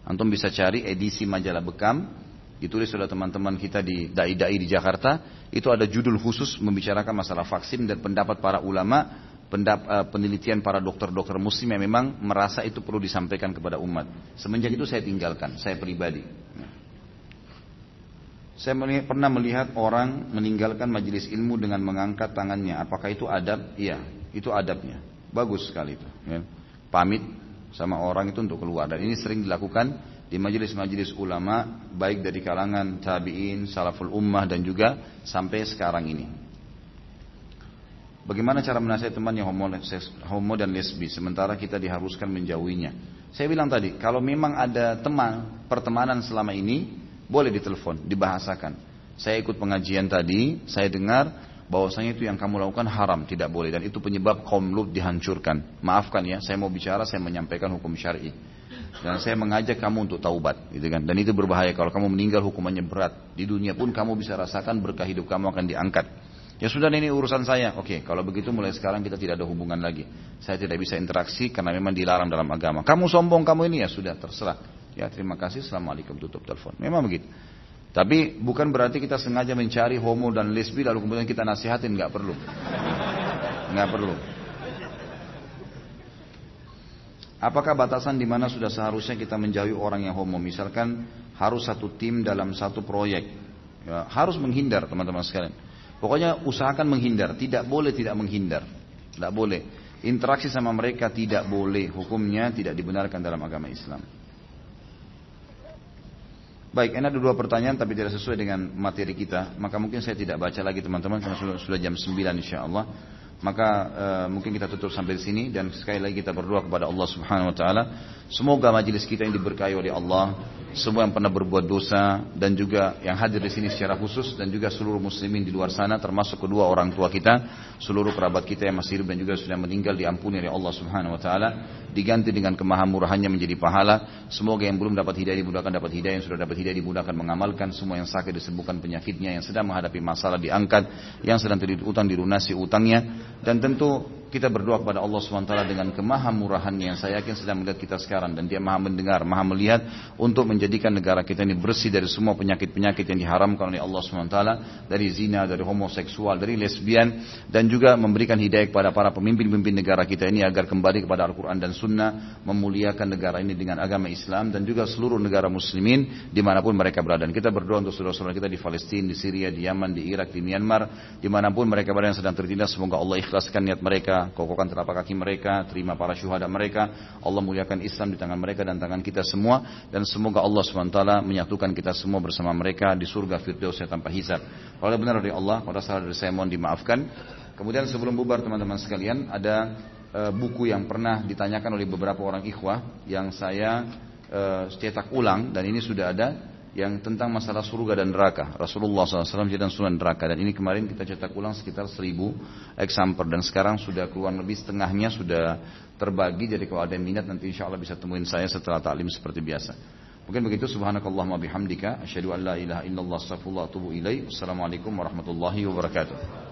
Antum bisa cari edisi majalah Bekam, ditulis oleh teman-teman kita di dai-dai di Jakarta. Itu ada judul khusus membicarakan masalah vaksin dan pendapat para ulama, pendap, uh, penelitian para dokter-dokter muslim yang memang merasa itu perlu disampaikan kepada umat. Semenjak itu saya tinggalkan, saya pribadi. Saya melihat, pernah melihat orang meninggalkan majelis ilmu dengan mengangkat tangannya. Apakah itu adab? Iya, itu adabnya. Bagus sekali itu. Ya. Pamit sama orang itu untuk keluar. Dan ini sering dilakukan di majelis-majelis ulama, baik dari kalangan tabi'in, salaful ummah, dan juga sampai sekarang ini. Bagaimana cara menasihati teman yang homo, homo dan lesbi, sementara kita diharuskan menjauhinya? Saya bilang tadi, kalau memang ada teman, pertemanan selama ini, boleh ditelepon, dibahasakan. Saya ikut pengajian tadi, saya dengar bahwasanya itu yang kamu lakukan haram, tidak boleh, dan itu penyebab kaum Lut dihancurkan. Maafkan ya, saya mau bicara, saya menyampaikan hukum syar'i, dan saya mengajak kamu untuk taubat, gitu kan? Dan itu berbahaya kalau kamu meninggal, hukumannya berat. Di dunia pun kamu bisa rasakan berkah hidup kamu akan diangkat. Ya sudah, ini urusan saya. Oke, kalau begitu mulai sekarang kita tidak ada hubungan lagi. Saya tidak bisa interaksi karena memang dilarang dalam agama. Kamu sombong, kamu ini, ya sudah, terserah. Ya terima kasih, assalamualaikum, tutup telepon. Memang begitu. Tapi bukan berarti kita sengaja mencari homo dan lesbi lalu kemudian kita nasihatin, nggak perlu, nggak perlu. Apakah batasan di mana sudah seharusnya kita menjauhi orang yang homo? Misalkan harus satu tim dalam satu proyek, ya, harus menghindar teman-teman sekalian. Pokoknya usahakan menghindar, tidak boleh tidak menghindar, tidak boleh. Interaksi sama mereka tidak boleh, hukumnya tidak dibenarkan dalam agama Islam. Baik, ini ada dua pertanyaan tapi tidak sesuai dengan materi kita. Maka mungkin saya tidak baca lagi teman-teman karena sudah, sudah jam sembilan insya Allah. Maka uh, mungkin kita tutup sampai di sini dan sekali lagi kita berdoa kepada Allah Subhanahu Wa Taala. Semoga majelis kita ini diberkahi oleh Allah. Semua yang pernah berbuat dosa dan juga yang hadir di sini secara khusus dan juga seluruh muslimin di luar sana, termasuk kedua orang tua kita, seluruh kerabat kita yang masih hidup dan juga sudah meninggal, diampuni oleh Allah Subhanahu Wa Taala, diganti dengan kemahamurahannya menjadi pahala. Semoga yang belum dapat hidayah dimudahkan dapat hidayah, yang sudah dapat hidayah dimudahkan mengamalkan, semua yang sakit disembuhkan penyakitnya, yang sedang menghadapi masalah diangkat, yang sedang terlilit utang dilunasi utangnya. Dan tentu kita berdoa kepada Allah subhanahu wa taala dengan kemahamurahannya yang saya yakin sedang melihat kita sekarang, dan dia maha mendengar, maha melihat, untuk menjadikan negara kita ini bersih dari semua penyakit-penyakit yang diharamkan oleh Allah subhanahu wa taala, dari zina, dari homoseksual, dari lesbian, dan juga memberikan hidayah kepada para pemimpin-pemimpin negara kita ini agar kembali kepada Al-Quran dan Sunnah, memuliakan negara ini dengan agama Islam dan juga seluruh negara muslimin dimanapun mereka berada. Dan kita berdoa untuk saudara-saudara kita di Palestina, di Syria, di Yaman, di Irak, di Myanmar, dimanapun mereka berada yang sedang tertindas, semoga Allah ikhlaskan niat mereka, kokohkan telapak kaki mereka, terima para syuhada mereka, Allah muliakan Islam di tangan mereka dan tangan kita semua, dan semoga Allah subhanahu wa taala menyatukan kita semua bersama mereka di surga firdausnya tanpa hisab. Kalau benar dari Allah, kalau salah dari saya mohon dimaafkan. Kemudian sebelum bubar teman-teman sekalian, ada uh, buku yang pernah ditanyakan oleh beberapa orang ikhwah yang saya uh, cetak ulang, dan ini sudah ada, yang tentang masalah surga dan neraka, Rasulullah shallallahu alaihi wasallam dan surga dan neraka. Dan ini kemarin kita cetak ulang sekitar seribu eksemplar, dan sekarang sudah keluar lebih setengahnya sudah terbagi. Jadi kalau ada yang minat nanti insya Allah bisa temuin saya setelah taklim seperti biasa. Mungkin begitu. Subhanakallahumma bihamdika asyhadu an la ilaha illallah astaghfirullah wa atubu ilaik. Wassalamualaikum warahmatullahi wabarakatuh.